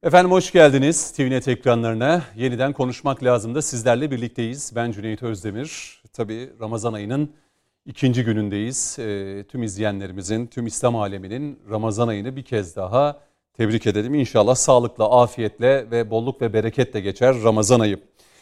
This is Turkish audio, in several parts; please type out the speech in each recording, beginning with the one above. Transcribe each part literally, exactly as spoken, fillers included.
Efendim hoş geldiniz T V Net ekranlarına. Yeniden konuşmak lazım da sizlerle birlikteyiz. Ben Cüneyt Özdemir. Tabii Ramazan ayının ikinci günündeyiz. E, tüm izleyenlerimizin, tüm İslam aleminin Ramazan ayını bir kez daha tebrik edelim. İnşallah sağlıkla, afiyetle ve bolluk ve bereketle geçer Ramazan ayı.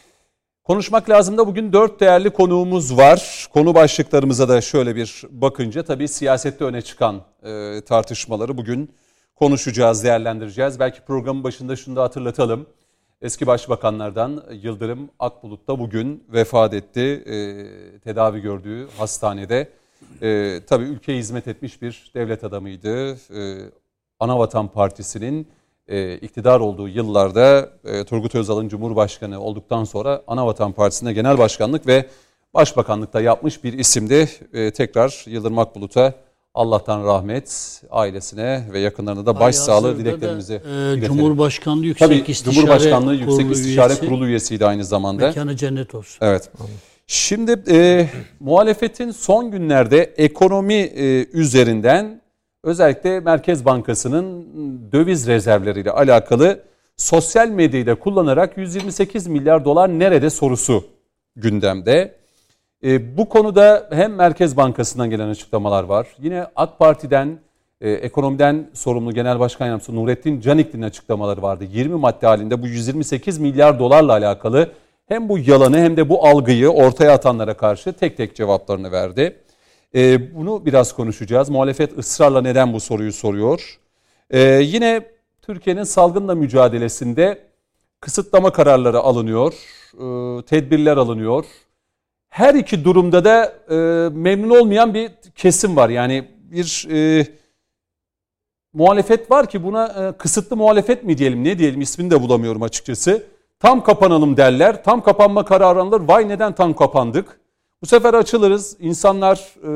Konuşmak lazım da bugün dört değerli konuğumuz var. Konu başlıklarımıza da şöyle bir bakınca tabii siyasette öne çıkan e, tartışmaları bugün konuşacağız, değerlendireceğiz. Belki programın başında şunu da hatırlatalım. Eski başbakanlardan Yıldırım Akbulut da bugün vefat etti. E, tedavi gördüğü hastanede. E, tabii ülkeye hizmet etmiş bir devlet adamıydı. E, Anavatan Partisi'nin e, iktidar olduğu yıllarda e, Turgut Özal'ın Cumhurbaşkanı olduktan sonra Anavatan Partisi'nde genel başkanlık ve başbakanlıkta yapmış bir isimdi. E, tekrar Yıldırım Akbulut'a Allah'tan rahmet, ailesine ve yakınlarına da başsağlığı dileklerimizi da, e, Cumhurbaşkanlığı Yüksek Tabii, İstişare Cumhurbaşkanlığı Yüksek Kurulu İstişare üyesi, Kurulu üyesiydi aynı zamanda. Mekanı cennet olsun. Evet. Şimdi e, muhalefetin son günlerde ekonomi e, üzerinden özellikle Merkez Bankası'nın döviz rezervleriyle alakalı sosyal medyayı da kullanarak yüz yirmi sekiz milyar dolar nerede sorusu gündemde. E, bu konuda hem Merkez Bankası'ndan gelen açıklamalar var. Yine AK Parti'den, e, ekonomiden sorumlu Genel Başkan Yardımcısı Nurettin Canikli'nin açıklamaları vardı. yirmi madde halinde bu yüz yirmi sekiz milyar dolarla alakalı hem bu yalanı hem de bu algıyı ortaya atanlara karşı tek tek cevaplarını verdi. E, bunu biraz konuşacağız. Muhalefet ısrarla neden bu soruyu soruyor? E, yine Türkiye'nin salgınla mücadelesinde kısıtlama kararları alınıyor, e, tedbirler alınıyor. Her iki durumda da e, memnun olmayan bir kesim var. Yani bir e, muhalefet var ki buna e, kısıtlı muhalefet mi diyelim, ne diyelim, ismini de bulamıyorum açıkçası. Tam kapanalım derler, tam kapanma kararı alınır. Vay neden tam kapandık? Bu sefer açılırız, insanlar e,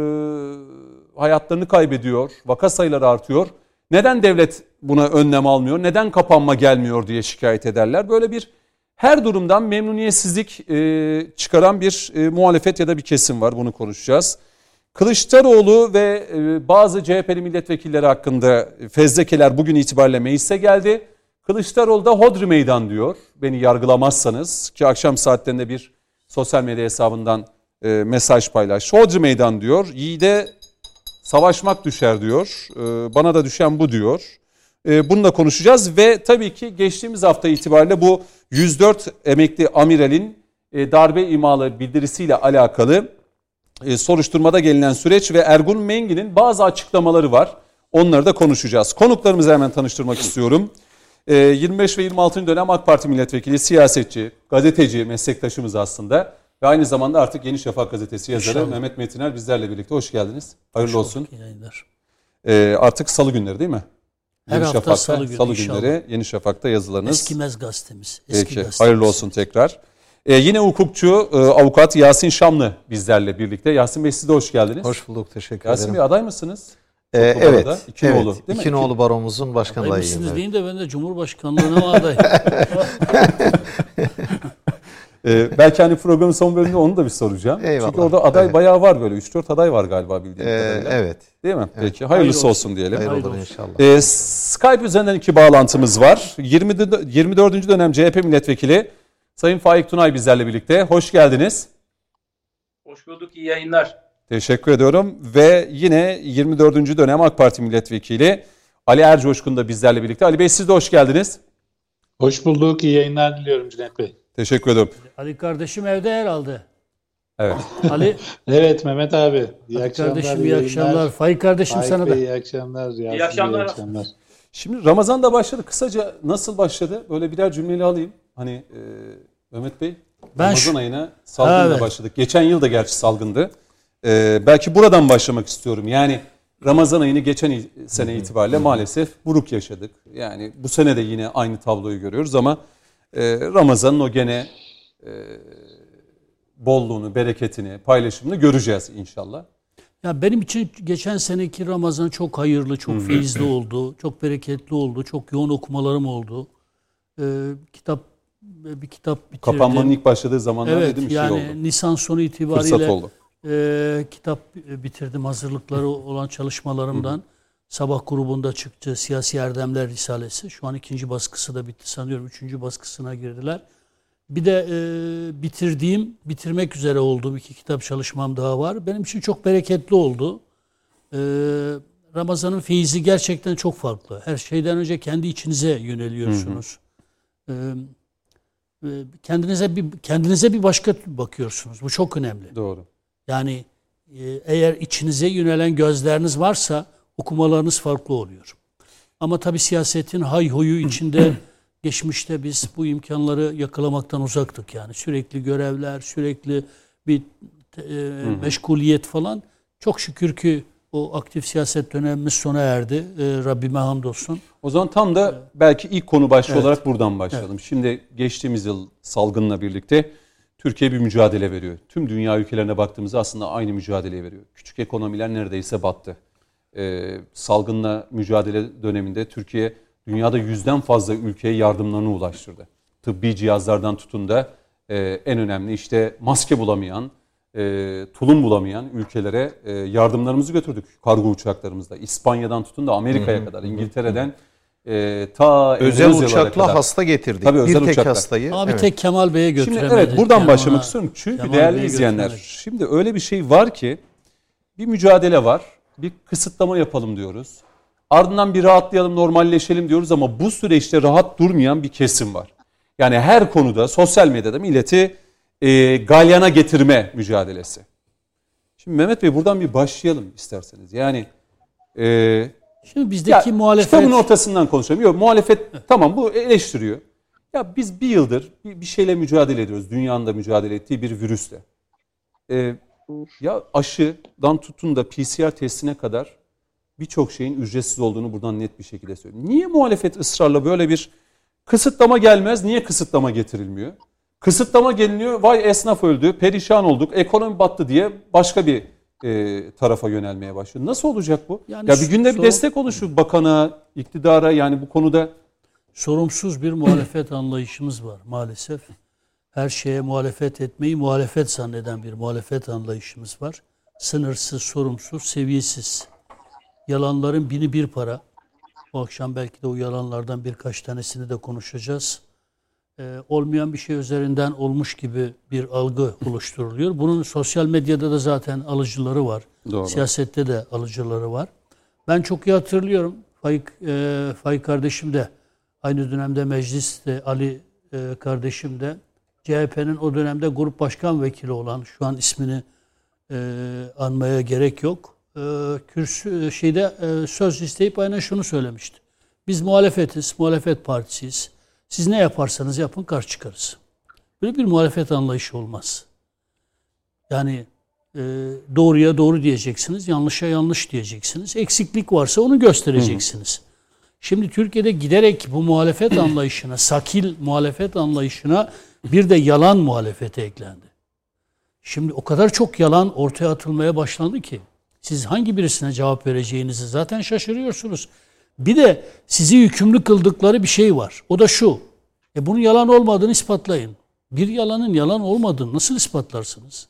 hayatlarını kaybediyor, vaka sayıları artıyor. Neden devlet buna önlem almıyor, neden kapanma gelmiyor diye şikayet ederler. Böyle bir her durumdan memnuniyetsizlik e, çıkaran bir e, muhalefet ya da bir kesim var. Bunu konuşacağız. Kılıçdaroğlu ve e, bazı C H P'li milletvekilleri hakkında fezlekeler bugün itibariyle meclise geldi. Kılıçdaroğlu da hodri meydan diyor. Beni yargılamazsanız, ki akşam saatlerinde bir sosyal medya hesabından e, mesaj paylaştı. Hodri meydan diyor. Yiğide savaşmak düşer diyor. E, bana da düşen bu diyor. E, bunu da konuşacağız ve tabii ki geçtiğimiz hafta itibariyle bu yüz dört emekli amiralin e, darbe imalı bildirisiyle alakalı e, soruşturmada gelinen süreç ve Ergun Mengi'nin bazı açıklamaları var. Onları da konuşacağız. Konuklarımızı hemen tanıştırmak istiyorum. E, yirmi beş ve yirmi altıncı dönem AK Parti milletvekili, siyasetçi, gazeteci, meslektaşımız aslında ve aynı zamanda artık Yeni Şafak gazetesi yazarı İnşallah. Mehmet Metiner bizlerle birlikte. Hoş geldiniz. Hayırlı Hoş olsun. E, artık salı günleri değil mi? Her Yeni hafta Şafak'ta, salı, günü, salı günleri Yeni Şafak'ta yazılarınız. Eskimez gazetemiz. Eski Peki, gazetemiz. hayırlı olsun tekrar. Ee, yine hukukçu, e, avukat Yasin Şamlı bizlerle birlikte. Yasin Bey, siz de hoş geldiniz. Hoş bulduk, teşekkür Yasin ederim. Yasin Bey aday mısınız? Ee, evet, İkinoğlu, evet. değil mi? İkinoğlu baromuzun başkan adayıyım. Aday mısınız evet. diyeyim de ben de Cumhurbaşkanlığına aday. ee, belki hani programın son bölümünde onu da bir soracağım. Eyvallah. Çünkü orada aday evet. bayağı var, böyle üç dört aday var galiba bildiğim ee, kadarıyla. Evet. Değil mi? Evet. Peki, hayırlısı Hayır olsun, olsun diyelim. Hayırlı Hayırlı olur olsun. inşallah. Ee, Skype üzerinden iki bağlantımız var. yirmi dördüncü dönem C H P milletvekili Sayın Faik Tunay bizlerle birlikte. Hoş geldiniz. Hoş bulduk, iyi yayınlar. Teşekkür ediyorum. Ve yine yirmi dördüncü dönem AK Parti milletvekili Ali Ercoşkun da bizlerle birlikte. Ali Bey, siz de hoş geldiniz. Hoş bulduk, iyi yayınlar diliyorum Cüneyt Bey. Teşekkür ederim. Ali kardeşim evde herhalde. Evet. Ali. Evet Mehmet abi. İyi Ali akşamlar. kardeşim iyi akşamlar. Faik kardeşim Faik sana Bey, da. iyi akşamlar. Yasin İyi akşamlar. Bey, iyi akşamlar. Şimdi Ramazan da başladı. Kısaca nasıl başladı? Böyle birer cümleyle alayım. Hani e, Mehmet Bey, Ben Ramazan şu... ayına salgınla evet. başladık. Geçen yıl da gerçi salgındı. E, belki buradan başlamak istiyorum. Yani Ramazan ayını geçen sene itibariyle maalesef buruk yaşadık. Yani bu sene de yine aynı tabloyu görüyoruz ama e, Ramazan'ın o gene e, bolluğunu, bereketini, paylaşımını göreceğiz inşallah. Ya benim için geçen seneki Ramazan çok hayırlı, çok feyizli oldu, çok bereketli oldu, çok yoğun okumalarım oldu. Ee, kitap bir kitap bitirdim. Kapanmanın ilk başladığı zamanlar evet, dedim bir yani şey oldu. Nisan sonu itibariyle Fırsat oldu. E, kitap bitirdim, hazırlıkları olan çalışmalarımdan. Sabah grubunda çıktı Siyasi Erdemler Risalesi. Şu an ikinci baskısı da bitti sanıyorum. Üçüncü baskısına girdiler. Bir de e, bitirdiğim, bitirmek üzere olduğum iki kitap çalışmam daha var. Benim için çok bereketli oldu. E, Ramazan'ın feyzi gerçekten çok farklı. Her şeyden önce kendi içinize yöneliyorsunuz. Hı hı. E, kendinize bir kendinize bir başka bakıyorsunuz. Bu çok önemli. Doğru. Yani e, eğer içinize yönelen gözleriniz varsa okumalarınız farklı oluyor. Ama tabii siyasetin hayhuyu içinde geçmişte biz bu imkanları yakalamaktan uzaktık yani. Sürekli görevler, sürekli bir e, meşguliyet falan. Çok şükür ki o aktif siyaset dönemimiz sona erdi. E, Rabbime hamdolsun. O zaman tam da belki ilk konu başlığı Evet. olarak buradan başlayalım. Evet. Şimdi geçtiğimiz yıl salgınla birlikte Türkiye bir mücadele veriyor. Tüm dünya ülkelerine baktığımızda aslında aynı mücadeleyi veriyor. Küçük ekonomiler neredeyse battı. Ee, salgınla mücadele döneminde Türkiye dünyada yüzden fazla ülkeye yardımlarını ulaştırdı. Tıbbi cihazlardan tutun da e, en önemli işte maske bulamayan, e, tulum bulamayan ülkelere e, yardımlarımızı götürdük kargo uçaklarımızda. İspanya'dan tutun da Amerika'ya kadar, İngiltere'den e, ta özel Endonezyalara uçakla kadar. hasta getirdik. Tabii, özel bir tek uçaklar. hastayı. Ama bir evet. tek Kemal Bey'e götüremedik. Şimdi evet buradan Yani başlamak ona, istiyorum. Çünkü Kemal değerli Bey'e izleyenler, götüremedik. şimdi öyle bir şey var ki bir mücadele var. Bir kısıtlama yapalım diyoruz. Ardından bir rahatlayalım, normalleşelim diyoruz ama bu süreçte rahat durmayan bir kesim var. Yani her konuda sosyal medyada milleti e, galyana getirme mücadelesi. Şimdi Mehmet Bey buradan bir başlayalım isterseniz. Yani e, Şimdi bizdeki ya, muhalefet... kitabın ortasından konuşalım. Yok, muhalefet tamam bu eleştiriyor. Ya biz bir yıldır bir, bir şeyle mücadele ediyoruz. Dünyanın da mücadele ettiği bir virüsle. Ee, ya aşıdan tutun da P C R testine kadar birçok şeyin ücretsiz olduğunu buradan net bir şekilde söylüyorum. Niye muhalefet ısrarla böyle bir kısıtlama gelmez? Niye kısıtlama getirilmiyor? Kısıtlama geliniyor. Vay esnaf öldü, perişan olduk, ekonomi battı diye başka bir e, tarafa yönelmeye başlıyor. Nasıl olacak bu? Yani ya bir günde bir so- destek oluşu bakana, iktidara yani bu konuda. Sorumsuz bir muhalefet anlayışımız var maalesef. Her şeye muhalefet etmeyi muhalefet zanneden bir muhalefet anlayışımız var. Sınırsız, sorumsuz, seviyesiz. Yalanların bini bir para. Bu akşam belki de o yalanlardan birkaç tanesini de konuşacağız. Ee, olmayan bir şey üzerinden olmuş gibi bir algı oluşturuluyor. Bunun sosyal medyada da zaten alıcıları var. Doğru. Siyasette de alıcıları var. Ben çok iyi hatırlıyorum. Faik, e, Faik kardeşim de aynı dönemde mecliste, Ali e, kardeşim de C H P'nin o dönemde grup başkan vekili olan, şu an ismini e, anmaya gerek yok. E, kürsü şeyde e, söz isteyip aynen şunu söylemişti. Biz muhalefetiz, muhalefet partisiyiz. Siz ne yaparsanız yapın karşı çıkarız. Böyle bir muhalefet anlayışı olmaz. Yani e, doğruya doğru diyeceksiniz, yanlışa yanlış diyeceksiniz. Eksiklik varsa onu göstereceksiniz. Hı hı. Şimdi Türkiye'de giderek bu muhalefet anlayışına, sakil muhalefet anlayışına bir de yalan muhalefete eklendi. Şimdi o kadar çok yalan ortaya atılmaya başlandı ki siz hangi birisine cevap vereceğinizi zaten şaşırıyorsunuz. Bir de sizi yükümlü kıldıkları bir şey var. O da şu. E bunun yalan olmadığını ispatlayın. Bir yalanın yalan olmadığını nasıl ispatlarsınız?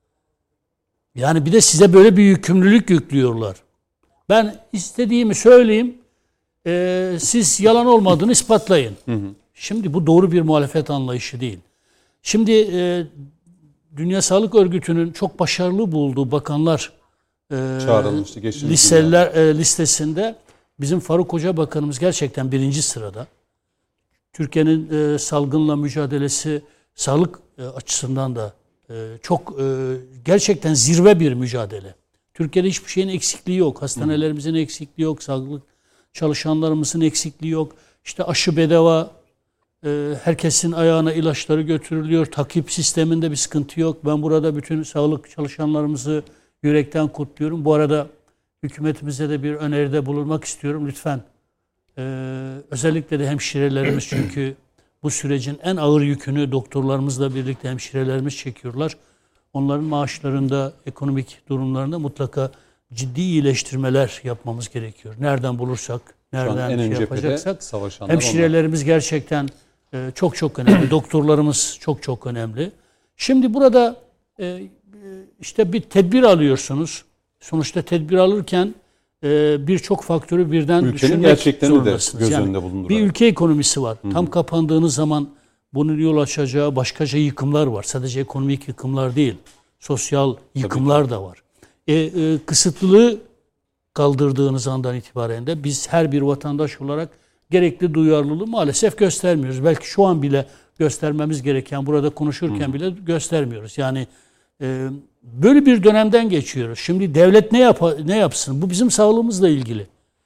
Yani bir de size böyle bir yükümlülük yüklüyorlar. Ben istediğimi söyleyeyim. Ee, siz yalan olmadığını ispatlayın. Hı hı. Şimdi bu doğru bir muhalefet anlayışı değil. Şimdi e, Dünya Sağlık Örgütü'nün çok başarılı bulduğu bakanlar e, çağrılmıştı listeler e, listesinde bizim Faruk Hoca Bakanımız gerçekten birinci sırada. Türkiye'nin e, salgınla mücadelesi sağlık e, açısından da e, çok e, gerçekten zirve bir mücadele. Türkiye'de hiçbir şeyin eksikliği yok. Hastanelerimizin hı. eksikliği yok. Sağlık çalışanlarımızın eksikliği yok. İşte aşı bedava, e, herkesin ayağına ilaçları götürülüyor. Takip sisteminde bir sıkıntı yok. Ben burada bütün sağlık çalışanlarımızı yürekten kutluyorum. Bu arada hükümetimize de bir öneride bulunmak istiyorum. Lütfen e, özellikle de hemşirelerimiz çünkü bu sürecin en ağır yükünü doktorlarımızla birlikte hemşirelerimiz çekiyorlar. Onların maaşlarında, ekonomik durumlarında mutlaka ciddi iyileştirmeler yapmamız gerekiyor. Nereden bulursak, nereden şey yapacaksak. Hemşirelerimiz onlar. Gerçekten e, çok çok önemli. Doktorlarımız çok çok önemli. Şimdi burada e, işte bir tedbir alıyorsunuz. Sonuçta tedbir alırken e, birçok faktörü birden Ülkenin düşünmek gerçeklerini de zorundasınız. göz Yani önünde bulundurarak. bir ülke ekonomisi var. Hı-hı. Tam kapandığınız zaman bunun yol açacağı başkaca yıkımlar var. Sadece ekonomik yıkımlar değil. Sosyal yıkımlar da var. E, e, kısıtlılığı kaldırdığınız andan itibaren de biz her bir vatandaş olarak gerekli duyarlılığı maalesef göstermiyoruz. Belki şu an bile göstermemiz gereken, burada konuşurken Hı. bile göstermiyoruz. Yani e, böyle bir dönemden geçiyoruz. Şimdi devlet ne yap ne yapsın? Bu bizim sağlığımızla ilgili.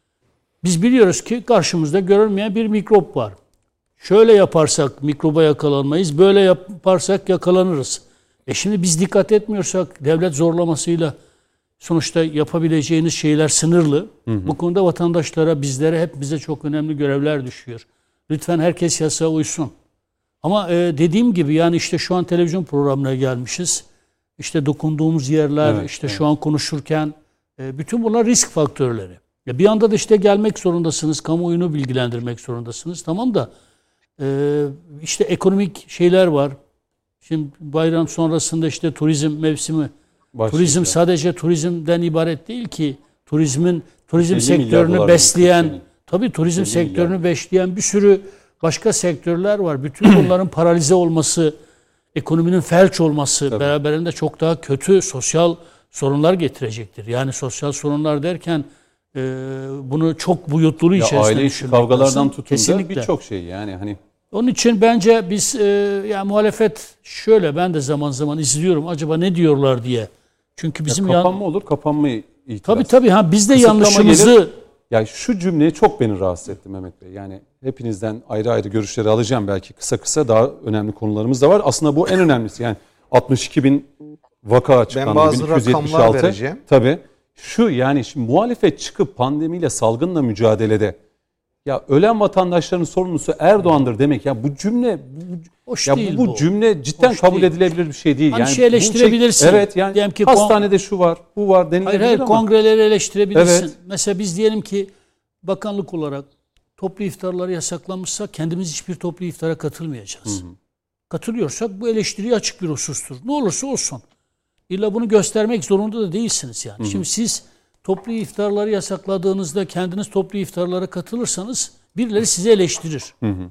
Biz biliyoruz ki karşımızda görülmeyen bir mikrop var. Şöyle yaparsak mikroba yakalanmayız, böyle yaparsak yakalanırız. E şimdi biz dikkat etmiyorsak devlet zorlamasıyla sonuçta yapabileceğiniz şeyler sınırlı. Hı hı. Bu konuda vatandaşlara, bizlere, hep bize çok önemli görevler düşüyor. Lütfen herkes yasağa uysun. Ama e, dediğim gibi yani işte şu an televizyon programına gelmişiz. İşte dokunduğumuz yerler, evet, işte evet. şu an konuşurken e, bütün bunlar risk faktörleri. Ya bir anda da işte gelmek zorundasınız, kamuoyunu bilgilendirmek zorundasınız. Tamam da e, işte ekonomik şeyler var. Şimdi bayram sonrasında işte turizm mevsimi. Başlayacak. Turizm sadece turizmden ibaret değil ki. Turizmin turizm sektörünü besleyen, tabii turizm sektörünü milyar. besleyen bir sürü başka sektörler var. Bütün bunların paralize olması, ekonominin felç olması tabii. beraberinde çok daha kötü sosyal sorunlar getirecektir. Yani sosyal sorunlar derken e, bunu çok boyutlu içerisinde aile içi kavgalardan tutun da birçok şey yani hani. Onun için bence biz e, yani muhalefet şöyle, ben de zaman zaman izliyorum acaba ne diyorlar diye. Çünkü bizim ya kapanma yan... olur, kapanmayı itiraz. Tabii tabii ha biz de Kısıtlama yanlışımızı gelir. Ya şu cümle çok beni rahatsız etti Mehmet Bey. Yani hepinizden ayrı ayrı görüşleri alacağım belki kısa kısa, daha önemli konularımız da var. Aslında bu en önemlisi. Yani altmış iki bin vaka açıklandı. Ben bazı rakamlar vereceğim. Tabii. Şu yani şimdi muhalefet çıkıp pandemiyle, salgınla mücadelede ya ölen vatandaşların sorumlusu Erdoğan'dır demek ya bu cümle bu, Hoş ya değil bu, bu bu. cümle cidden Hoş kabul değil. edilebilir bir şey değil. Hani yani şey eleştirebilirsin. Şey, evet yani ki hastanede şu var, bu var denilebilir hayır, hayır, ama. kongreleri eleştirebilirsin. Evet. Mesela biz diyelim ki bakanlık olarak toplu iftarları yasaklanmışsa kendimiz hiçbir toplu iftara katılmayacağız. Hı hı. Katılıyorsak bu eleştiriye açık bir husustur. Ne olursa olsun. İlla bunu göstermek zorunda da değilsiniz yani. Hı hı. Şimdi siz toplu iftarları yasakladığınızda kendiniz toplu iftarlara katılırsanız birileri sizi eleştirir. Hı hı.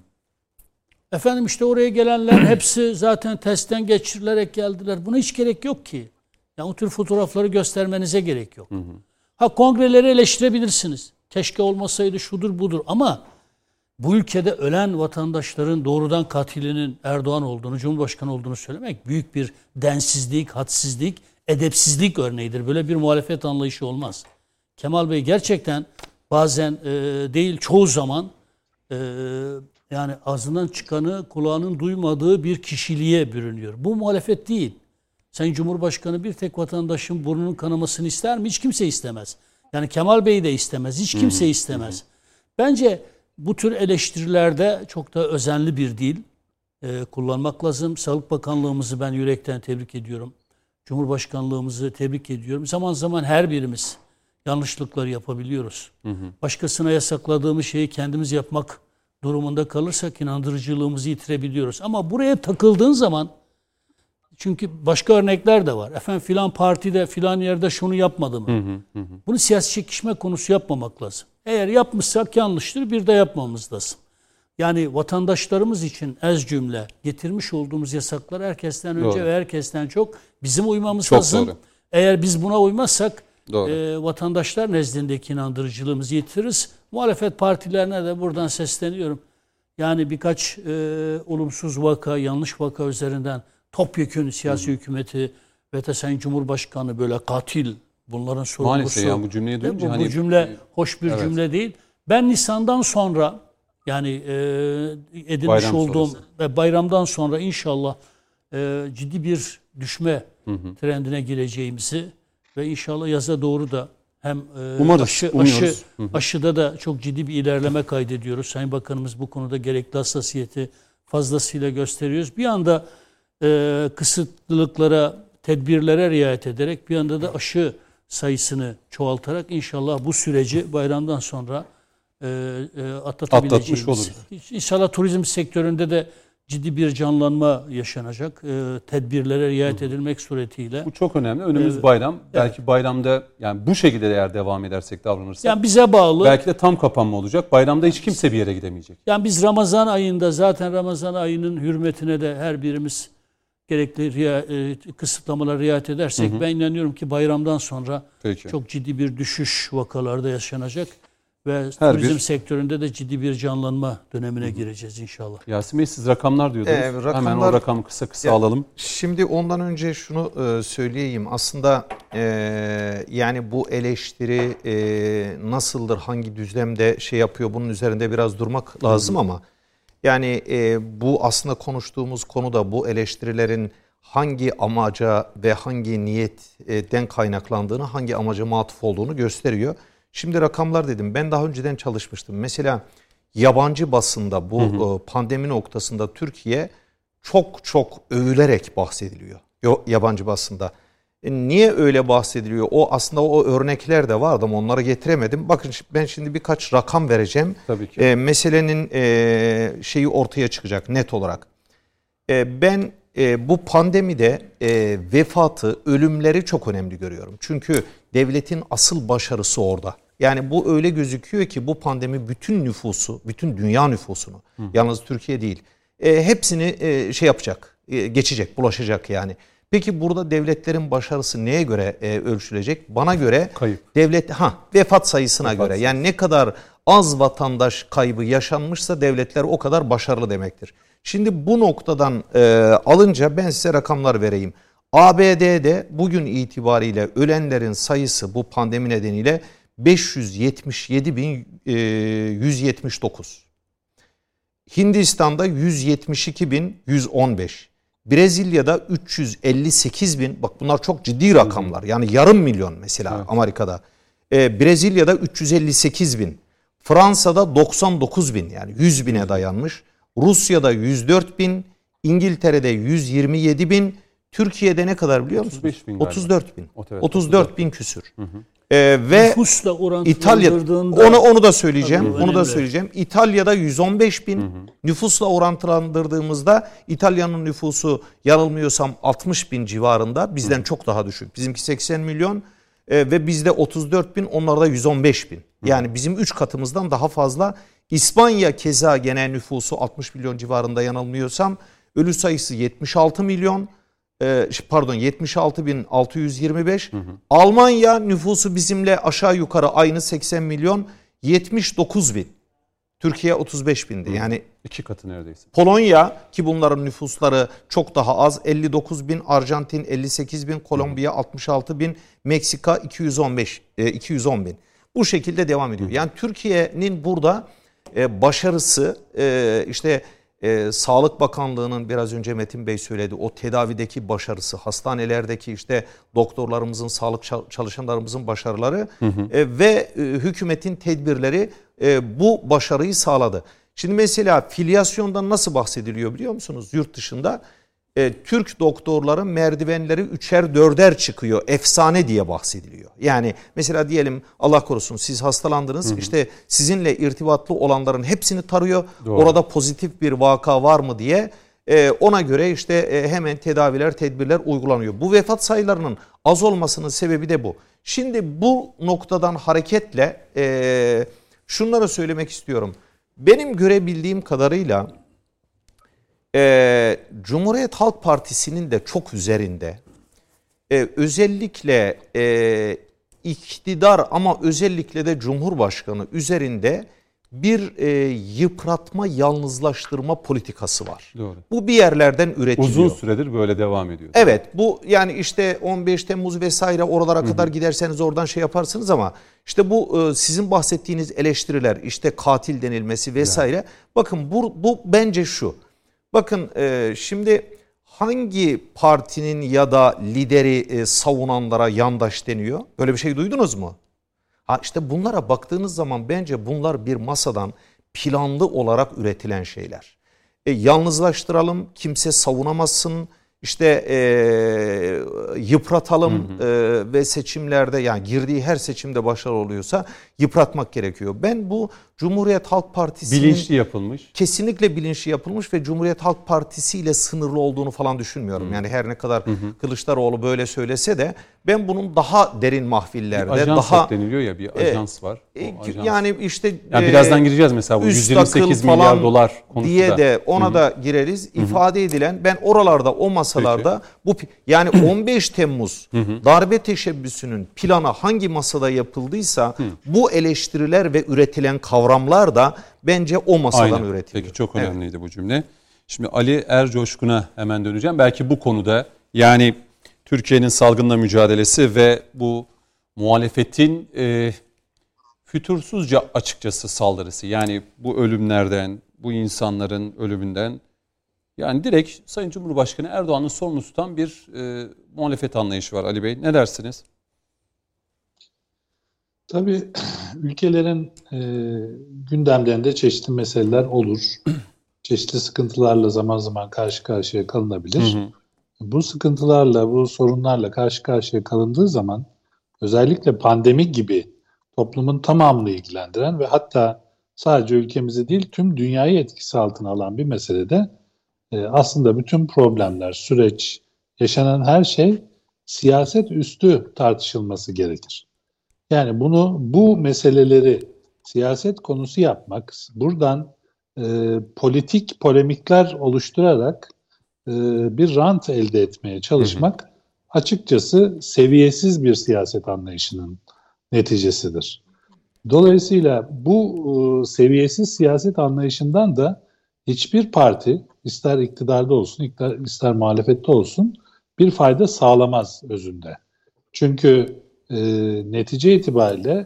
Efendim işte oraya gelenler hepsi zaten testten geçirilerek geldiler. Buna hiç gerek yok ki. Yani o tür fotoğrafları göstermenize gerek yok. Hı hı. Ha kongreleri eleştirebilirsiniz. Keşke olmasaydı şudur budur ama bu ülkede ölen vatandaşların doğrudan katilinin Erdoğan olduğunu, Cumhurbaşkanı olduğunu söylemek büyük bir densizlik, hadsizlik, edepsizlik örneğidir. Böyle bir muhalefet anlayışı olmaz. Kemal Bey gerçekten bazen e, değil çoğu zaman e, yani ağzından çıkanı kulağının duymadığı bir kişiliğe bürünüyor. Bu muhalefet değil. Sayın Cumhurbaşkanı bir tek vatandaşın burnunun kanamasını ister mi? Hiç kimse istemez. Yani Kemal Bey de istemez. Hiç kimse istemez. Bence bu tür eleştirilerde çok da özenli bir dil e, kullanmak lazım. Sağlık Bakanlığımızı ben yürekten tebrik ediyorum. Cumhurbaşkanlığımızı tebrik ediyorum. Zaman zaman her birimiz yanlışlıkları yapabiliyoruz. Hı hı. Başkasına yasakladığımız şeyi kendimiz yapmak durumunda kalırsak inandırıcılığımızı yitirebiliyoruz. Ama buraya takıldığın zaman, çünkü başka örnekler de var. Efendim filan partide filan yerde şunu yapmadı mı? Hı hı hı. Bunu siyasi çekişme konusu yapmamak lazım. Eğer yapmışsak yanlıştır, bir de yapmamamız lazım. Yani vatandaşlarımız için ez cümle getirmiş olduğumuz yasaklar herkesten önce doğru. ve herkesten çok bizim uymamız çok lazım. Doğru. Eğer biz buna uymazsak e, vatandaşlar nezdindeki inandırıcılığımızı yitiririz. Muhalefet partilerine de buradan sesleniyorum. Yani birkaç e, olumsuz vaka, yanlış vaka üzerinden topyekün siyasi Hı. hükümeti ve de Sayın Cumhurbaşkanı böyle katil, bunların sorumlusu. Maalesef yani bu cümleyi duyunca bu, hani, bu cümle hoş bir evet. cümle değil. Ben Nisan'dan sonra yani e, edinmiş Bayram olduğum sonrası. ve bayramdan sonra inşallah e, ciddi bir düşme hı hı. trendine gireceğimizi ve inşallah yaza doğru da hem e, Umarız, aşı, aşı, aşıda da çok ciddi bir ilerleme kaydediyoruz. Sayın Bakanımız bu konuda gerekli hassasiyeti fazlasıyla gösteriyoruz. Bir anda e, kısıtlılıklara, tedbirlere riayet ederek bir anda da aşı sayısını çoğaltarak inşallah bu süreci bayramdan sonra e, e, atlatabileceğimiz. Atlatmış oluruz. İnşallah turizm sektöründe de ciddi bir canlanma yaşanacak. E, tedbirlere riayet edilmek suretiyle. Bu çok önemli. Önümüz Evet. bayram. Belki bayramda yani bu şekilde eğer devam edersek, davranırsak Yani bize bağlı. belki de tam kapanma olacak. Bayramda hiç kimse bir yere gidemeyecek. Yani biz Ramazan ayında zaten Ramazan ayının hürmetine de her birimiz gerekli riya, e, kısıtlamalara riayet edersek, hı hı, ben inanıyorum ki bayramdan sonra Peki. çok ciddi bir düşüş vakalarda yaşanacak ve Her turizm bir... sektöründe de ciddi bir canlanma dönemine, hı hı, gireceğiz inşallah. Yasin Bey, siz rakamlar diyordunuz. Ee, rakamlar, Hemen o rakamı kısa kısa ya, alalım. Şimdi ondan önce şunu e, söyleyeyim. Aslında e, yani bu eleştiri e, nasıldır, hangi düzlemde şey yapıyor, bunun üzerinde biraz durmak lazım, hı hı, ama yani e, bu aslında konuştuğumuz konuda bu eleştirilerin hangi amaca ve hangi niyetten kaynaklandığını, hangi amaca matuf olduğunu gösteriyor. Şimdi rakamlar dedim. Ben daha önceden çalışmıştım. Mesela yabancı basında bu, hı hı, pandemi noktasında Türkiye çok çok övülerek bahsediliyor. Yabancı basında. E niye öyle bahsediliyor? O aslında o örnekler de vardı ama onları getiremedim. Bakın ben şimdi birkaç rakam vereceğim. Tabii ki. E, meselenin e, şeyi ortaya çıkacak net olarak. E, ben e, bu pandemide e, vefatı, ölümleri çok önemli görüyorum. Çünkü devletin asıl başarısı orada. Yani bu öyle gözüküyor ki bu pandemi bütün nüfusu, bütün dünya nüfusunu, hı, yalnız Türkiye değil, e, hepsini e, şey yapacak, e, geçecek, bulaşacak yani. Peki burada devletlerin başarısı neye göre e, ölçülecek? Bana göre kayıp. Devlet ha vefat sayısına vefat göre. sayısı. Yani ne kadar az vatandaş kaybı yaşanmışsa devletler o kadar başarılı demektir. Şimdi bu noktadan e, alınca ben size rakamlar vereyim. A B D'de bugün itibariyle ölenlerin sayısı bu pandemi nedeniyle beş yüz yetmiş yedi bin yüz yetmiş dokuz. Hindistan'da yüz yetmiş iki bin yüz on beş. Brezilya'da üç yüz elli sekiz bin. Bak bunlar çok ciddi rakamlar. Yani yarım milyon mesela, evet, Amerika'da. Ee, Brezilya'da üç yüz elli sekiz bin. Fransa'da doksan dokuz bin, yani yüz bine dayanmış. Rusya'da yüz dört bin. İngiltere'de yüz yirmi yedi bin. Türkiye'de ne kadar biliyor musunuz? otuz beş bin otuz dört bin. O, evet, otuz dört bin küsür. Hı hı. Ee, ve Nüfusla İtalya, onu onu da söyleyeceğim. Tabii, onu da önemli. söyleyeceğim. İtalya'da yüz on beş bin. Hı hı. Nüfusla orantılandırdığımızda İtalya'nın nüfusu yanılmıyorsam altmış bin civarında. Bizden, hı, çok daha düşük. Bizimki seksen milyon e, ve bizde otuz dört bin, onlarda yüz on beş bin. Yani hı, bizim üç katımızdan daha fazla. İspanya keza genel nüfusu altmış milyon civarında yanılmıyorsam. Ölü sayısı yetmiş altı milyon. Pardon yetmiş altı bin altı yüz yirmi beş. Hı hı. Almanya nüfusu bizimle aşağı yukarı aynı seksen milyon, yetmiş dokuz bin. Türkiye otuz beş bindi. Hı. Yani iki katı neredeyse. Polonya, ki bunların nüfusları çok daha az, elli dokuz bin, Arjantin elli sekiz bin, Kolombiya altmış altı bin, Meksika iki yüz on beş iki yüz on bin. Bu şekilde devam ediyor. Hı. Yani Türkiye'nin burada başarısı işte Ee, Sağlık Bakanlığı'nın biraz önce Metin Bey söyledi, o tedavideki başarısı, hastanelerdeki işte doktorlarımızın, sağlık çalışanlarımızın başarıları, hı hı, e, ve e, hükümetin tedbirleri e, bu başarıyı sağladı. Şimdi mesela filyasyondan nasıl bahsediliyor biliyor musunuz? Yurt dışında e, Türk doktorların merdivenleri üçer dörder çıkıyor, efsane diye bahsediliyor. Yani mesela diyelim Allah korusun siz hastalandınız, hı hı, işte sizinle irtibatlı olanların hepsini tarıyor. Doğru. Orada pozitif bir vaka var mı diye e, ona göre işte e, hemen tedaviler, tedbirler uygulanıyor. Bu vefat sayılarının az olmasının sebebi de bu. Şimdi bu noktadan hareketle e, şunları söylemek istiyorum. Benim görebildiğim kadarıyla Ee, Cumhuriyet Halk Partisi'nin de çok üzerinde ee, özellikle e, iktidar ama özellikle de Cumhurbaşkanı üzerinde bir e, yıpratma, yalnızlaştırma politikası var. Doğru. Bu bir yerlerden üretiliyor. Uzun süredir böyle devam ediyor. Evet, bu yani işte on beş Temmuz vesaire oralara, hı hı, kadar giderseniz oradan şey yaparsınız ama işte bu e, sizin bahsettiğiniz eleştiriler, işte katil denilmesi vesaire. Yani. Bakın bu, bu bence şu. Bakın e, şimdi hangi partinin ya da lideri e, savunanlara yandaş deniyor? Böyle bir şey duydunuz mu? Ha işte bunlara baktığınız zaman bence bunlar bir masadan planlı olarak üretilen şeyler. E, yalnızlaştıralım, kimse savunamazsın, işte e, yıpratalım hı hı. E, ve seçimlerde, yani girdiği her seçimde başarılı oluyorsa yıpratmak gerekiyor. Ben bu Cumhuriyet Halk Partisi'nin bilinçli yapılmış. Kesinlikle bilinçli yapılmış ve Cumhuriyet Halk Partisi ile sınırlı olduğunu falan düşünmüyorum. Hı. Yani her ne kadar hı hı. Kılıçdaroğlu böyle söylese de ben bunun daha derin mahfillerde, bir ajans daha deniliyor ya, bir ajans var. E, ajans. Yani işte yani birazdan gireceğiz mesela bu yüz yirmi sekiz milyar dolar konusunda diye de ona Hı-hı. da gireriz. Hı-hı. İfade edilen, ben oralarda, o masalarda Peki. bu yani on beş Temmuz Hı-hı. darbe teşebbüsünün planı hangi masada yapıldıysa Hı. bu eleştiriler ve üretilen kavramlar da bence o masadan Aynen. üretiliyor. Peki, çok önemliydi evet. bu cümle. Şimdi Ali Ercoşkun'a hemen döneceğim. Belki bu konuda, yani Türkiye'nin salgınla mücadelesi ve bu muhalefetin e, fütursuzca açıkçası saldırısı, yani bu ölümlerden, bu insanların ölümünden, yani direkt Sayın Cumhurbaşkanı Erdoğan'ın sorumlu tutan bir e, muhalefet anlayışı var Ali Bey. Ne dersiniz? Tabii ülkelerin e, gündemlerinde çeşitli meseleler olur. Çeşitli sıkıntılarla zaman zaman karşı karşıya kalınabilir. Hı hı. Bu sıkıntılarla, bu sorunlarla karşı karşıya kalındığı zaman özellikle pandemi gibi toplumun tamamını ilgilendiren ve hatta sadece ülkemizi değil tüm dünyayı etkisi altına alan bir meselede e, aslında bütün problemler, süreç, yaşanan her şey siyaset üstü tartışılması gerekir. Yani bunu, bu meseleleri siyaset konusu yapmak, buradan e, politik polemikler oluşturarak e, bir rant elde etmeye çalışmak hı hı. açıkçası seviyesiz bir siyaset anlayışının neticesidir. Dolayısıyla bu e, seviyesiz siyaset anlayışından da hiçbir parti, ister iktidarda olsun, ister, ister muhalefette olsun, bir fayda sağlamaz özünde. Çünkü e, netice itibariyle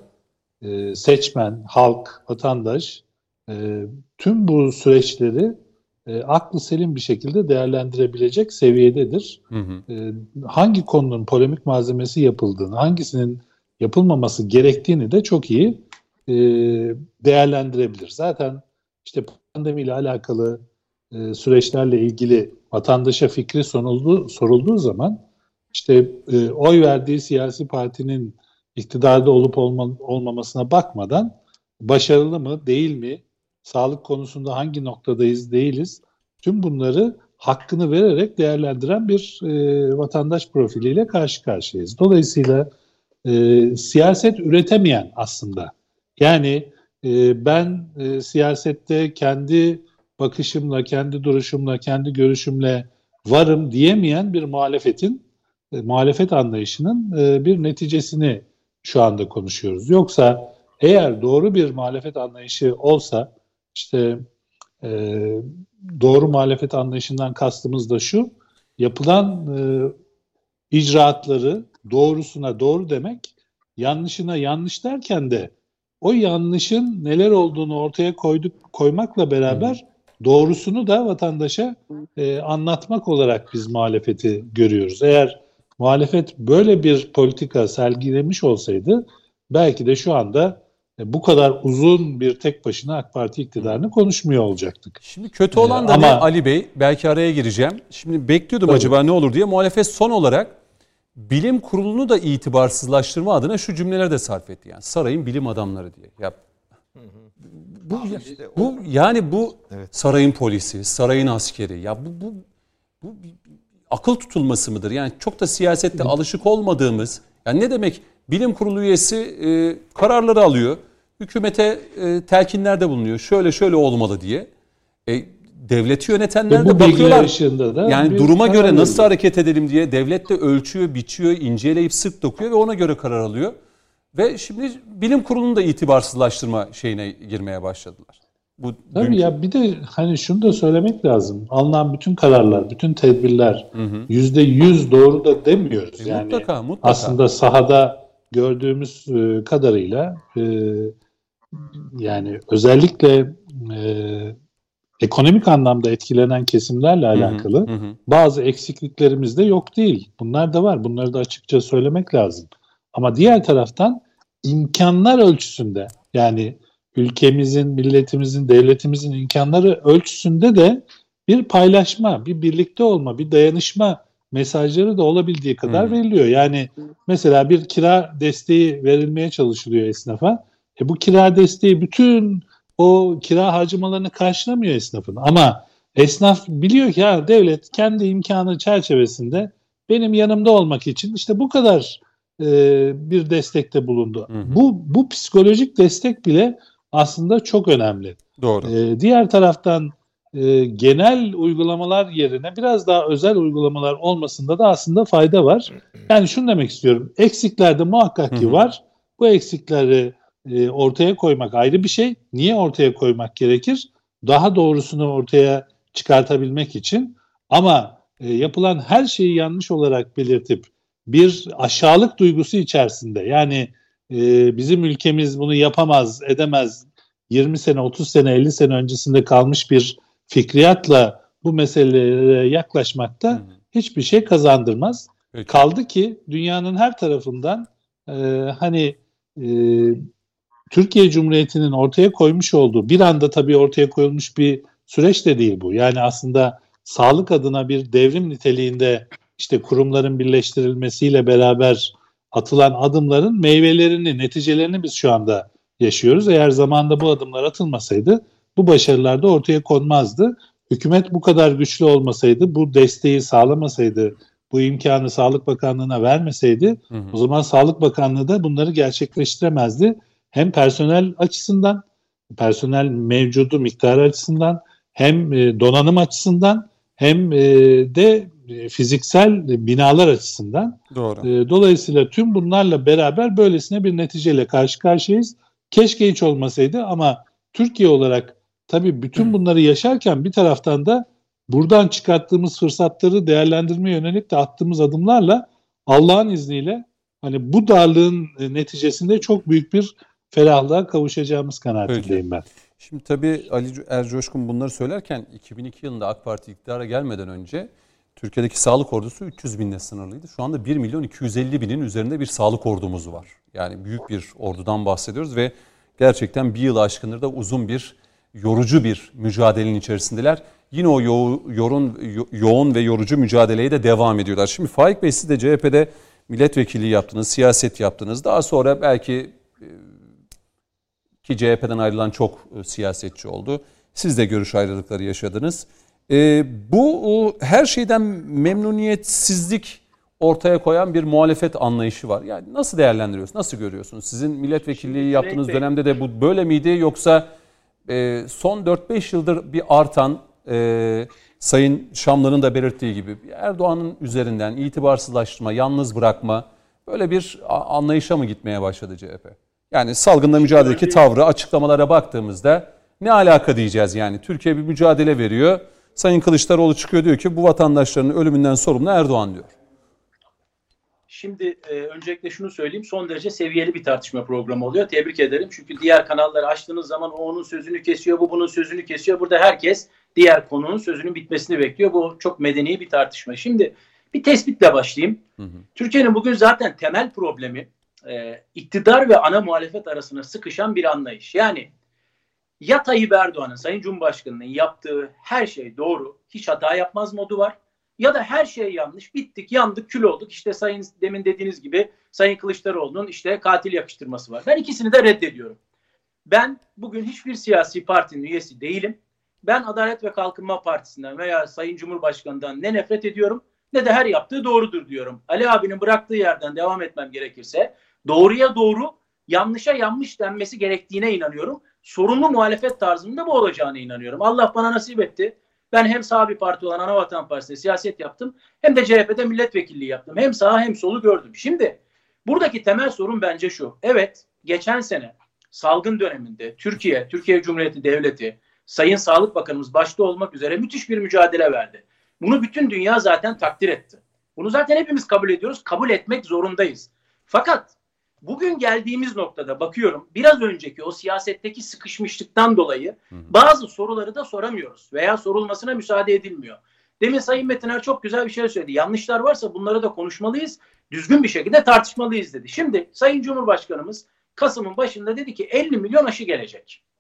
e, seçmen, halk, vatandaş e, tüm bu süreçleri e, aklı selim bir şekilde değerlendirebilecek seviyededir. Hı hı. E, hangi konunun polemik malzemesi yapıldığını, hangisinin yapılmaması gerektiğini de çok iyi e, değerlendirebilir. Zaten işte pandemiyle alakalı e, süreçlerle ilgili vatandaşa fikri sorulduğu, sorulduğu zaman işte e, oy verdiği siyasi partinin iktidarda olup olma, olmamasına bakmadan başarılı mı, değil mi, sağlık konusunda hangi noktadayız, değiliz, tüm bunları hakkını vererek değerlendiren bir e, vatandaş profiliyle karşı karşıyayız. Dolayısıyla e, siyaset üretemeyen aslında, yani e, ben e, siyasette kendi bakışımla, kendi duruşumla, kendi görüşümle varım diyemeyen bir muhalefetin, e, muhalefet anlayışının e, bir neticesini şu anda konuşuyoruz. Yoksa eğer doğru bir muhalefet anlayışı olsa, işte e, doğru muhalefet anlayışından kastımız da şu: yapılan e, icraatları doğrusuna doğru demek, yanlışına yanlış derken de o yanlışın neler olduğunu ortaya koyduk koymakla beraber doğrusunu da vatandaşa e, anlatmak olarak biz muhalefeti görüyoruz. Eğer muhalefet böyle bir politika sergilemiş olsaydı belki de şu anda e, bu kadar uzun bir tek başına AK Parti iktidarını konuşmuyor olacaktık. Şimdi kötü olan da ee, ama, ne Ali Bey? Belki araya gireceğim. Şimdi bekliyordum tabii. acaba ne olur diye. Muhalefet son olarak bilim kurulunu da itibarsızlaştırma adına şu cümleleri de sarf etti. Yani sarayın bilim adamları diye. Ya, bu, ya, işte bu yani bu evet. sarayın polisi, sarayın askeri. Ya bu bu bu bir akıl tutulması mıdır? Yani çok da siyasette Hı. alışık olmadığımız. Yani ne demek? Bilim kurulu üyesi e, kararları alıyor. Hükümete e, telkinlerde bulunuyor. Şöyle şöyle olmalı diye. E, devleti yönetenler de bakıyorlar. Da yani duruma göre nasıl veriyor. hareket edelim diye devlet de ölçüyor, biçiyor, inceleyip sık dokuyor ve ona göre karar alıyor. Ve şimdi bilim kurulunu da itibarsızlaştırma şeyine girmeye başladılar. Bu Tabii dünkü... ya, bir de hani şunu da söylemek lazım. Alınan bütün kararlar, bütün tedbirler yüzde yüz doğru da demiyoruz. E, yani mutlaka, mutlaka. Aslında sahada gördüğümüz e, kadarıyla e, yani özellikle e, ekonomik anlamda etkilenen kesimlerle alakalı hı hı, hı. bazı eksikliklerimiz de yok değil. Bunlar da var. Bunları da açıkça söylemek lazım. Ama diğer taraftan imkanlar ölçüsünde, yani ülkemizin, milletimizin, devletimizin imkanları ölçüsünde de bir paylaşma, bir birlikte olma, bir dayanışma mesajları da olabildiği kadar Hı. veriliyor. Yani mesela bir kira desteği verilmeye çalışılıyor esnafa. E bu kira desteği bütün o kira harcamalarını karşılamıyor esnafın. Ama esnaf biliyor ki ha, devlet kendi imkanı çerçevesinde benim yanımda olmak için işte bu kadar e, bir destekte bulundu. Hı hı. Bu bu psikolojik destek bile aslında çok önemli. Doğru. E, diğer taraftan e, genel uygulamalar yerine biraz daha özel uygulamalar olmasında da aslında fayda var. Yani şunu demek istiyorum. Eksikler de muhakkak Hı ki hı. var. Bu eksikleri e, ortaya koymak ayrı bir şey. Niye ortaya koymak gerekir? Daha doğrusunu ortaya çıkartabilmek için. Ama e, yapılan her şeyi yanlış olarak belirtip bir aşağılık duygusu içerisinde, yani e, bizim ülkemiz bunu yapamaz, edemez, yirmi sene, otuz sene, elli sene öncesinde kalmış bir fikriyatla bu meselelere yaklaşmakta Hı hı. hiçbir şey kazandırmaz. Peki. Kaldı ki dünyanın her tarafından e, hani e, Türkiye Cumhuriyeti'nin ortaya koymuş olduğu, bir anda tabii ortaya koyulmuş bir süreç de değil bu. Yani aslında sağlık adına bir devrim niteliğinde işte kurumların birleştirilmesiyle beraber atılan adımların meyvelerini, neticelerini biz şu anda yaşıyoruz. Eğer zamanında bu adımlar atılmasaydı bu başarılar da ortaya konmazdı. Hükümet bu kadar güçlü olmasaydı, bu desteği sağlamasaydı, bu imkanı Sağlık Bakanlığı'na vermeseydi, Hı hı. o zaman Sağlık Bakanlığı da bunları gerçekleştiremezdi. Hem personel açısından, personel mevcudu miktarı açısından, hem e, donanım açısından, hem e, de e, fiziksel binalar açısından. Doğru. E, dolayısıyla tüm bunlarla beraber böylesine bir neticeyle karşı karşıyayız. Keşke hiç olmasaydı ama Türkiye olarak tabii bütün bunları yaşarken bir taraftan da buradan çıkarttığımız fırsatları değerlendirmeye yönelik de attığımız adımlarla Allah'ın izniyle hani bu darlığın e, neticesinde çok büyük bir ferahlığa kavuşacağımız kanaatindeyim ben. Şimdi tabii Ali Ercoşkun bunları söylerken iki bin iki yılında AK Parti iktidara gelmeden önce Türkiye'deki sağlık ordusu üç yüz binle sınırlıydı. Şu anda bir milyon iki yüz elli binin üzerinde bir sağlık ordumuz var. Yani büyük bir ordudan bahsediyoruz ve gerçekten bir yıl aşkındır da uzun bir, yorucu bir mücadelenin içerisindeler. Yine o yo- yorun, yo- yoğun ve yorucu mücadeleye de devam ediyorlar. Şimdi Faik Bey, siz de C H P'de milletvekilliği yaptınız, siyaset yaptınız. Daha sonra belki ki C H P'den ayrılan çok e, siyasetçi oldu. Siz de görüş ayrılıkları yaşadınız. E, bu o, her şeyden memnuniyetsizlik ortaya koyan bir muhalefet anlayışı var. Yani nasıl değerlendiriyorsunuz? Nasıl görüyorsunuz? Sizin milletvekilliği yaptığınız dönemde de bu böyle miydi? Yoksa e, son dört beş yıldır bir artan, e, Sayın Şamlı'nın da belirttiği gibi Erdoğan'ın üzerinden itibarsızlaştırma, yalnız bırakma, böyle bir anlayışa mı gitmeye başladı C H P? Yani salgınla mücadeledeki tavrı, açıklamalara baktığımızda ne alaka diyeceğiz yani. Türkiye bir mücadele veriyor. Sayın Kılıçdaroğlu çıkıyor, diyor ki bu vatandaşların ölümünden sorumlu Erdoğan diyor. Şimdi e, öncelikle şunu söyleyeyim. Son derece seviyeli bir tartışma programı oluyor. Tebrik ederim. Çünkü diğer kanalları açtığınız zaman o onun sözünü kesiyor, bu bunun sözünü kesiyor. Burada herkes diğer konunun sözünün bitmesini bekliyor. Bu çok medeni bir tartışma. Şimdi bir tespitle başlayayım. Hı hı. Türkiye'nin bugün zaten temel problemi e, iktidar ve ana muhalefet arasında sıkışan bir anlayış. Yani ya Tayyip Erdoğan'ın, Sayın Cumhurbaşkanı'nın yaptığı her şey doğru, hiç hata yapmaz modu var. Ya da her şey yanlış, bittik, yandık, kül olduk. İşte Sayın demin dediğiniz gibi Sayın Kılıçdaroğlu'nun işte katil yakıştırması var. Ben ikisini de reddediyorum. Ben bugün hiçbir siyasi partinin üyesi değilim. Ben Adalet ve Kalkınma Partisi'nden veya Sayın Cumhurbaşkanı'ndan ne nefret ediyorum ne de her yaptığı doğrudur diyorum. Ali abinin bıraktığı yerden devam etmem gerekirse doğruya doğru, yanlışa yanlış denmesi gerektiğine inanıyorum. Sorumlu muhalefet tarzında bu olacağına inanıyorum. Allah bana nasip etti. Ben hem sağ bir parti olan Anavatan Partisi'nde siyaset yaptım, hem de C H P'de milletvekilliği yaptım. Hem sağ hem solu gördüm. Şimdi buradaki temel sorun bence şu. Evet, geçen sene salgın döneminde Türkiye, Türkiye Cumhuriyeti Devleti, Sayın Sağlık Bakanımız başta olmak üzere müthiş bir mücadele verdi. Bunu bütün dünya zaten takdir etti. Bunu zaten hepimiz kabul ediyoruz, kabul etmek zorundayız. Fakat bugün geldiğimiz noktada bakıyorum, biraz önceki o siyasetteki sıkışmışlıktan dolayı bazı soruları da soramıyoruz veya sorulmasına müsaade edilmiyor. Demin Sayın Metiner çok güzel bir şey söyledi. Yanlışlar varsa bunları da konuşmalıyız, düzgün bir şekilde tartışmalıyız dedi. Şimdi Sayın Cumhurbaşkanımız Kasım'ın başında dedi ki elli milyon aşı gelecek.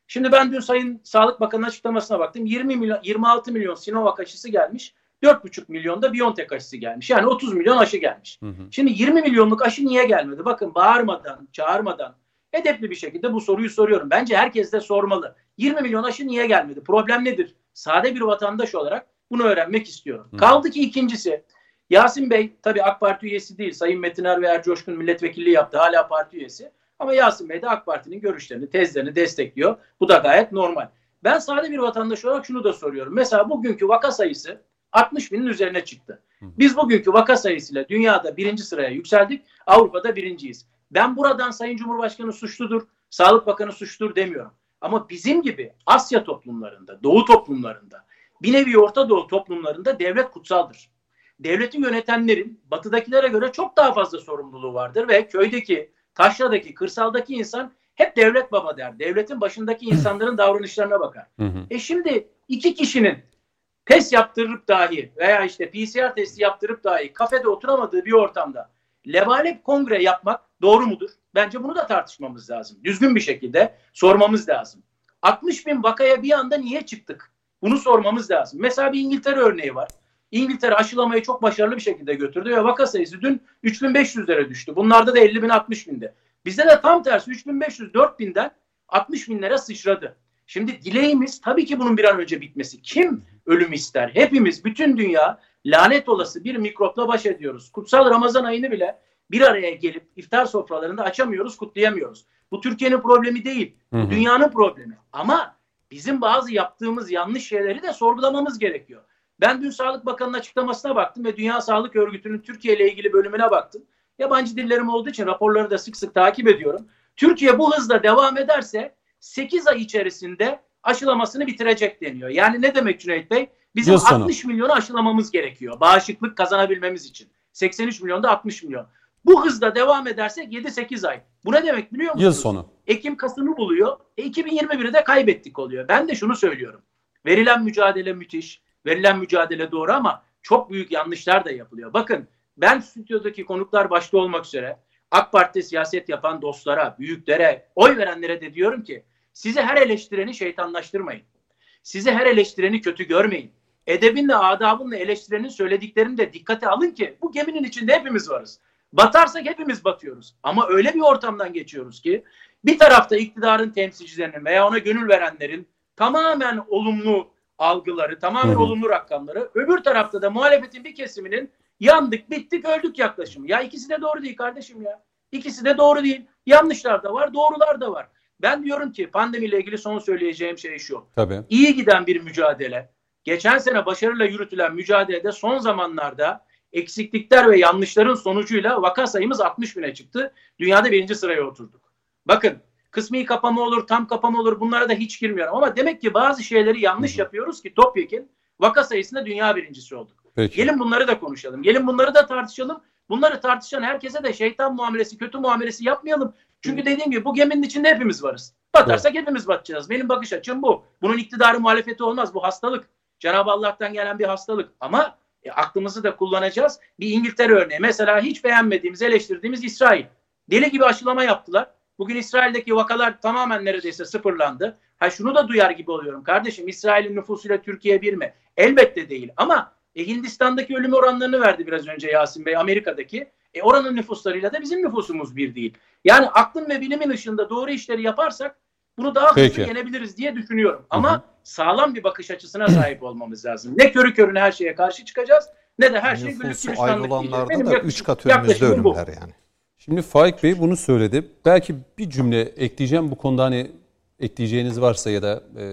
Şimdi ben dün Sayın Sağlık Bakanı'nın açıklamasına baktım. yirmi milyon, yirmi altı milyon Sinovac aşısı gelmiş. dört buçuk milyon da BioNTech aşısı gelmiş. Yani otuz milyon aşı gelmiş. Hı hı. Şimdi yirmi milyonluk aşı niye gelmedi? Bakın bağırmadan, çağırmadan, edepli bir şekilde bu soruyu soruyorum. Bence herkes de sormalı. yirmi milyon aşı niye gelmedi? Problem nedir? Sade bir vatandaş olarak bunu öğrenmek istiyorum. Hı. Kaldı ki ikincisi, Yasin Bey tabii AK Parti üyesi değil. Sayın Metiner ve Ercoşkun milletvekilliği yaptı. Hala parti üyesi. Ama Yasin Bey de AK Parti'nin görüşlerini, tezlerini destekliyor. Bu da gayet normal. Ben sade bir vatandaş olarak şunu da soruyorum. Mesela bugünkü vaka sayısı altmış binin üzerine çıktı. Biz bugünkü vaka sayısıyla dünyada birinci sıraya yükseldik. Avrupa'da birinciyiz. Ben buradan Sayın Cumhurbaşkanı suçludur, Sağlık Bakanı suçludur demiyorum. Ama bizim gibi Asya toplumlarında, Doğu toplumlarında, bir nevi Orta Doğu toplumlarında devlet kutsaldır. Devleti yönetenlerin batıdakilere göre çok daha fazla sorumluluğu vardır ve köydeki, taşradaki, kırsaldaki insan hep devlet baba der. Devletin başındaki insanların davranışlarına bakar. Hı hı. E şimdi iki kişinin test yaptırıp dahi veya işte P C R testi yaptırıp dahi kafede oturamadığı bir ortamda lebalep kongre yapmak doğru mudur? Bence bunu da tartışmamız lazım. Düzgün bir şekilde sormamız lazım. altmış bin vakaya bir anda niye çıktık? Bunu sormamız lazım. Mesela bir İngiltere örneği var. İngiltere aşılamayı çok başarılı bir şekilde götürdü ve vaka sayısı dün üç bin beş yüzlere düştü. Bunlarda da elli bin altmış binde. Bizde de tam tersi üç bin beş yüz dört binden altmış binlere sıçradı. Şimdi dileğimiz tabii ki bunun bir an önce bitmesi. Kim ölüm ister? Hepimiz, bütün dünya lanet olası bir mikropla baş ediyoruz. Kutsal Ramazan ayını bile bir araya gelip iftar sofralarında açamıyoruz, kutlayamıyoruz. Bu Türkiye'nin problemi değil. Bu dünyanın problemi. Ama bizim bazı yaptığımız yanlış şeyleri de sorgulamamız gerekiyor. Ben dün Sağlık Bakanı'nın açıklamasına baktım ve Dünya Sağlık Örgütü'nün Türkiye ile ilgili bölümüne baktım. Yabancı dillerim olduğu için raporları da sık sık takip ediyorum. Türkiye bu hızla devam ederse sekiz ay içerisinde aşılamasını bitirecek deniyor. Yani ne demek Cüneyt Bey? Bizim altmış milyonu aşılamamız gerekiyor bağışıklık kazanabilmemiz için. seksen üç milyonda altmış milyon. Bu hızla devam edersek yedi sekiz ay. Bu ne demek biliyor musunuz? Yıl sonu. Ekim Kasım'ı buluyor. E, iki bin yirmi birde kaybettik oluyor. Ben de şunu söylüyorum. Verilen mücadele müthiş. Verilen mücadele doğru ama çok büyük yanlışlar da yapılıyor. Bakın ben stüdyodaki konuklar başta olmak üzere AK Parti'de siyaset yapan dostlara, büyüklere, oy verenlere de diyorum ki sizi her eleştireni şeytanlaştırmayın. Sizi her eleştireni kötü görmeyin. Edebinle, adabınla eleştirenin söylediklerini de dikkate alın ki bu geminin içinde hepimiz varız. Batarsak hepimiz batıyoruz. Ama öyle bir ortamdan geçiyoruz ki bir tarafta iktidarın temsilcilerinin veya ona gönül verenlerin tamamen olumlu algıları, tamamen hı hı. olumlu rakamları, öbür tarafta da muhalefetin bir kesiminin yandık, bittik, öldük yaklaşımı. Ya ikisi de doğru değil kardeşim ya. İkisi de doğru değil. Yanlışlar da var, doğrular da var. Ben diyorum ki pandemiyle ilgili son söyleyeceğim şey şu. Tabii. İyi giden bir mücadele. Geçen sene başarıyla yürütülen mücadelede son zamanlarda eksiklikler ve yanlışların sonucuyla vaka sayımız altmış bine çıktı. Dünyada birinci sıraya oturduk. Bakın kısmi kapama olur, tam kapama olur, bunlara da hiç girmiyorum. Ama demek ki bazı şeyleri yanlış Hı-hı. yapıyoruz ki topyekun vaka sayısında dünya birincisi olduk. Peki. Gelin bunları da konuşalım. Gelin bunları da tartışalım. Bunları tartışan herkese de şeytan muamelesi, kötü muamelesi yapmayalım. Çünkü dediğim gibi bu geminin içinde hepimiz varız. Batarsak evet. hepimiz batacağız. Benim bakış açım bu. Bunun iktidarı muhalefeti olmaz. Bu hastalık. Cenab-ı Allah'tan gelen bir hastalık. Ama e, aklımızı da kullanacağız. Bir İngiltere örneği. Mesela hiç beğenmediğimiz, eleştirdiğimiz İsrail. Deli gibi aşılama yaptılar. Bugün İsrail'deki vakalar tamamen neredeyse sıfırlandı. Ha şunu da duyar gibi oluyorum. Kardeşim İsrail'in nüfusuyla Türkiye bir mi? Elbette değil. Ama e, Hindistan'daki ölüm oranlarını verdi biraz önce Yasin Bey, Amerika'daki. E, oranın nüfuslarıyla da bizim nüfusumuz bir değil. Yani aklın ve bilimin ışığında doğru işleri yaparsak bunu daha hızlı yenebiliriz diye düşünüyorum. Ama Hı-hı. sağlam bir bakış açısına sahip olmamız lazım. Ne körü körüne her şeye karşı çıkacağız ne de her şey güllük gülistanlık olanlarda diyeceğiz. da üç kat önümüzde ölümler yani. Şimdi Faik Bey bunu söyledi. Belki bir cümle ekleyeceğim bu konuda, hani ekleyeceğiniz varsa ya da e,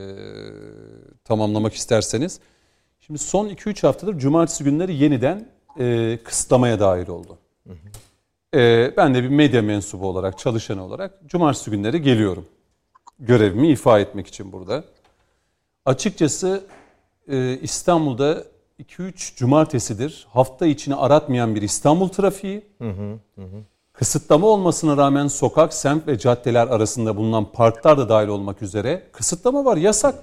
tamamlamak isterseniz. Şimdi son iki üç haftadır cumartesi günleri yeniden e, kısıtlamaya dahil oldu. Hı hı. E, ben de bir medya mensubu olarak, çalışan olarak cumartesi günleri geliyorum. Görevimi ifa etmek için burada. Açıkçası e, İstanbul'da iki üç cumartesidir hafta içini aratmayan bir İstanbul trafiği. Hı hı, hı. Kısıtlama olmasına rağmen sokak, semt ve caddeler arasında bulunan parklar da dahil olmak üzere kısıtlama var, yasak.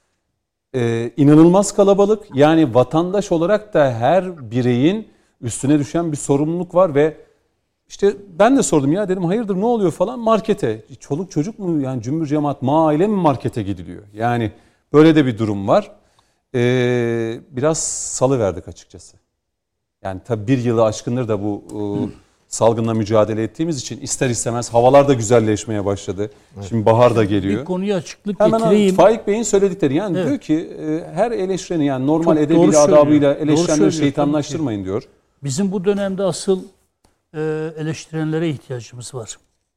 Ee, inanılmaz kalabalık. Yani vatandaş olarak da her bireyin üstüne düşen bir sorumluluk var ve İşte ben de sordum ya dedim hayırdır ne oluyor falan markete. Çoluk çocuk mu yani cümbür cemaat ma aile mi markete gidiliyor? Yani böyle de bir durum var. Ee, biraz salıverdik açıkçası. Yani tabii bir yılı aşkındır da bu e, salgınla mücadele ettiğimiz için ister istemez havalar da güzelleşmeye başladı. Evet. Şimdi bahar da geliyor. Bir konuya açıklık Hemen getireyim. Faik Bey'in söyledikleri yani evet. Diyor ki e, her eleştireni yani normal Çok edebiyle adabıyla söylüyor. eleştirenleri şeytanlaştırmayın diyor. Bizim bu dönemde asıl e, eleştirenlere ihtiyacımız var.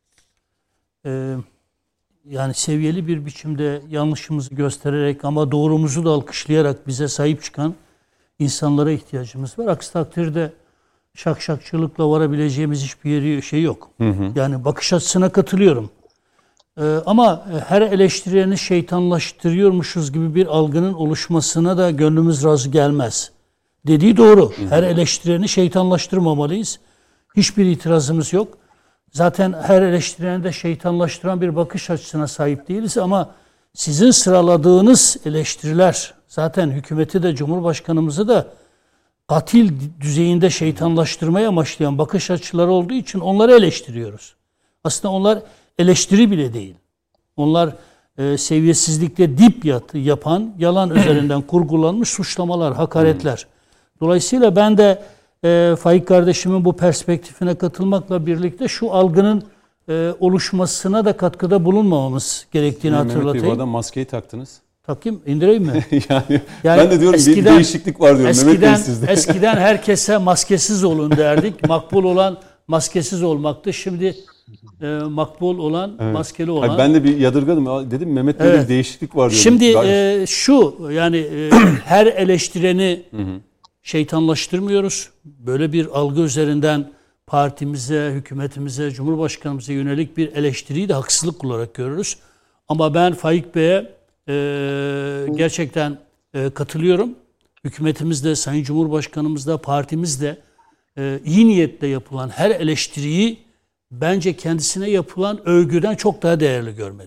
E, yani seviyeli bir biçimde yanlışımızı göstererek ama doğrumuzu da alkışlayarak bize sahip çıkan insanlara ihtiyacımız var. Aksi takdirde şakşakçılıkla varabileceğimiz hiçbir yeri şey yok. Hı hı. Yani bakış açısına katılıyorum. Ee, ama her eleştireni şeytanlaştırıyormuşuz gibi bir algının oluşmasına da gönlümüz razı gelmez. Dediği doğru. Hı hı. Her eleştireni şeytanlaştırmamalıyız. Hiçbir itirazımız yok. Zaten her eleştireni de şeytanlaştıran bir bakış açısına sahip değiliz ama sizin sıraladığınız eleştiriler zaten hükümeti de Cumhurbaşkanımızı da katil düzeyinde şeytanlaştırmaya amaçlayan bakış açıları olduğu için onları eleştiriyoruz. Aslında onlar eleştiri bile değil. Onlar e, seviyesizlikte dip yat, yapan, yalan üzerinden kurgulanmış suçlamalar, hakaretler. Dolayısıyla ben de e, Faik kardeşimin bu perspektifine katılmakla birlikte şu algının e, oluşmasına da katkıda bulunmamamız gerektiğini Mehmet hatırlatayım. Bey bu arada maskeyi taktınız. Takayım, indireyim mi? yani, yani ben de diyorum eskiden, bir değişiklik var diyorum eskiden, Mehmet Bey sizde. Eskiden herkese maskesiz olun derdik. Makbul olan maskesiz olmaktı. Şimdi e, makbul olan evet. maskeli olan. Hayır, ben de bir yadırgadım. Dedim Mehmet Bey'de evet. bir değişiklik var diyorum. Şimdi e, şu yani e, her eleştireni şeytanlaştırmıyoruz. Böyle bir algı üzerinden partimize, hükümetimize, Cumhurbaşkanımıza yönelik bir eleştiriyi de haksızlık olarak görürüz. Ama ben Faik Bey'e Ee, gerçekten e, katılıyorum. Hükümetimiz de, Sayın Cumhurbaşkanımız da, partimiz de e, iyi niyetle yapılan her eleştiriyi bence kendisine yapılan övgüden çok daha değerli görmeli.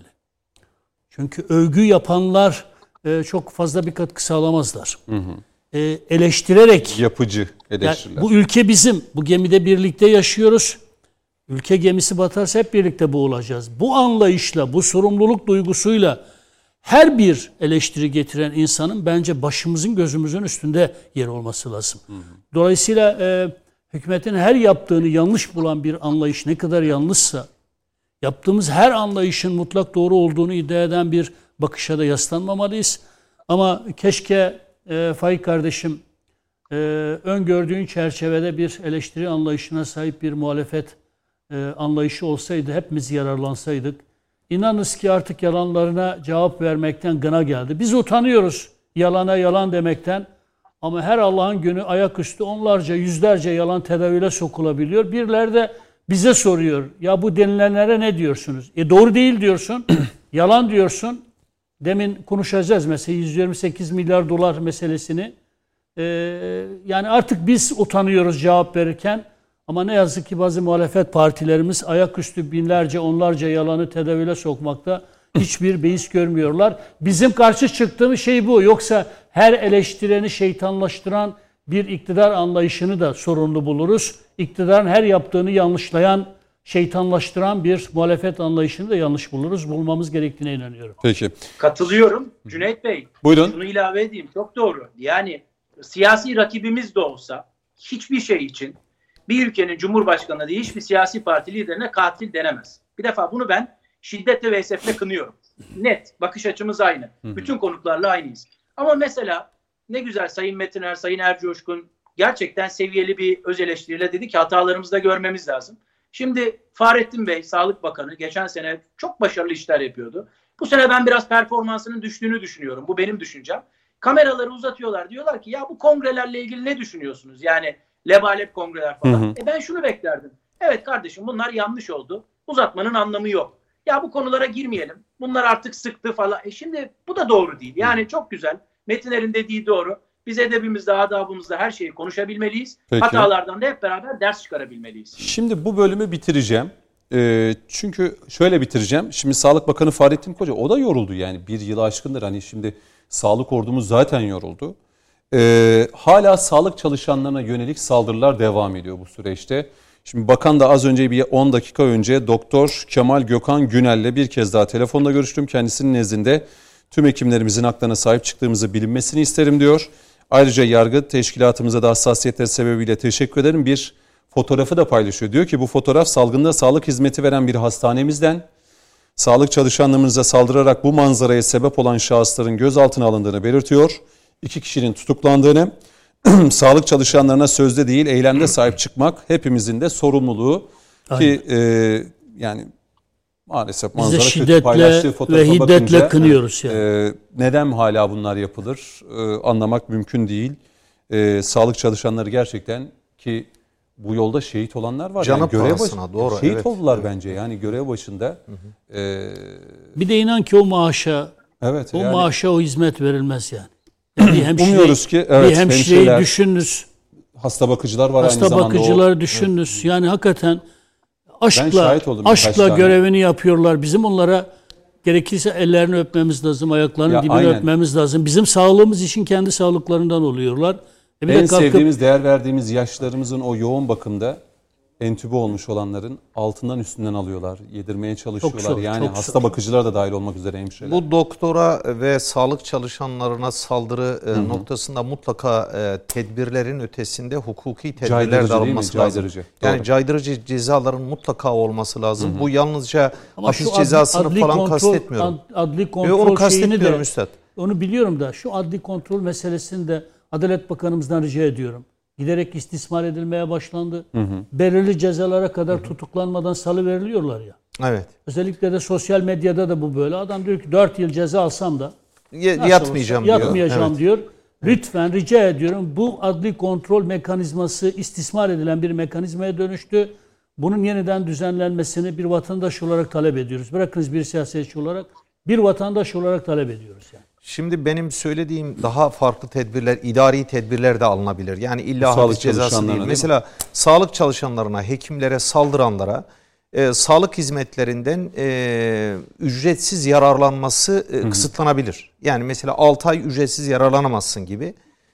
Çünkü övgü yapanlar e, çok fazla bir katkı sağlamazlar. Hı hı. E, eleştirerek yapıcı eleştiriler. Yani bu ülke bizim. Bu gemide birlikte yaşıyoruz. Ülke gemisi batarsa hep birlikte boğulacağız. Bu anlayışla, bu sorumluluk duygusuyla her bir eleştiri getiren insanın bence başımızın gözümüzün üstünde yer olması lazım. Hı hı. Dolayısıyla e, hükümetin her yaptığını yanlış bulan bir anlayış ne kadar yanlışsa, yaptığımız her anlayışın mutlak doğru olduğunu iddia eden bir bakışa da yaslanmamalıyız. Ama keşke e, Faik kardeşim e, öngördüğün çerçevede bir eleştiri anlayışına sahip bir muhalefet e, anlayışı olsaydı, hepimiz yararlansaydık. İnanınız ki artık yalanlarına cevap vermekten gına geldi. Biz utanıyoruz yalana yalan demekten. Ama her Allah'ın günü ayaküstü onlarca, yüzlerce yalan tedavüle sokulabiliyor. Birileri de bize soruyor. Ya bu denilenlere ne diyorsunuz? E doğru değil diyorsun. Yalan diyorsun. Demin konuşacağız mesela yüz yirmi sekiz milyar dolar meselesini. Ee, yani artık biz utanıyoruz cevap verirken. Ama ne yazık ki bazı muhalefet partilerimiz ayaküstü binlerce, onlarca yalanı tedavüle sokmakta hiçbir beis görmüyorlar. Bizim karşı çıktığımız şey bu. Yoksa her eleştireni şeytanlaştıran bir iktidar anlayışını da sorunlu buluruz. İktidarın her yaptığını yanlışlayan, şeytanlaştıran bir muhalefet anlayışını da yanlış buluruz. Bulmamız gerektiğine inanıyorum. Peki. Katılıyorum. Cüneyt Bey, buyurun. Şunu ilave edeyim. Çok doğru. Yani siyasi rakibimiz de olsa hiçbir şey için bir ülkenin cumhurbaşkanı değil hiçbir siyasi parti liderine katil denemez. Bir defa bunu ben şiddetle ve esefle kınıyorum. Net. Bakış açımız aynı. Hı hı. Bütün konuklarla aynıyız. Ama mesela ne güzel Sayın Metiner, Sayın Ercoşkun gerçekten seviyeli bir öz eleştiriyle dedi ki hatalarımızı da görmemiz lazım. Şimdi Fahrettin Bey, Sağlık Bakanı geçen sene çok başarılı işler yapıyordu. Bu sene ben biraz performansının düştüğünü düşünüyorum. Bu benim düşüncem. Kameraları uzatıyorlar. Diyorlar ki ya bu kongrelerle ilgili ne düşünüyorsunuz? Yani lebalep kongreler falan. Hı hı. E ben şunu beklerdim. Evet kardeşim bunlar yanlış oldu. Uzatmanın anlamı yok. Ya bu konulara girmeyelim. Bunlar artık sıktı falan. E şimdi bu da doğru değil. Yani çok güzel. Metiner'in dediği doğru. Biz edebimizde, adabımızda her şeyi konuşabilmeliyiz. Peki. Hatalardan da hep beraber ders çıkarabilmeliyiz. Şimdi bu bölümü bitireceğim. E, çünkü şöyle bitireceğim. Şimdi Sağlık Bakanı Fahrettin Koca o da yoruldu yani. Bir yılı aşkındır. Hani şimdi sağlık ordumuz zaten yoruldu. Ee, hala sağlık çalışanlarına yönelik saldırılar devam ediyor bu süreçte. Şimdi bakan da az önce bir on dakika önce Doktor Kemal Gökhan Günel'le bir kez daha telefonla görüştüm. Kendisinin nezdinde tüm hekimlerimizin haklarına sahip çıktığımızı bilinmesini isterim diyor. Ayrıca yargı teşkilatımıza da hassasiyetleri sebebiyle teşekkür ederim. Bir fotoğrafı da paylaşıyor. Diyor ki bu fotoğraf salgında sağlık hizmeti veren bir hastanemizden sağlık çalışanlarımıza saldırarak bu manzaraya sebep olan şahısların gözaltına alındığını belirtiyor. İki kişinin tutuklandığını, sağlık çalışanlarına sözde değil eylemde sahip çıkmak hepimizin de sorumluluğu. Aynen. Ki e, yani maalesef manzara kötü, paylaştığı fotoğrafa ve hiddetle bakınca, kınıyoruz yani. E, neden hala bunlar yapılır e, anlamak mümkün değil. E, sağlık çalışanları gerçekten ki bu yolda şehit olanlar var. Canı yani görev pahasına, doğru. Şehit evet. oldular bence yani görev başında. Hı hı. E, bir de inan ki o maaşa, evet, o yani, maaşa o hizmet verilmez yani. yani bir hemşire, umuyoruz ki evet, bir hemşireyi düşününüz. Hasta bakıcılar var hasta aynı zamanda. Hasta bakıcıları düşününüz. Evet. Yani hakikaten aşkla aşkla görevini yapıyorlar. Bizim onlara gerekirse ellerini öpmemiz lazım, ayaklarının ya, dibini aynen. öpmemiz lazım. Bizim sağlığımız için kendi sağlıklarından oluyorlar. E bir en de kalkıp, sevdiğimiz, değer verdiğimiz yaşlarımızın o yoğun bakımda entübe olmuş olanların altından üstünden alıyorlar. Yedirmeye çalışıyorlar. Zor, yani hasta zor. bakıcılar da dahil olmak üzere hemşireler. Bu doktora ve sağlık çalışanlarına saldırı Hı-hı. noktasında mutlaka e, tedbirlerin ötesinde hukuki tedbirler caydırıcı de alınması lazım. Caydırıcı. Yani Doğru. caydırıcı cezaların mutlaka olması lazım. Hı-hı. Bu yalnızca Ama hapis cezasını falan kontrol, kastetmiyorum. Adli kontrol onu kastetmiyorum üstad. Onu biliyorum da şu adli kontrol meselesini de Adalet Bakanımızdan rica ediyorum. Giderek istismar edilmeye başlandı. Hı hı. Belirli cezalara kadar hı hı. tutuklanmadan salıveriliyorlar ya. Evet. Özellikle de sosyal medyada da bu böyle. Adam diyor ki dört yıl ceza alsam da y- yatmayacağım olsa, diyor. Yatmayacağım evet. diyor. Lütfen rica ediyorum bu adli kontrol mekanizması istismar edilen bir mekanizmaya dönüştü. Bunun yeniden düzenlenmesini bir vatandaş olarak talep ediyoruz. Bırakınız bir siyasetçi olarak bir vatandaş olarak talep ediyoruz yani. Şimdi benim söylediğim daha farklı tedbirler, idari tedbirler de alınabilir. Yani illa hapis cezası değil. değil Mesela sağlık çalışanlarına, hekimlere, saldıranlara e, sağlık hizmetlerinden e, ücretsiz yararlanması e, kısıtlanabilir. Yani mesela altı ay ücretsiz yararlanamazsın gibi.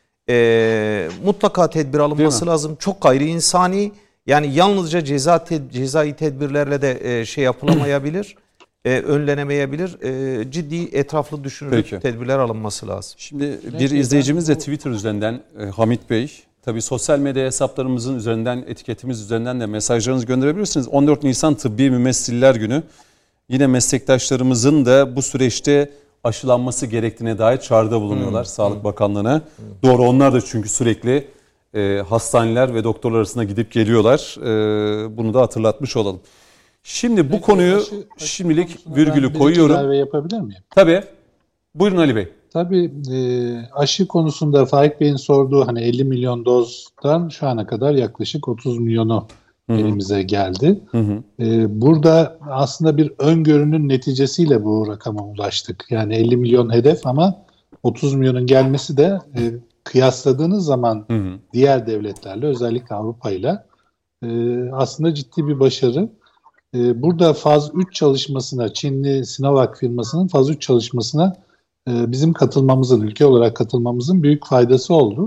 E, mutlaka tedbir alınması lazım. Çok gayri insani. Yani yalnızca ceza te, cezai tedbirlerle de e, şey yapılamayabilir. E, önlenemeyebilir. E, ciddi, etraflı düşünülüp Peki. tedbirler alınması lazım. Şimdi bir izleyicimiz de Twitter üzerinden e, Hamit Bey, tabii sosyal medya hesaplarımızın üzerinden, etiketimiz üzerinden de mesajlarınızı gönderebilirsiniz. on dört Nisan Tıbbi Mümessiller Günü. Yine meslektaşlarımızın da bu süreçte aşılanması gerektiğine dair çağrıda bulunuyorlar hmm. Sağlık hmm. Bakanlığı'na. Hmm. Doğru, onlar da çünkü sürekli e, hastaneler ve doktorlar arasında gidip geliyorlar. E, bunu da hatırlatmış olalım. Şimdi bu Peki, konuyu aşı, aşı şimdilik virgülü koyuyorum. Ben bir yapabilir miyim? Tabii. Buyurun Ali Bey. Tabii e, aşı konusunda Faik Bey'in sorduğu hani elli milyon dozdan şu ana kadar yaklaşık otuz milyonu Hı-hı. elimize geldi. E, burada aslında bir öngörünün neticesiyle bu rakama ulaştık. Yani elli milyon hedef ama otuz milyonun gelmesi de e, kıyasladığınız zaman Hı-hı. diğer devletlerle özellikle Avrupa'yla e, aslında ciddi bir başarı. Burada faz üç çalışmasına, Çinli Sinovac firmasının faz üç çalışmasına bizim katılmamızın, ülke olarak katılmamızın büyük faydası oldu.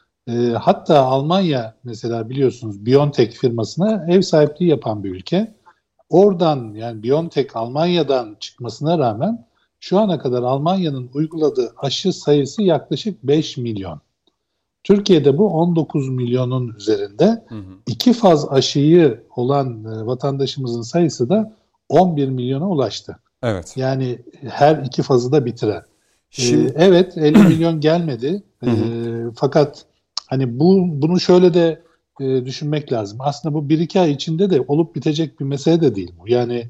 Hatta Almanya mesela biliyorsunuz BioNTech firmasına ev sahipliği yapan bir ülke. Oradan yani BioNTech Almanya'dan çıkmasına rağmen şu ana kadar Almanya'nın uyguladığı aşı sayısı yaklaşık beş milyon. Türkiye'de bu on dokuz milyonun üzerinde. Hı hı. İki faz aşıyı olan e, vatandaşımızın sayısı da on bir milyona ulaştı. Evet. Yani her iki fazı da bitiren. Şimdi... Ee, evet elli milyon gelmedi. Ee, fakat hani bu bunu şöyle de e, düşünmek lazım. Aslında bu bir iki ay içinde de olup bitecek bir mesele de değil bu. Yani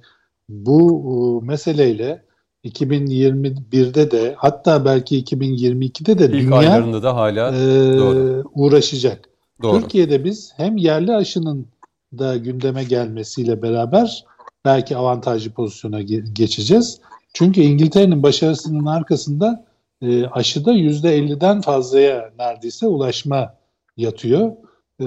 bu e, meseleyle iki bin yirmi birde de hatta belki iki bin yirmi ikide de İlk dünya aylarında da hala e, doğru. uğraşacak. Doğru. Türkiye'de biz hem yerli aşının da gündeme gelmesiyle beraber belki avantajlı pozisyona ge- geçeceğiz. Çünkü İngiltere'nin başarısının arkasında e, aşıda yüzde elliden fazlaya neredeyse ulaşma yatıyor. E,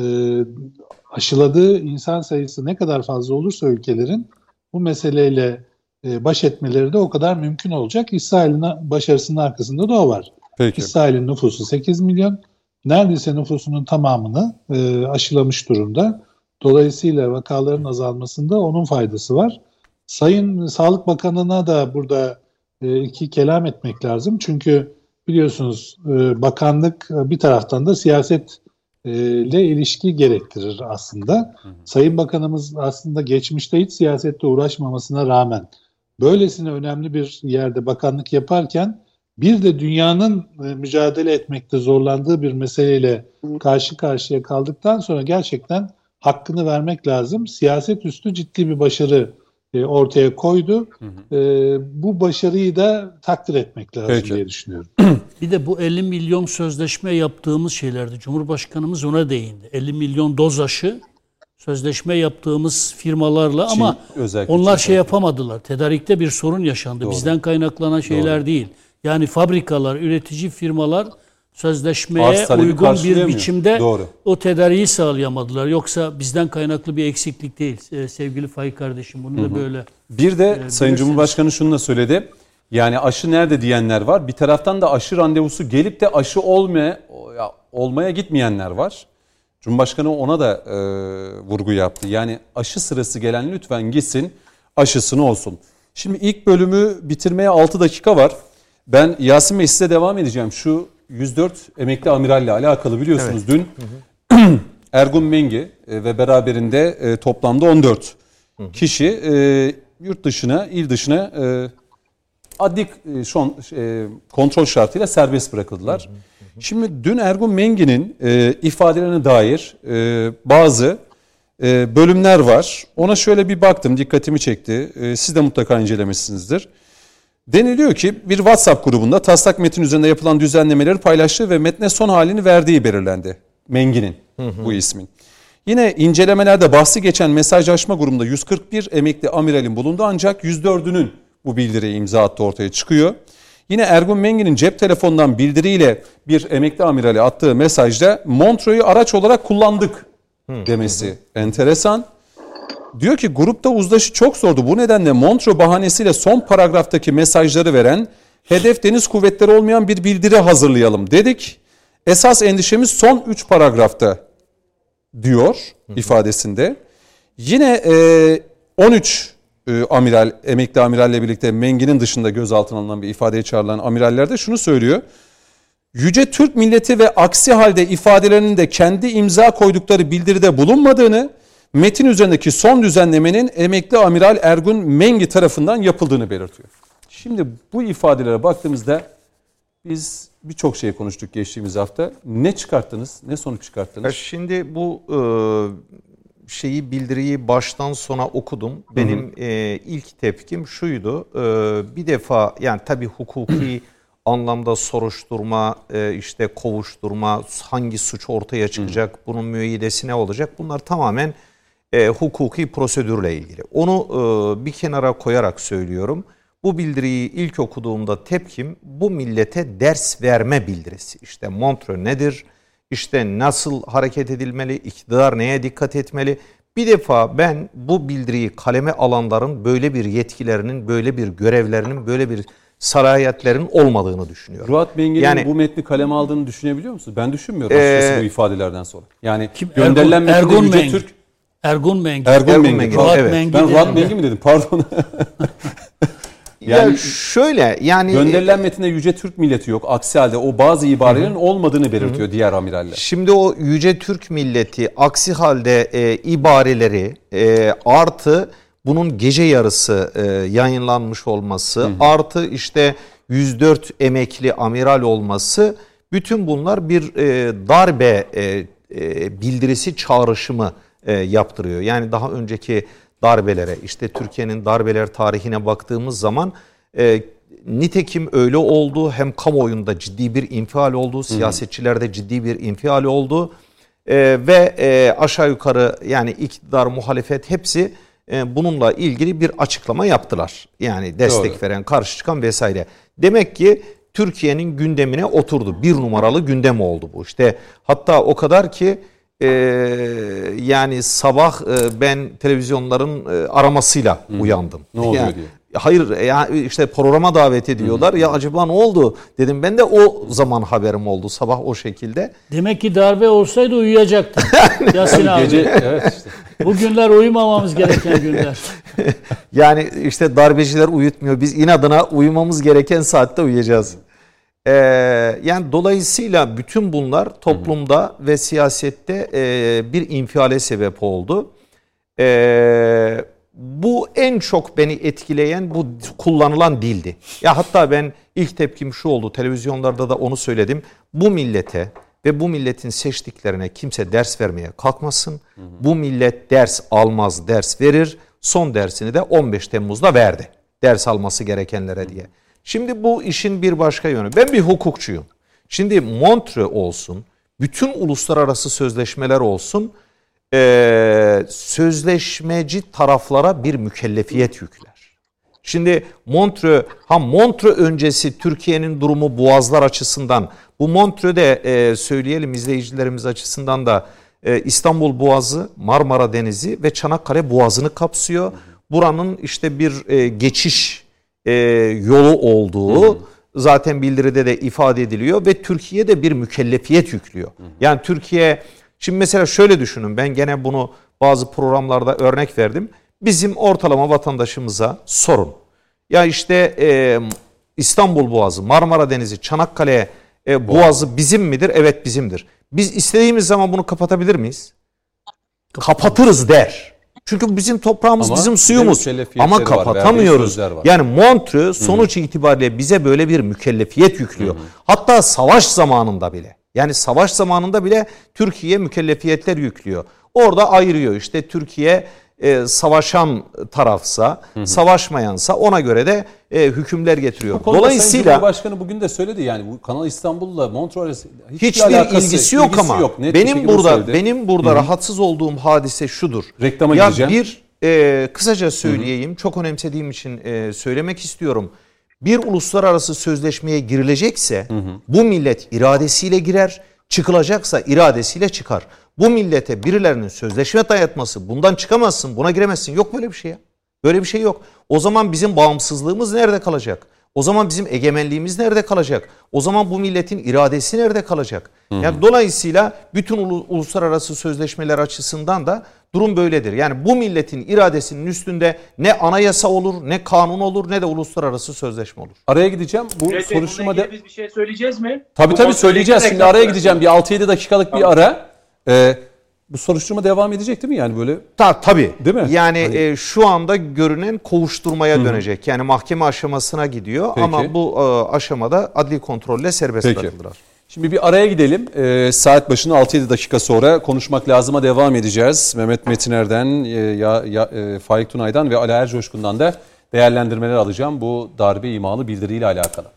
aşıladığı insan sayısı ne kadar fazla olursa ülkelerin bu meseleyle baş etmeleri de o kadar mümkün olacak. İsrail'in başarısının arkasında da o var. Peki. İsrail'in nüfusu sekiz milyon. Neredeyse nüfusunun tamamını e, aşılamış durumda. Dolayısıyla vakaların azalmasında onun faydası var. Sayın Sağlık Bakanı'na da burada e, iki kelam etmek lazım. Çünkü biliyorsunuz e, bakanlık e, bir taraftan da siyaset e, ile ilişki gerektirir aslında. Hı hı. Sayın Bakanımız aslında geçmişte hiç siyasette uğraşmamasına rağmen böylesine önemli bir yerde bakanlık yaparken bir de dünyanın e, mücadele etmekte zorlandığı bir meseleyle karşı karşıya kaldıktan sonra gerçekten hakkını vermek lazım. Siyaset üstü ciddi bir başarı e, ortaya koydu. Hı hı. E, bu başarıyı da takdir etmek lazım Peki. diye düşünüyorum. Bir de bu elli milyon sözleşme yaptığımız şeylerdi. Cumhurbaşkanımız ona değindi. elli milyon doz aşı sözleşme yaptığımız firmalarla Çin, ama onlar şey yapamadılar. Tedarikte bir sorun yaşandı. Doğru. Bizden kaynaklanan şeyler Doğru. değil. Yani fabrikalar, üretici firmalar sözleşmeye uygun bir biçimde Doğru. o tedariği sağlayamadılar. Yoksa bizden kaynaklı bir eksiklik değil. Sevgili Faik kardeşim bunu da böyle. Bir de e, Sayın Cumhurbaşkanı şunu da söyledi. Yani aşı nerede diyenler var. Bir taraftan da aşı randevusu gelip de aşı olmaya, olmaya gitmeyenler var. Cumhurbaşkanı ona da e, vurgu yaptı. Yani aşı sırası gelen lütfen gitsin, aşısını olsun. Şimdi ilk bölümü bitirmeye altı dakika var. Ben Yasin Bey size devam edeceğim. Şu yüz dört emekli amiralle alakalı biliyorsunuz evet. dün hı hı. Ergun Mengi ve beraberinde toplamda on dört hı hı. kişi yurt dışına, il dışına adli son kontrol şartıyla serbest bırakıldılar. Hı hı hı. Şimdi dün Ergun Mengi'nin ifadelerine dair bazı bölümler var. Ona şöyle bir baktım, dikkatimi çekti. Siz de mutlaka incelemişsinizdir. Deniliyor ki bir WhatsApp grubunda taslak metin üzerinde yapılan düzenlemeleri paylaştığı ve metne son halini verdiği belirlendi. Mengi'nin hı hı. bu ismin. Yine incelemelerde bahsi geçen mesajlaşma grubunda yüz kırk bir emekli amiralin bulundu ancak yüz dördünün bu bildiriye imza attığı ortaya çıkıyor. Yine Ergun Mengi'nin cep telefonundan bildiriyle bir emekli amirale attığı mesajda Montreux'u araç olarak kullandık demesi hı hı. enteresan. Diyor ki grupta uzlaşı çok zordu. Bu nedenle Montreux bahanesiyle son paragraftaki mesajları veren hedef deniz kuvvetleri olmayan bir bildiri hazırlayalım dedik. Esas endişemiz son üç paragrafta diyor hı hı. ifadesinde. Yine e, on üç e, amiral, emekli amiralle birlikte Mengi'nin dışında gözaltına alınan bir ifadeye çağrılan amiraller de şunu söylüyor. Yüce Türk milleti ve aksi halde ifadelerinin de kendi imza koydukları bildiride bulunmadığını, metin üzerindeki son düzenlemenin emekli amiral Ergun Mengi tarafından yapıldığını belirtiyor. Şimdi bu ifadelere baktığımızda biz birçok şey konuştuk geçtiğimiz hafta. Ne çıkarttınız? Ne sonuç çıkarttınız? Şimdi bu e, şeyi bildiriyi baştan sona okudum. Benim e, ilk tepkim şuydu. E, bir defa yani tabii hukuki anlamda soruşturma, e, işte kovuşturma, hangi suç ortaya çıkacak, Hı. bunun müeyyidesi ne olacak? Bunlar tamamen E, hukuki prosedürle ilgili. Onu e, bir kenara koyarak söylüyorum. Bu bildiriyi ilk okuduğumda tepkim bu millete ders verme bildirisi. İşte Montreux nedir? İşte nasıl hareket edilmeli? İktidar neye dikkat etmeli? Bir defa ben bu bildiriyi kaleme alanların böyle bir yetkilerinin, böyle bir görevlerinin, böyle bir salahiyetlerin olmadığını düşünüyorum. Ruat Mengi'nin yani, bu metni kaleme aldığını düşünebiliyor musunuz? Ben düşünmüyorum açıkçası e, bu ifadelerden sonra. Yani Kim, gönderilen metni Yüce Mengi. Türk Ergun Mengi. Ergun, Ergun Mengi. Mengi. Ruat evet. Mengi ben Ruat Mengi mi dedim? Pardon. yani ya şöyle yani gönderilen metinde Yüce Türk milleti yok. Aksi halde o bazı ibarelerin hı. olmadığını belirtiyor hı. diğer amiraller. Şimdi o Yüce Türk milleti aksi halde e, ibareleri e, artı bunun gece yarısı e, yayınlanmış olması hı hı. artı işte yüz dört emekli amiral olması, bütün bunlar bir e, darbe e, e, bildirisi çağrışımı E, yaptırıyor. Yani daha önceki darbelere, işte Türkiye'nin darbeler tarihine baktığımız zaman e, nitekim öyle oldu. Hem kamuoyunda ciddi bir infial oldu, siyasetçilerde ciddi bir infial oldu e, ve e, aşağı yukarı yani iktidar, muhalefet hepsi e, bununla ilgili bir açıklama yaptılar. Yani destek Doğru. veren, karşı çıkan vesaire. Demek ki Türkiye'nin gündemine oturdu. Bir numaralı gündem oldu bu. İşte hatta o kadar ki Ee, yani sabah e, ben televizyonların e, aramasıyla Hı. uyandım. Ne oluyor yani, diye. Hayır ya işte programa davet ediyorlar. Hı. Ya acaba ne oldu dedim. Ben de o zaman haberim oldu sabah o şekilde. Demek ki darbe olsaydı uyuyacaktın. Yasin abi. Gece, evet işte. Bu günler uyumamamız gereken günler. Yani işte darbeciler uyutmuyor. Biz inadına uyumamız gereken saatte uyuyacağız. Ee, yani dolayısıyla bütün bunlar toplumda ve siyasette e, bir infiale sebep oldu. Ee, bu en çok beni etkileyen bu kullanılan dildi. Ya hatta ben ilk tepkim şu oldu. Televizyonlarda da onu söyledim. Bu millete ve bu milletin seçtiklerine kimse ders vermeye kalkmasın. Hı hı. Bu millet ders almaz, ders verir. Son dersini de on beş Temmuz'da verdi. Ders alması gerekenlere diye. Şimdi bu işin bir başka yönü. Ben bir hukukçuyum. Şimdi Montreux olsun, bütün uluslararası sözleşmeler olsun, Ee, sözleşmeci taraflara bir mükellefiyet yükler. Şimdi Montreux, ha Montreux öncesi Türkiye'nin durumu boğazlar açısından, bu Montreux'de e, söyleyelim izleyicilerimiz açısından da e, İstanbul Boğazı, Marmara Denizi ve Çanakkale Boğazı'nı kapsıyor. Buranın işte bir e, geçiş e, yolu olduğu hı hı. zaten bildiride de ifade ediliyor ve Türkiye de bir mükellefiyet yüklüyor. Hı hı. Yani Türkiye, şimdi mesela şöyle düşünün, ben gene bunu bazı programlarda örnek verdim. Bizim ortalama vatandaşımıza sorun. Ya işte e, İstanbul Boğazı, Marmara Denizi, Çanakkale e, Boğazı bizim midir? Evet bizimdir. Biz istediğimiz zaman bunu kapatabilir miyiz? Kapatırız der. Çünkü bizim toprağımız, ama bizim suyumuz. Ama kapatamıyoruz. Var, yani Montreux sonuç Hı-hı. itibariyle bize böyle bir mükellefiyet yüklüyor. Hı-hı. Hatta savaş zamanında bile. Yani savaş zamanında bile Türkiye mükellefiyetler yüklüyor. Orada ayırıyor işte Türkiye e, savaşan tarafsa, hı hı. savaşmayansa ona göre de e, hükümler getiriyor. Dolayısıyla Sayın Cumhurbaşkanı bugün de söyledi yani bu Kanal İstanbul'la Montreux hiçbir, hiçbir alakası, ilgisi yok ilgisi ama yok. benim burada benim burada hı hı. rahatsız olduğum hadise şudur. Reklama ya gireceğim. Bir e, kısaca söyleyeyim. Hı hı. Çok önemsediğim için e, söylemek istiyorum. Bir uluslararası sözleşmeye girilecekse hı hı. bu millet iradesiyle girer, çıkılacaksa iradesiyle çıkar. Bu millete birilerinin sözleşme dayatması, bundan çıkamazsın, buna giremezsin. Yok böyle bir şey ya. Böyle bir şey yok. O zaman bizim bağımsızlığımız nerede kalacak? O zaman bizim egemenliğimiz nerede kalacak? O zaman bu milletin iradesi nerede kalacak? Hı hı. Yani dolayısıyla bütün uluslararası sözleşmeler açısından da durum böyledir. Yani bu milletin iradesinin üstünde ne anayasa olur, ne kanun olur, ne de uluslararası sözleşme olur. Araya gideceğim. Bu Cüneyt soruşturmada Bey, biz bir şey söyleyeceğiz mi? Tabii tabii söyleyeceğiz. Şimdi araya gideceğim. Bir altı yedi dakikalık tamam. bir ara. Ee, bu soruşturma devam edecek değil mi yani böyle? Ta, tabii. Değil mi? Yani hani... e, şu anda görünen kovuşturmaya Hı-hı. dönecek. Yani mahkeme aşamasına gidiyor. Peki. Ama bu e, aşamada adli kontrolle serbest Peki. bırakıldılar. Şimdi bir araya gidelim. Ee, saat başına altı yedi dakika sonra konuşmak lazıma devam edeceğiz. Mehmet Metiner'den, e, ya, ya, e, Faik Tunay'dan ve Ali Ercoşkun'dan da değerlendirmeler alacağım bu darbe imalı bildiriyle alakalı.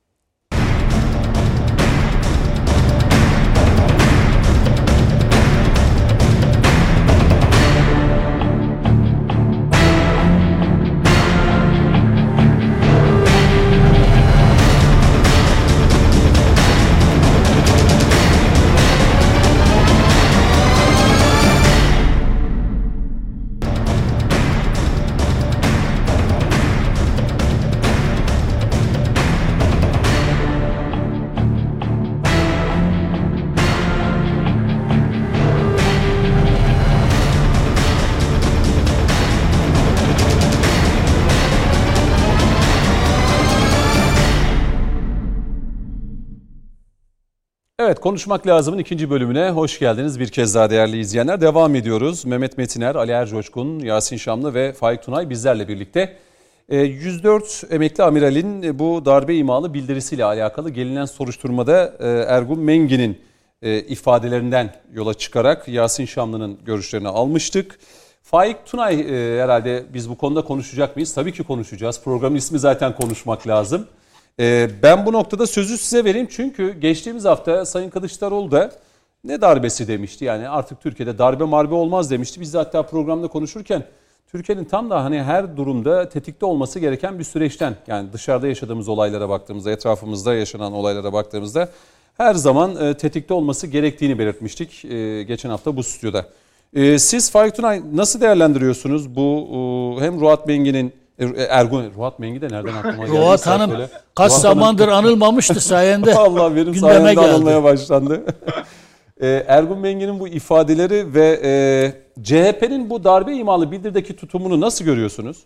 Evet, konuşmak lazımın ikinci bölümüne hoş geldiniz bir kez daha değerli izleyenler. Devam ediyoruz. Mehmet Metiner, Ali Ercoşkun, Yasin Şamlı ve Faik Tunay bizlerle birlikte. yüz dört emekli amiralin bu darbe imalı bildirisiyle alakalı gelinen soruşturmada Ergun Mengi'nin ifadelerinden yola çıkarak Yasin Şamlı'nın görüşlerini almıştık. Faik Tunay herhalde biz bu konuda konuşacak mıyız? Tabii ki konuşacağız. Programın ismi zaten konuşmak lazım. Ben bu noktada sözü size vereyim çünkü geçtiğimiz hafta Sayın Kılıçdaroğlu da ne darbesi demişti, yani artık Türkiye'de darbe marbe olmaz demişti. Biz de hatta programda konuşurken Türkiye'nin tam da hani her durumda tetikte olması gereken bir süreçten, yani dışarıda yaşadığımız olaylara baktığımızda, etrafımızda yaşanan olaylara baktığımızda her zaman tetikte olması gerektiğini belirtmiştik geçen hafta bu stüdyoda. Siz Faik Tunay nasıl değerlendiriyorsunuz bu hem Ruat Mengi'nin Ergun, Ruat Mengi de nereden aklıma geldi? Ruat Hanım böyle, kaç Ruat zamandır Hanım... anılmamıştı sayende. Vallahi benim sayemde anılmaya başlandı. Ee, Ergun Mengi'nin bu ifadeleri ve e, C H P'nin bu darbe imalı bildirdeki tutumunu nasıl görüyorsunuz?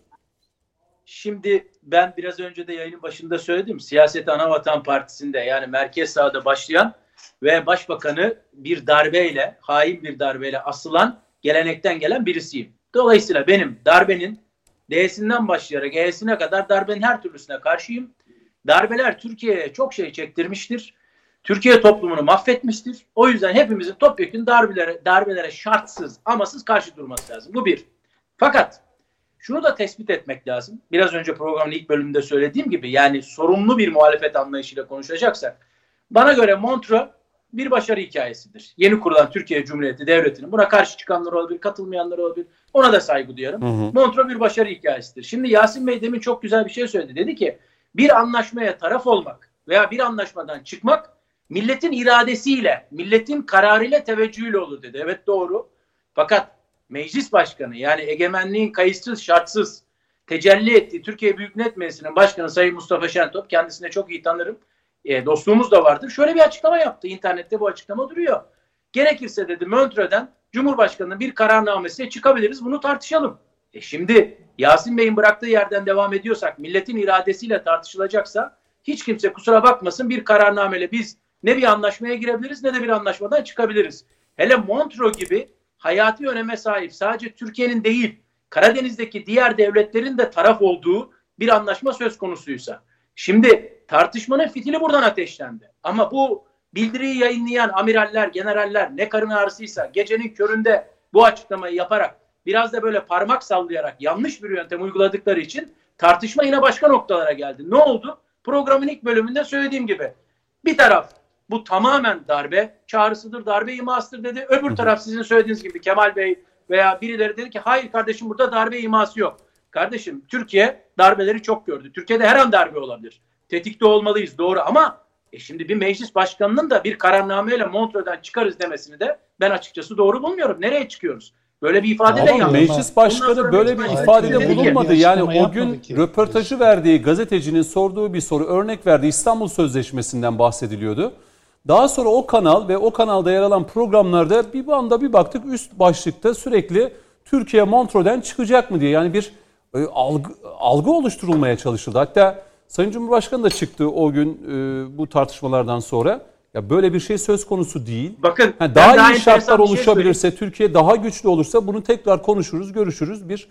Şimdi ben biraz önce de yayının başında söyledim. Siyaset Anavatan Partisi'nde yani merkez sağda başlayan ve başbakanı bir darbeyle, hain bir darbeyle asılan gelenekten gelen birisiyim. Dolayısıyla benim darbenin D'sinden başlayarak E'sine kadar darbenin her türlüsüne karşıyım. Darbeler Türkiye'ye çok şey çektirmiştir. Türkiye toplumunu mahvetmiştir. O yüzden hepimizin topyekun darbelere, darbelere şartsız, amasız karşı durması lazım. Bu bir. Fakat şunu da tespit etmek lazım. Biraz önce programın ilk bölümünde söylediğim gibi yani sorumlu bir muhalefet anlayışıyla konuşacaksak bana göre Montreux bir başarı hikayesidir. Yeni kurulan Türkiye Cumhuriyeti Devleti'nin buna karşı çıkanlar olabilir, katılmayanlar olabilir. Ona da saygı duyarım. Hı hı. Montreux bir başarı hikayesidir. Şimdi Yasin Bey demin çok güzel bir şey söyledi. Dedi ki bir anlaşmaya taraf olmak veya bir anlaşmadan çıkmak milletin iradesiyle, milletin kararıyla, teveccühüyle olur dedi. Evet doğru. Fakat meclis başkanı yani egemenliğin kayıtsız, şartsız tecelli ettiği Türkiye Büyük Millet Meclisi'nin başkanı Sayın Mustafa Şentop, kendisine çok iyi tanırım. E, dostluğumuz da vardır. Şöyle bir açıklama yaptı. İnternette bu açıklama duruyor. Gerekirse dedi Montreux'den Cumhurbaşkanı'nın bir kararnamesiyle çıkabiliriz. Bunu tartışalım. E şimdi Yasin Bey'in bıraktığı yerden devam ediyorsak, milletin iradesiyle tartışılacaksa hiç kimse kusura bakmasın bir kararnameyle biz ne bir anlaşmaya girebiliriz ne de bir anlaşmadan çıkabiliriz. Hele Montreux gibi hayati öneme sahip sadece Türkiye'nin değil Karadeniz'deki diğer devletlerin de taraf olduğu bir anlaşma söz konusuysa. Şimdi tartışmanın fitili buradan ateşlendi. Ama bu bildiriyi yayınlayan amiraller, generaller ne karın ağrısıysa gecenin köründe bu açıklamayı yaparak biraz da böyle parmak sallayarak yanlış bir yöntem uyguladıkları için tartışma yine başka noktalara geldi. Ne oldu? Programın ilk bölümünde söylediğim gibi bir taraf bu tamamen darbe çağrısıdır, darbe imasıdır dedi. Öbür taraf sizin söylediğiniz gibi Kemal Bey veya birileri dedi ki hayır kardeşim burada darbe iması yok. Kardeşim Türkiye darbeleri çok gördü. Türkiye'de her an darbe olabilir. Tetikte olmalıyız doğru ama e şimdi bir meclis başkanının da bir kararnameyle Montreux'dan çıkarız demesini de ben açıkçası doğru bulmuyorum. Nereye çıkıyoruz? Böyle bir ifade de yanlış. Meclis başkanı böyle bir ifadede bulunmadı. Yani o gün röportajı verdiği gazetecinin sorduğu bir soru örnek verdiği İstanbul Sözleşmesi'nden bahsediliyordu. Daha sonra o kanal ve o kanalda yer alan programlarda bir anda bir baktık üst başlıkta sürekli Türkiye Montreux'den çıkacak mı diye yani bir e, algı, algı oluşturulmaya çalışıldı. Hatta Sayın Cumhurbaşkanı da çıktı o gün e, bu tartışmalardan sonra. Ya böyle bir şey söz konusu değil. Bakın yani daha, daha iyi şartlar oluşabilirse, şey Türkiye daha güçlü olursa bunu tekrar konuşuruz, görüşürüz, bir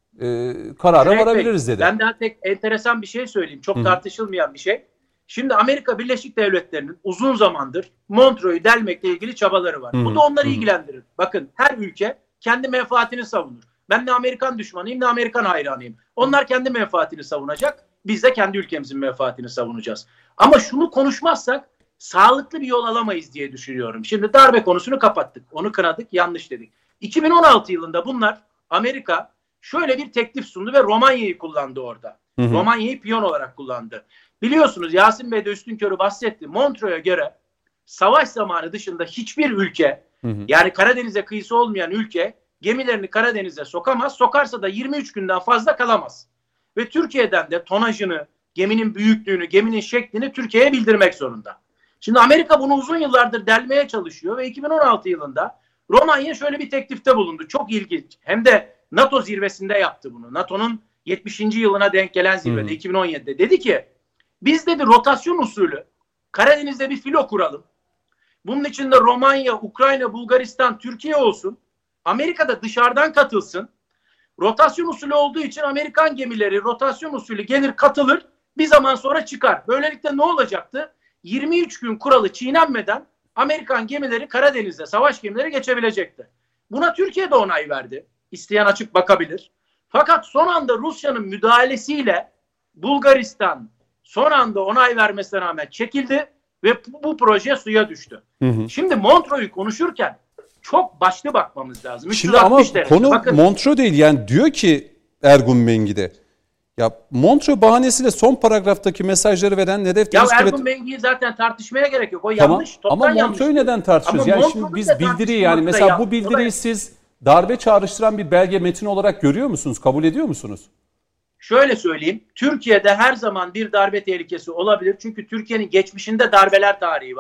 e, karara Cüneyt varabiliriz Bey, dedi. Ben daha tek enteresan bir şey söyleyeyim. Çok Hı. tartışılmayan bir şey. Şimdi Amerika Birleşik Devletleri'nin uzun zamandır Montreux'u delmekle ilgili çabaları var. Hı. Bu da onları Hı. ilgilendirir. Bakın her ülke kendi menfaatini savunur. Ben de Amerikan düşmanıyım, ne Amerikan hayranıyım. Onlar kendi menfaatini savunacak. Biz de kendi ülkemizin menfaatini savunacağız. Ama şunu konuşmazsak sağlıklı bir yol alamayız diye düşünüyorum. Şimdi darbe konusunu kapattık. Onu kınadık, yanlış dedik. iki bin on altı yılında bunlar Amerika şöyle bir teklif sundu ve Romanya'yı kullandı orada. Hı hı. Romanya'yı piyon olarak kullandı. Biliyorsunuz Yasin Bey de üstünkörü bahsetti. Montreux'a göre savaş zamanı dışında hiçbir ülke hı hı. yani Karadeniz'e kıyısı olmayan ülke gemilerini Karadeniz'e sokamaz. Sokarsa da yirmi üç günden fazla kalamaz. Ve Türkiye'den de tonajını, geminin büyüklüğünü, geminin şeklini Türkiye'ye bildirmek zorunda. Şimdi Amerika bunu uzun yıllardır delmeye çalışıyor ve iki bin on altı yılında Romanya şöyle bir teklifte bulundu. Çok ilginç. Hem de NATO zirvesinde yaptı bunu. NATO'nun yetmişinci yılına denk gelen zirvede hmm. iki bin on yedide. Dedi ki biz dedi rotasyon usulü Karadeniz'de bir filo kuralım. Bunun için de Romanya, Ukrayna, Bulgaristan, Türkiye olsun. Amerika da dışarıdan katılsın. Rotasyon usulü olduğu için Amerikan gemileri rotasyon usulü gelir katılır. Bir zaman sonra çıkar. Böylelikle ne olacaktı? yirmi üç gün kuralı çiğnenmeden Amerikan gemileri Karadeniz'de savaş gemileri geçebilecekti. Buna Türkiye de onay verdi. İsteyen açıp bakabilir. Fakat son anda Rusya'nın müdahalesiyle Bulgaristan son anda onay vermesine rağmen çekildi ve bu, bu proje suya düştü. Hı hı. Şimdi Montreux'u konuşurken çok başlı bakmamız lazım. Şimdi ama derece. Konu Bakın, Montreux değil yani diyor ki Ergun Mengi'de. Ya Montreux bahanesiyle son paragraftaki mesajları veren hedef... Ya Ergun kuvvet... Mengi'yi zaten tartışmaya gerek yok. O tamam. yanlış. Toptan ama Montreux'u neden tartışıyoruz? Ama yani şimdi biz bildiriyi yani mesela bu bildiriyi ya. siz darbe çağrıştıran bir belge metin olarak görüyor musunuz? Kabul ediyor musunuz? Şöyle söyleyeyim. Türkiye'de her zaman bir darbe tehlikesi olabilir. Çünkü Türkiye'nin geçmişinde darbeler tarihi var.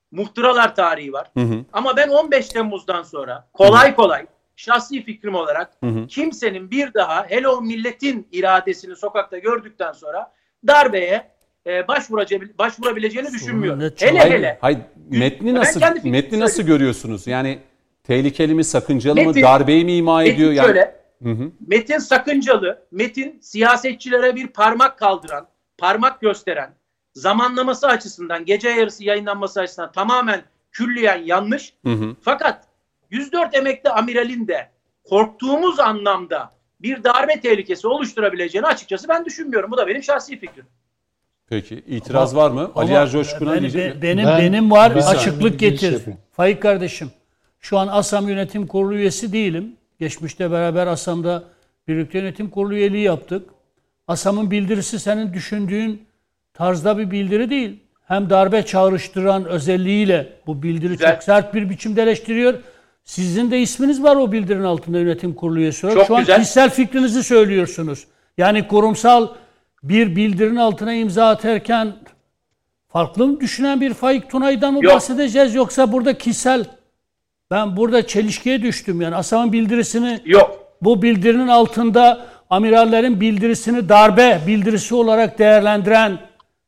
muhtıralar tarihi var. Hı hı. Ama ben on beş Temmuz'dan sonra kolay kolay şahsi fikrim olarak Hı hı. kimsenin bir daha hele o milletin iradesini sokakta gördükten sonra darbeye e, başvurabileceğini, başvurabileceğini düşünmüyorum. net Hele Hayır, hele. hayır, metni Ben nasıl kendi fikrimi metni nasıl söyleyeyim. görüyorsunuz? Yani tehlikeli mi, sakıncalı mı, Metin- darbeyi mi ima ediyor? Metin Yani şöyle, Hı hı. Metin sakıncalı, Metin siyasetçilere bir parmak kaldıran, parmak gösteren, zamanlaması açısından, gece yarısı yayınlanması açısından tamamen külliyen yanlış. Hı hı. Fakat yüz dört emekli amiralin de korktuğumuz anlamda bir darbe tehlikesi oluşturabileceğini açıkçası ben düşünmüyorum. Bu da benim şahsi fikrim. Peki itiraz Ama- var mı? Ali Ama Ercoşkun'a ben- diyecek be- mi? benim Ben- benim var, ben- açıklık bir giriş getir. yapayım. Faik kardeşim, şu an ASAM Yönetim Kurulu üyesi değilim. Geçmişte beraber ASAM'da birlikte yönetim kurulu üyeliği yaptık. ASAM'ın bildirisi senin düşündüğün tarzda bir bildiri değil. Hem darbe çağrıştıran özelliğiyle bu bildiri Güzel. çok sert bir biçimde eleştiriyor. Sizin de isminiz var o bildirinin altında yönetim kurulu üyesi olarak. Çok Şu an güzel. kişisel fikrinizi söylüyorsunuz. Yani kurumsal bir bildirinin altına imza atarken farklı mı düşünen bir Faik Tunay'dan mı Yok. bahsedeceğiz, yoksa burada kişisel, ben burada çelişkiye düştüm. Yani ASAM'ın bildirisini, Yok. bu bildirinin altında amirallerin bildirisini darbe bildirisi olarak değerlendiren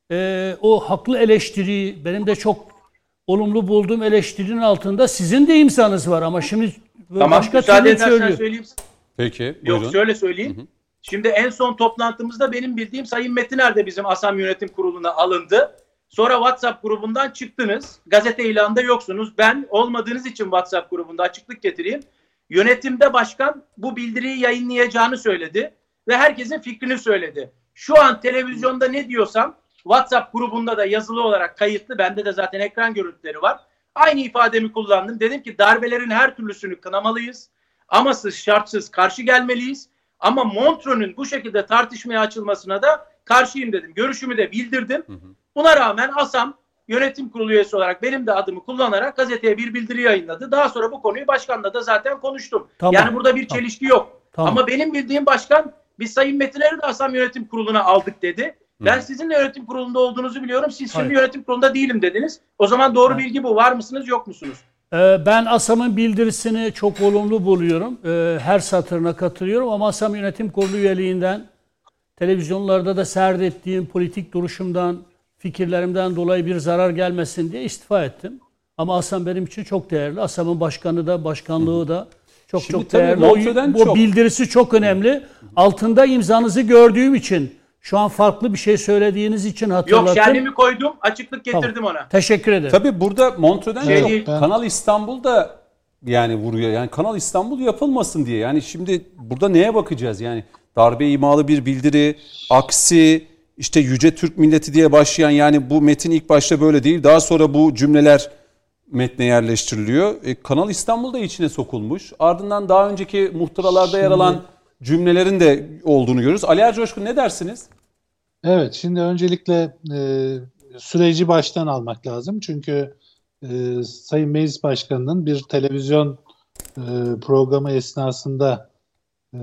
e, o haklı eleştiriyi, benim de çok olumlu bulduğum eleştirinin altında sizin de imzanız var ama şimdi Tamam, başka müsaade türlü edersen söylüyor. söyleyeyim. Peki buyurun. Yok, şöyle söyleyeyim. Şimdi en son toplantımızda benim bildiğim Sayın Metiner de bizim ASAM Yönetim Kurulu'na alındı. Sonra WhatsApp grubundan çıktınız. Gazete ilanında yoksunuz. Ben olmadığınız için WhatsApp grubunda açıklık getireyim. Yönetimde başkan bu bildiriyi yayınlayacağını söyledi ve herkesin fikrini söyledi. Şu an televizyonda ne diyorsam WhatsApp grubunda da yazılı olarak kayıtlı. Bende de zaten ekran görüntüleri var. Aynı ifademi kullandım. Dedim ki darbelerin her türlüsünü kınamalıyız. Amasız şartsız karşı gelmeliyiz. Ama Montreux'un bu şekilde tartışmaya açılmasına da karşıyım dedim. Görüşümü de bildirdim. Hı hı. Buna rağmen ASAM yönetim kurulu üyesi olarak benim de adımı kullanarak gazeteye bir bildiri yayınladı. Daha sonra bu konuyu başkanla da zaten konuştum. Tamam, Yani burada bir tamam. çelişki yok. Tamam. Ama benim bildiğim başkan biz Sayın Metiner'i de ASAM yönetim kuruluna aldık dedi. Ben Hı. sizin de yönetim kurulunda olduğunuzu biliyorum. Siz şimdi Hayır. yönetim kurulunda değilim dediniz. O zaman doğru Hayır. bilgi bu. Var mısınız yok musunuz? Ee, Ben ASAM'ın bildirisini çok olumlu buluyorum. Ee, Her satırına katılıyorum ama ASAM Yönetim Kurulu üyeliğinden, televizyonlarda da serdettiğim politik duruşumdan, fikirlerimden dolayı bir zarar gelmesin diye istifa ettim. Ama ASAM benim için çok değerli. ASAM'ın başkanı da, başkanlığı da çok Şimdi çok tabii değerli. Montreux'den O, bu çok- bildirisi çok önemli. Altında imzanızı gördüğüm için, şu an farklı bir şey söylediğiniz için hatırlattım. Yok, şerhimi koydum. Açıklık getirdim Tamam. ona. Teşekkür ederim. Tabii burada Montreux'den Şey çok değil. Kanal İstanbul'da yani vuruyor. Yani Kanal İstanbul yapılmasın diye. Yani şimdi burada neye bakacağız? Yani darbe imalı bir bildiri, aksi işte yüce Türk milleti diye başlayan, yani bu metin ilk başta böyle değil. Daha sonra bu cümleler metne yerleştiriliyor. E, Kanal İstanbul da içine sokulmuş. Ardından daha önceki muhtıralarda yer alan cümlelerin de olduğunu görüyoruz. Ali Ercoşkun, ne dersiniz? Evet, şimdi öncelikle e, süreci baştan almak lazım. Çünkü e, Sayın Meclis Başkanı'nın bir televizyon e, programı esnasında e,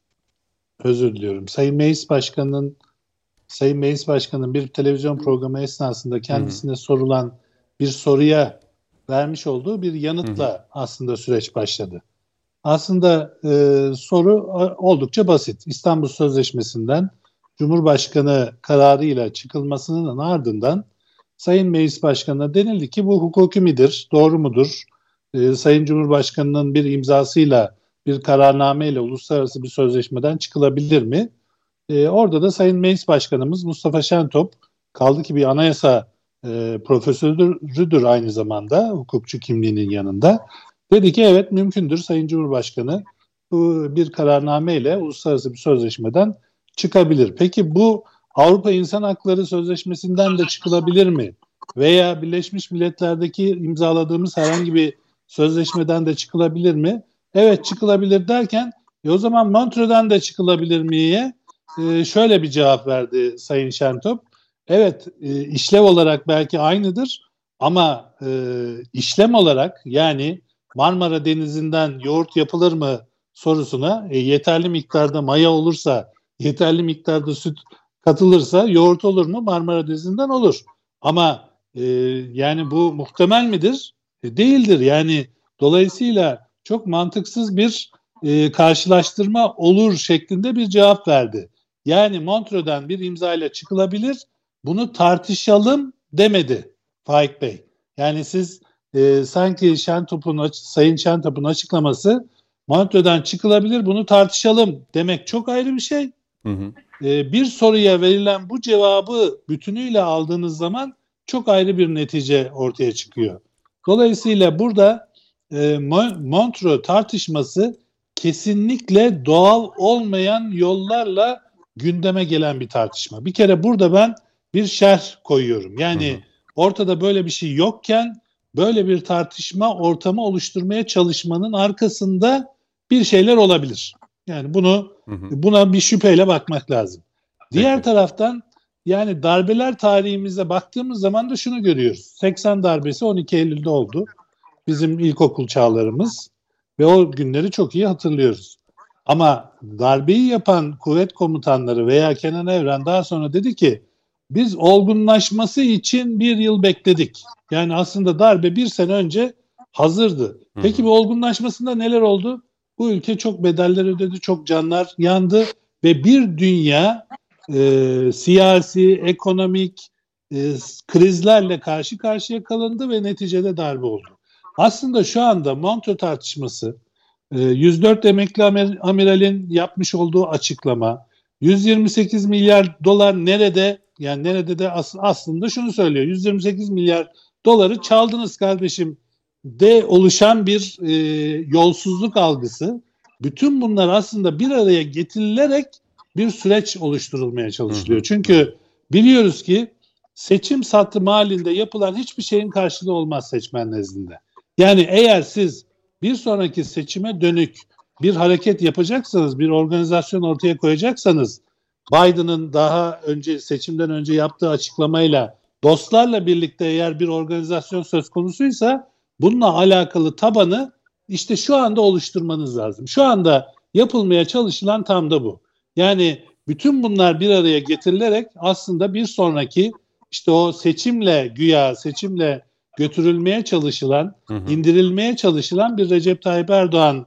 özür diliyorum. Sayın Meclis Başkanı'nın Sayın Meclis Başkanı'nın bir televizyon programı esnasında kendisine sorulan bir soruya vermiş olduğu bir yanıtla aslında süreç başladı. Aslında e, soru oldukça basit. İstanbul Sözleşmesi'nden Cumhurbaşkanı kararıyla çıkılmasının ardından Sayın Meclis Başkanı'na denildi ki bu hukuki midir, doğru mudur? Ee, Sayın Cumhurbaşkanı'nın bir imzasıyla, bir kararnameyle uluslararası bir sözleşmeden çıkılabilir mi? Ee, orada da Sayın Meclis Başkanımız Mustafa Şentop, kaldı ki bir anayasa e, profesörüdür aynı zamanda, hukukçu kimliğinin yanında. Dedi ki evet, mümkündür Sayın Cumhurbaşkanı bu bir kararnameyle uluslararası bir sözleşmeden çıkabilir. Peki bu Avrupa İnsan Hakları Sözleşmesi'nden de çıkılabilir mi? Veya Birleşmiş Milletler'deki imzaladığımız herhangi bir sözleşmeden de çıkılabilir mi? Evet, çıkılabilir derken e o zaman Montreux'dan da çıkılabilir miye e, şöyle bir cevap verdi Sayın Şentop. Evet, e, işlev olarak belki aynıdır ama e, işlem olarak, yani Marmara Denizi'nden yoğurt yapılır mı sorusuna e, yeterli miktarda maya olursa, yeterli miktarda süt katılırsa yoğurt olur mu? Marmara Denizi'nden olur. Ama e, yani bu muhtemel midir? E, değildir. Yani dolayısıyla çok mantıksız bir e, karşılaştırma olur şeklinde bir cevap verdi. Yani Montreux'den bir imzayla çıkılabilir, bunu tartışalım demedi Faik Bey. Yani siz e, sanki Şentop'un, Sayın Şentop'un açıklaması Montreux'den çıkılabilir, bunu tartışalım demek çok ayrı bir şey. Hı hı. E, bir soruya verilen bu cevabı bütünüyle aldığınız zaman çok ayrı bir netice ortaya çıkıyor. Dolayısıyla burada e, Montreux tartışması kesinlikle doğal olmayan yollarla gündeme gelen bir tartışma. Bir kere burada ben bir şerh koyuyorum. Yani hı hı. ortada böyle bir şey yokken böyle bir tartışma ortamı oluşturmaya çalışmanın arkasında bir şeyler olabilir. Yani bunu hı hı. buna bir şüpheyle bakmak lazım. Diğer Peki. taraftan yani darbeler tarihimize baktığımız zaman da şunu görüyoruz. seksen darbesi on iki Eylül'de oldu. Bizim ilkokul çağlarımız ve o günleri çok iyi hatırlıyoruz. Ama darbeyi yapan kuvvet komutanları veya Kenan Evren daha sonra dedi ki biz olgunlaşması için bir yıl bekledik. Yani aslında darbe bir sene önce hazırdı. Peki bu olgunlaşmasında neler oldu? Bu ülke çok bedeller ödedi, çok canlar yandı ve bir dünya e, siyasi, ekonomik e, krizlerle karşı karşıya kalındı ve neticede darbe oldu. Aslında şu anda Montreux tartışması, yüz dört emekli amiralin yapmış olduğu açıklama, yüz yirmi sekiz milyar dolar nerede? Yani nerede de as- aslında şunu söylüyor. yüz yirmi sekiz milyar doları çaldınız kardeşim de oluşan bir e, yolsuzluk algısı. Bütün bunlar aslında bir araya getirilerek bir süreç oluşturulmaya çalışılıyor. Çünkü biliyoruz ki seçim satımı halinde yapılan hiçbir şeyin karşılığı olmaz seçmen nezdinde. Yani eğer siz bir sonraki seçime dönük bir hareket yapacaksanız, bir organizasyon ortaya koyacaksanız, Biden'ın daha önce seçimden önce yaptığı açıklamayla dostlarla birlikte eğer bir organizasyon söz konusuysa bununla alakalı tabanı işte şu anda oluşturmanız lazım. Şu anda yapılmaya çalışılan tam da bu. Yani bütün bunlar bir araya getirilerek aslında bir sonraki işte o seçimle güya seçimle götürülmeye çalışılan, hı hı. indirilmeye çalışılan bir Recep Tayyip Erdoğan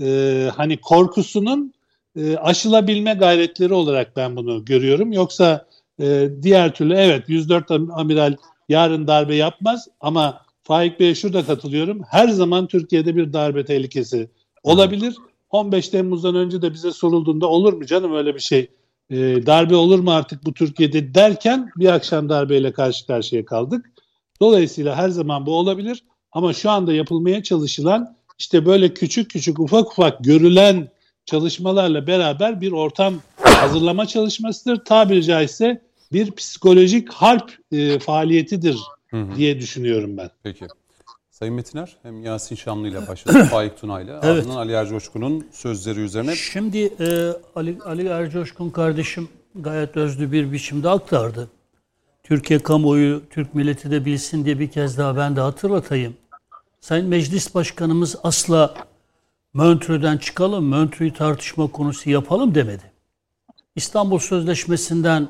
e, hani korkusunun e, aşılabilme gayretleri olarak ben bunu görüyorum. Yoksa e, diğer türlü evet yüz dört amiral yarın darbe yapmaz ama Faik Bey'e şurada katılıyorum. Her zaman Türkiye'de bir darbe tehlikesi olabilir. on beş Temmuz'dan önce de bize sorulduğunda olur mu canım öyle bir şey? E, darbe olur mu artık bu Türkiye'de derken bir akşam darbeyle karşı karşıya kaldık. Dolayısıyla her zaman bu olabilir ama şu anda yapılmaya çalışılan işte böyle küçük küçük ufak ufak görülen çalışmalarla beraber bir ortam hazırlama çalışmasıdır. Tabiri caizse bir psikolojik harp e, faaliyetidir hı hı. diye düşünüyorum ben. Peki. Sayın Metiner hem Yasin Şamlı ile başladı, Faik Tuna ile evet. ardından Ali Ercoşkun'un sözleri üzerine. Şimdi e, Ali, Ali Ercoşkun kardeşim gayet özlü bir biçimde aktardı. Türkiye kamuoyu, Türk milleti de bilsin diye bir kez daha ben de hatırlatayım. Sayın Meclis Başkanımız asla Montreux'den çıkalım, Montreux'u tartışma konusu yapalım demedi. İstanbul Sözleşmesi'nden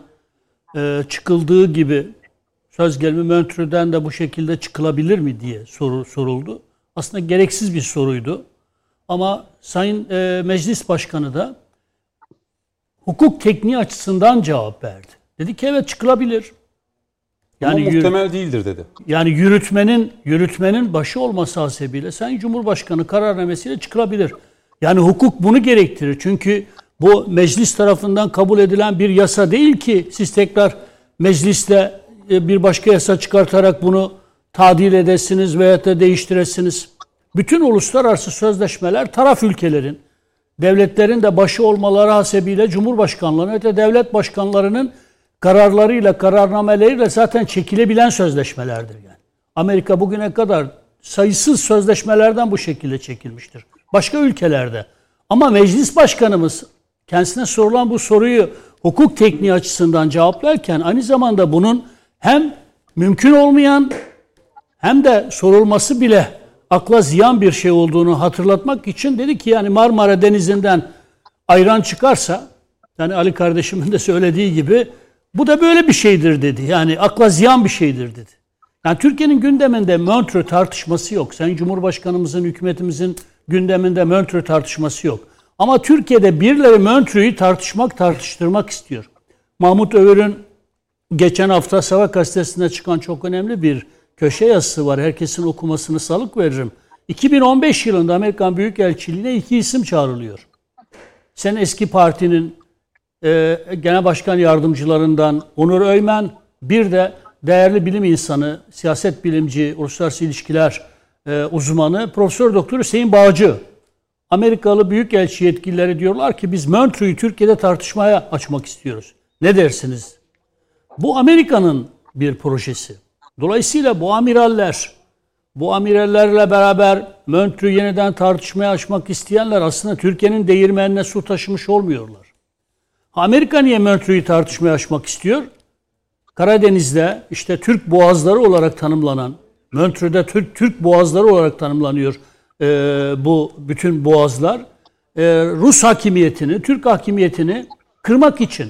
e, çıkıldığı gibi söz gelimi Montreux'den de bu şekilde çıkılabilir mi diye soru, soruldu. Aslında gereksiz bir soruydu. Ama Sayın e, Meclis Başkanı da hukuk tekniği açısından cevap verdi. Dedi ki evet çıkılabilir. Yani ama muhtemel yürü, değildir dedi. Yani yürütmenin yürütmenin başı olması hasebiyle Sayın Cumhurbaşkanı kararnamesiyle çıkılabilir. Yani hukuk bunu gerektirir. Çünkü bu meclis tarafından kabul edilen bir yasa değil ki siz tekrar mecliste bir başka yasa çıkartarak bunu tadil edesiniz veya da değiştiresiniz. Bütün uluslararası sözleşmeler taraf ülkelerin, devletlerin de başı olmaları hasebiyle Cumhurbaşkanlarının ve de devlet başkanlarının kararlarıyla, kararnameleriyle zaten çekilebilen sözleşmelerdir yani. Amerika bugüne kadar sayısız sözleşmelerden bu şekilde çekilmiştir. Başka ülkelerde. Ama meclis başkanımız kendisine sorulan bu soruyu hukuk tekniği açısından cevaplarken aynı zamanda bunun hem mümkün olmayan hem de sorulması bile akla ziyan bir şey olduğunu hatırlatmak için dedi ki yani Marmara Denizi'nden ayran çıkarsa yani Ali kardeşimin de söylediği gibi bu da böyle bir şeydir dedi. Yani akla ziyan bir şeydir dedi. Yani Türkiye'nin gündeminde Montreux tartışması yok. Sayın Cumhurbaşkanımızın, hükümetimizin gündeminde Montreux tartışması yok. Ama Türkiye'de birileri Montreux'u tartışmak, tartıştırmak istiyor. Mahmut Övür'ün geçen hafta Sabah gazetesinde çıkan çok önemli bir köşe yazısı var. Herkesin okumasını salık veririm. iki bin on beş yılında Amerikan Büyükelçiliğine iki isim çağrılıyor. Sen eski partinin e, genel başkan yardımcılarından Onur Öymen, bir de değerli bilim insanı, siyaset bilimci, uluslararası ilişkiler e, uzmanı Profesör Doktor Hüseyin Bağcı. Amerikalı büyükelçi yetkilileri diyorlar ki biz Montreux'u Türkiye'de tartışmaya açmak istiyoruz. Ne dersiniz? Bu Amerika'nın bir projesi. Dolayısıyla bu amiraller, bu amirallerle beraber Montreux'u yeniden tartışmaya açmak isteyenler aslında Türkiye'nin değirmenine su taşımış olmuyorlar. Amerika niye Montreux'u tartışmaya açmak istiyor? Karadeniz'de işte Türk boğazları olarak tanımlanan, Montreux'da Türk, Türk boğazları olarak tanımlanıyor e, bu bütün boğazlar. E, Rus hakimiyetini, Türk hakimiyetini kırmak için.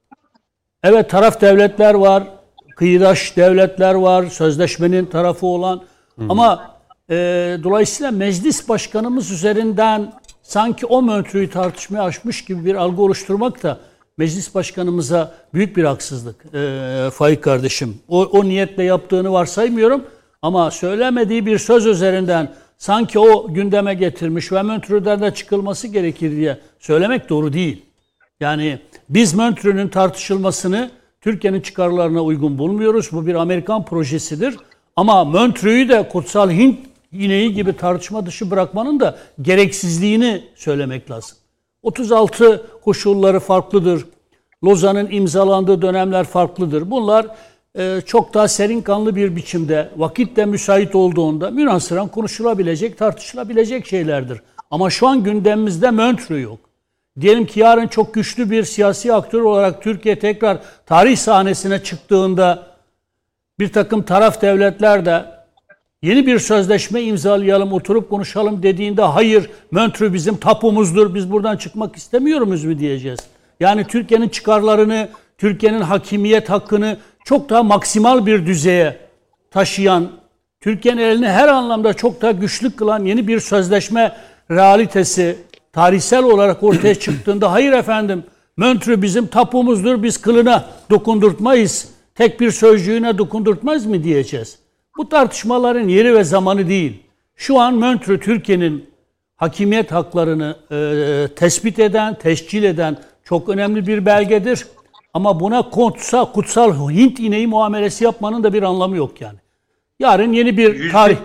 Evet, taraf devletler var, kıyıdaş devletler var, sözleşmenin tarafı olan. Hı. Ama e, dolayısıyla meclis başkanımız üzerinden sanki o Montreux'u tartışmaya açmış gibi bir algı oluşturmak da meclis başkanımıza büyük bir haksızlık e, Faik kardeşim. O, o niyetle yaptığını varsaymıyorum ama söylemediği bir söz üzerinden sanki o gündeme getirmiş ve Montreux'den de çıkılması gerekir diye söylemek doğru değil. Yani biz Montreux'un tartışılmasını Türkiye'nin çıkarlarına uygun bulmuyoruz. Bu bir Amerikan projesidir. Ama Montreux'u de kutsal Hint ineği gibi tartışma dışı bırakmanın da gereksizliğini söylemek lazım. otuz altı koşulları farklıdır. Lozan'ın imzalandığı dönemler farklıdır. Bunlar e, çok daha serin kanlı bir biçimde, vakit de müsait olduğunda münhasıran konuşulabilecek, tartışılabilecek şeylerdir. Ama şu an gündemimizde Montreux yok. Diyelim ki yarın çok güçlü bir siyasi aktör olarak Türkiye tekrar tarih sahnesine çıktığında bir takım taraf devletler de yeni bir sözleşme imzalayalım, oturup konuşalım dediğinde hayır, Montreux bizim tapumuzdur, biz buradan çıkmak istemiyoruz mu diyeceğiz. Yani Türkiye'nin çıkarlarını, Türkiye'nin hakimiyet hakkını çok daha maksimal bir düzeye taşıyan, Türkiye'nin elini her anlamda çok daha güçlü kılan yeni bir sözleşme realitesi tarihsel olarak ortaya çıktığında hayır efendim, Montreux bizim tapumuzdur, biz kılına dokundurtmayız, tek bir sözcüğüne dokundurtmaz mı diyeceğiz. Bu tartışmaların yeri ve zamanı değil. Şu an Montreux Türkiye'nin hakimiyet haklarını e, tespit eden, tescil eden çok önemli bir belgedir. Ama buna kutsal, kutsal Hint ineği muamelesi yapmanın da bir anlamı yok yani. Yarın yeni bir tarih,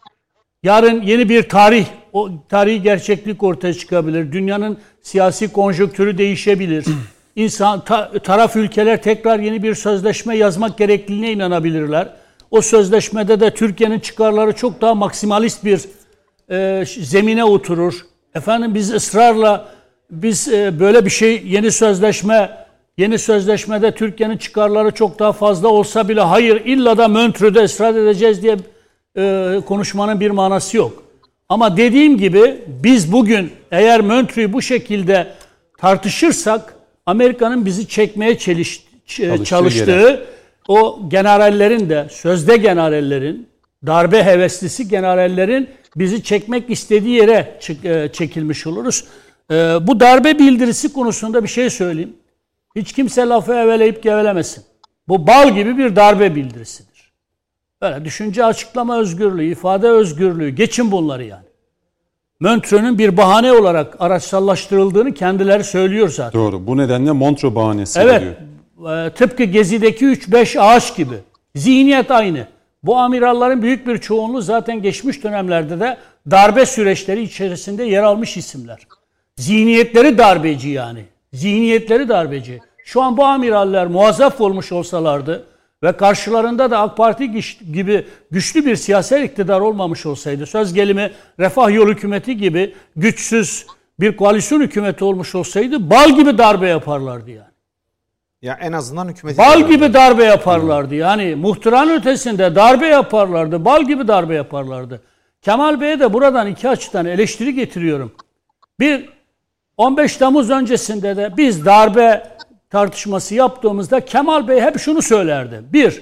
yarın yeni bir tarih, o tarihi gerçeklik ortaya çıkabilir. Dünyanın siyasi konjonktürü değişebilir. İnsan, ta, taraf ülkeler tekrar yeni bir sözleşme yazmak gerekliliğine inanabilirler. O sözleşmede de Türkiye'nin çıkarları çok daha maksimalist bir e, zemine oturur. Efendim biz ısrarla biz e, böyle bir şey yeni sözleşme yeni sözleşmede Türkiye'nin çıkarları çok daha fazla olsa bile hayır illa da Montreux'da ısrar edeceğiz diye e, konuşmanın bir manası yok. Ama dediğim gibi biz bugün eğer Montreux'u bu şekilde tartışırsak Amerika'nın bizi çekmeye çeliş, çalıştığı, çalıştığı o generallerin de, sözde generallerin, darbe heveslisi generallerin bizi çekmek istediği yere çekilmiş oluruz. Bu darbe bildirisi konusunda bir şey söyleyeyim. Hiç kimse lafı eveleyip gevelemesin. Bu bal gibi bir darbe bildirisidir. Böyle düşünce açıklama özgürlüğü, ifade özgürlüğü, geçin bunları yani. Montreux'un bir bahane olarak araçsallaştırıldığını kendileri söylüyor zaten. Doğru. Bu nedenle Montreux bahanesi evet, diyor. Evet. Tıpkı Gezi'deki üç beş ağaç gibi. Zihniyet aynı. Bu amirallerin büyük bir çoğunluğu zaten geçmiş dönemlerde de darbe süreçleri içerisinde yer almış isimler. Zihniyetleri darbeci yani. Zihniyetleri darbeci. Şu an bu amiraller muazzaf olmuş olsalardı ve karşılarında da AK Parti gibi güçlü bir siyasi iktidar olmamış olsaydı, söz gelimi Refah Yol hükümeti gibi güçsüz bir koalisyon hükümeti olmuş olsaydı bal gibi darbe yaparlardı yani. Ya en azından hükümeti... Bal gibi darbe yaparlardı. Yani muhtıran ötesinde darbe yaparlardı. Bal gibi darbe yaparlardı. Kemal Bey'e de buradan iki açıdan eleştiri getiriyorum. Bir, on beş Temmuz öncesinde de biz darbe tartışması yaptığımızda Kemal Bey hep şunu söylerdi. Bir,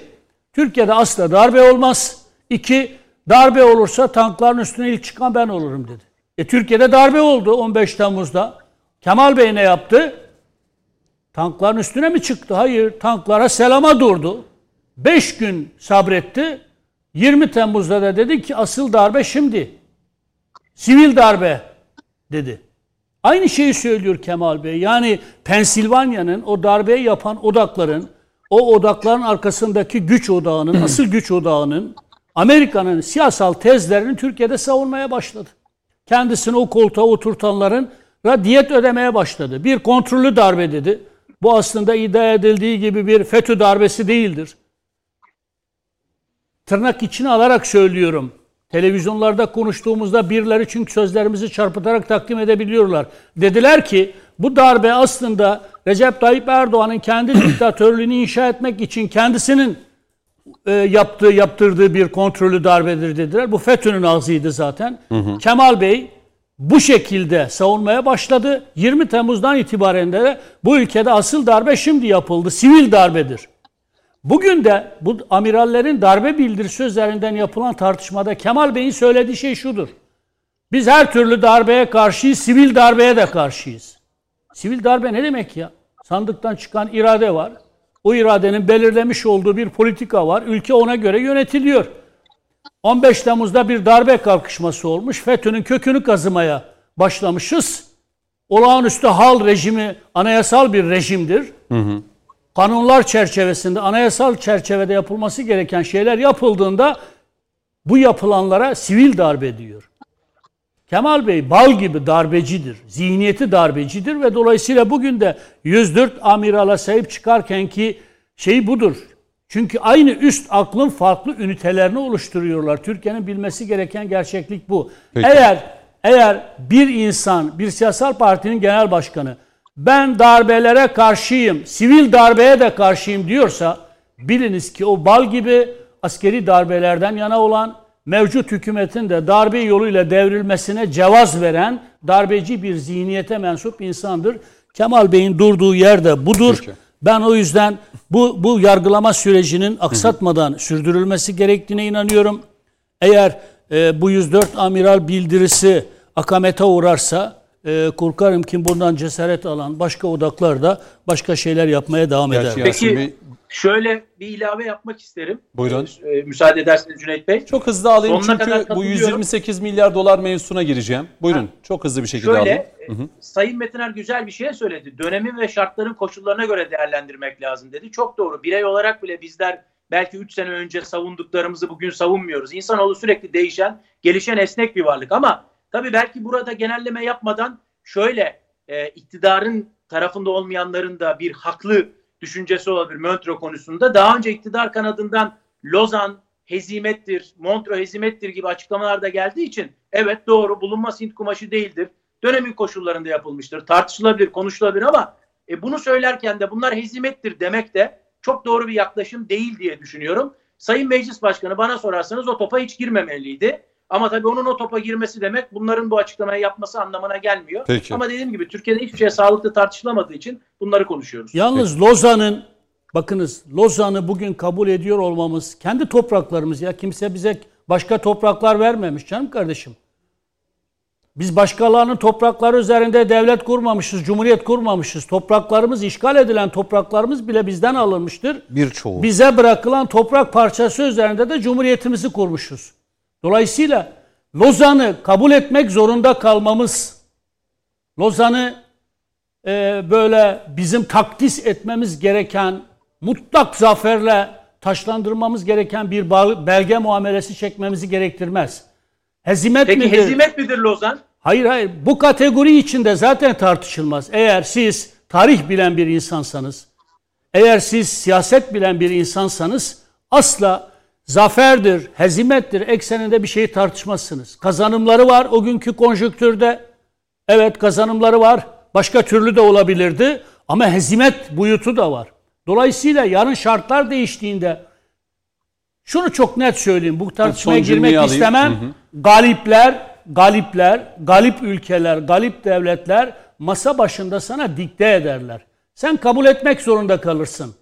Türkiye'de asla darbe olmaz. İki, darbe olursa tankların üstüne ilk çıkan ben olurum dedi. E Türkiye'de darbe oldu on beş Temmuz'da. Kemal Bey ne yaptı? Tankların üstüne mi çıktı? Hayır, tanklara selama durdu. beş gün sabretti. yirmi Temmuz'da da dedi ki asıl darbe şimdi. Sivil darbe dedi. Aynı şeyi söylüyor Kemal Bey. Yani Pensilvanya'nın o darbeyi yapan odakların, o odakların arkasındaki güç odağının, asıl güç odağının, Amerika'nın siyasal tezlerini Türkiye'de savunmaya başladı. Kendisini o koltuğa oturtanların diyet ödemeye başladı. Bir kontrollü darbe dedi. Bu aslında iddia edildiği gibi bir FETÖ darbesi değildir. Tırnak içine alarak söylüyorum. Televizyonlarda konuştuğumuzda birileri çünkü sözlerimizi çarpıtarak takdim edebiliyorlar. Dediler ki bu darbe aslında Recep Tayyip Erdoğan'ın kendi diktatörlüğünü inşa etmek için kendisinin e, yaptığı, yaptırdığı bir kontrollü darbedir dediler. Bu FETÖ'nün ağzıydı zaten. Hı hı. Kemal Bey bu şekilde savunmaya başladı. yirmi Temmuz'dan itibaren de bu ülkede asıl darbe şimdi yapıldı. Sivil darbedir. Bugün de bu amirallerin darbe bildirisi üzerinden yapılan tartışmada Kemal Bey'in söylediği şey şudur. Biz her türlü darbeye karşıyız, sivil darbeye de karşıyız. Sivil darbe ne demek ya? Sandıktan çıkan irade var. O iradenin belirlemiş olduğu bir politika var. Ülke ona göre yönetiliyor. on beş Temmuz'da bir darbe kalkışması olmuş. FETÖ'nün kökünü kazımaya başlamışız. Olağanüstü hal rejimi anayasal bir rejimdir. Hı hı. Kanunlar çerçevesinde, anayasal çerçevede yapılması gereken şeyler yapıldığında bu yapılanlara sivil darbe diyor. Kemal Bey bal gibi darbecidir. Zihniyeti darbecidir ve dolayısıyla bugün de yüz dört amirala sahip çıkarken ki şey budur. Çünkü aynı üst aklın farklı ünitelerini oluşturuyorlar. Türkiye'nin bilmesi gereken gerçeklik bu. Peki. Eğer eğer bir insan, bir siyasal partinin genel başkanı ben darbelere karşıyım, sivil darbeye de karşıyım diyorsa biliniz ki o bal gibi askeri darbelerden yana olan, mevcut hükümetin de darbe yoluyla devrilmesine cevaz veren darbeci bir zihniyete mensup insandır. Kemal Bey'in durduğu yer de budur. Peki. Ben o yüzden bu, bu yargılama sürecinin aksatmadan sürdürülmesi gerektiğine inanıyorum. Eğer e, bu yüz dört amiral bildirisi akamete uğrarsa e, korkarım ki bundan cesaret alan başka odaklar da başka şeyler yapmaya devam eder. Peki bir... şöyle bir ilave yapmak isterim. Buyurun. Ee, müsaade ederseniz Cüneyt Bey. Çok hızlı alayım sonuna çünkü bu yüz yirmi sekiz milyar dolar mevzusuna gireceğim. Buyurun. Ha. Çok hızlı bir şekilde şöyle, alayım. Şöyle Sayın Metiner güzel bir şey söyledi. Dönemin ve şartların koşullarına göre değerlendirmek lazım dedi. Çok doğru. Birey olarak bile bizler belki üç sene önce savunduklarımızı bugün savunmuyoruz. İnsanoğlu sürekli değişen, gelişen, esnek bir varlık ama tabii belki burada genelleme yapmadan şöyle e, iktidarın tarafında olmayanların da bir haklı düşüncesi olabilir Montreux konusunda. Daha önce iktidar kanadından Lozan hezimettir, Montreux hezimettir gibi açıklamalar da geldiği için evet doğru bulunmaz Hint kumaşı değildir. Dönemin koşullarında yapılmıştır. Tartışılabilir, konuşulabilir ama e, bunu söylerken de bunlar hezimettir demek de çok doğru bir yaklaşım değil diye düşünüyorum. Sayın Meclis Başkanı bana sorarsanız o topa hiç girmemeliydi. Ama tabii onun o topa girmesi demek bunların bu açıklamayı yapması anlamına gelmiyor. Peki. Ama dediğim gibi Türkiye'de hiçbir şey sağlıklı tartışılamadığı için bunları konuşuyoruz. Yalnız Lozan'ın, bakınız Lozan'ı bugün kabul ediyor olmamız, kendi topraklarımız ya kimse bize başka topraklar vermemiş canım kardeşim. Biz başkalarının toprakları üzerinde devlet kurmamışız, cumhuriyet kurmamışız. Topraklarımız, işgal edilen topraklarımız bile bizden alınmıştır. Birçoğu. Bize bırakılan toprak parçası üzerinde de cumhuriyetimizi kurmuşuz. Dolayısıyla Lozan'ı kabul etmek zorunda kalmamız, Lozan'ı e, böyle bizim takdis etmemiz gereken, mutlak zaferle taşlandırmamız gereken bir belge muamelesi çekmemizi gerektirmez. Hezimet Peki midir? hezimet midir Lozan? Hayır hayır. Bu kategori içinde zaten tartışılmaz. Eğer siz tarih bilen bir insansanız, eğer siz siyaset bilen bir insansanız asla zaferdir, hezimettir ekseninde bir şeyi tartışmazsınız. Kazanımları var o günkü konjonktürde. Evet kazanımları var. Başka türlü de olabilirdi. Ama hezimet boyutu da var. Dolayısıyla yarın şartlar değiştiğinde şunu çok net söyleyeyim. Bu tartışmaya girmek istemem. Hı hı. Galipler, galipler, galip ülkeler, galip devletler masa başında sana dikte ederler. Sen kabul etmek zorunda kalırsın.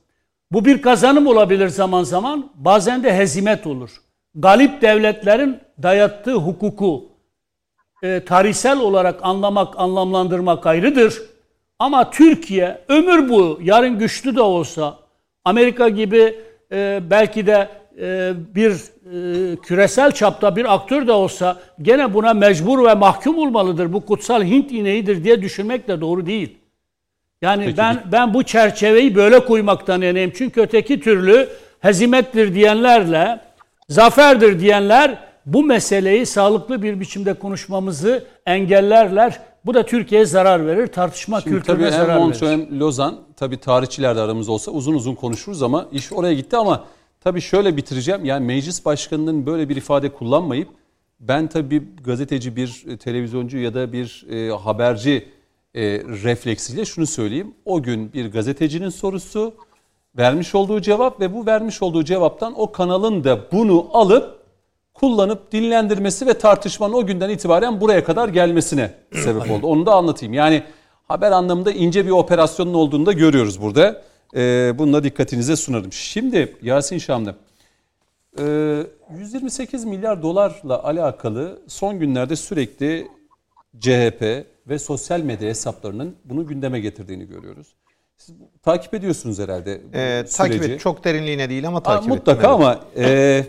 Bu bir kazanım olabilir zaman zaman, bazen de hezimet olur. Galip devletlerin dayattığı hukuku e, tarihsel olarak anlamak, anlamlandırmak ayrıdır. Ama Türkiye ömür boyu, yarın güçlü de olsa, Amerika gibi e, belki de e, bir e, küresel çapta bir aktör de olsa gene buna mecbur ve mahkum olmalıdır. Bu kutsal Hint ineğidir diye düşünmek de doğru değil. Yani Peki. ben ben bu çerçeveyi böyle koymaktan yanayım. Çünkü öteki türlü hezimettir diyenlerle, zaferdir diyenler bu meseleyi sağlıklı bir biçimde konuşmamızı engellerler. Bu da Türkiye'ye zarar verir. Tartışma Şimdi kültürüne tabii hem zarar Montreux verir. hem Lozan, tabii tarihçiler de aramızda olsa uzun uzun konuşuruz ama iş oraya gitti ama tabii şöyle bitireceğim. Yani meclis başkanının böyle bir ifade kullanmayıp ben tabii bir gazeteci, bir televizyoncu ya da bir e, haberci e, refleksiyle şunu söyleyeyim. O gün bir gazetecinin sorusu, vermiş olduğu cevap ve bu vermiş olduğu cevaptan o kanalın da bunu alıp kullanıp dinlendirmesi ve tartışmanın o günden itibaren buraya kadar gelmesine sebep oldu. Onu da anlatayım. Yani haber anlamında ince bir operasyonun olduğunu da görüyoruz burada. Ee, bunu da dikkatinize sunarım. Şimdi Yasin Şamlı, e, yüz yirmi sekiz milyar dolarla alakalı son günlerde sürekli C H P ve sosyal medya hesaplarının bunu gündeme getirdiğini görüyoruz. Siz takip ediyorsunuz herhalde bu Ee, süreci. takip et, çok derinliğine değil ama takip Aa, mutlaka ettim, evet. ama e,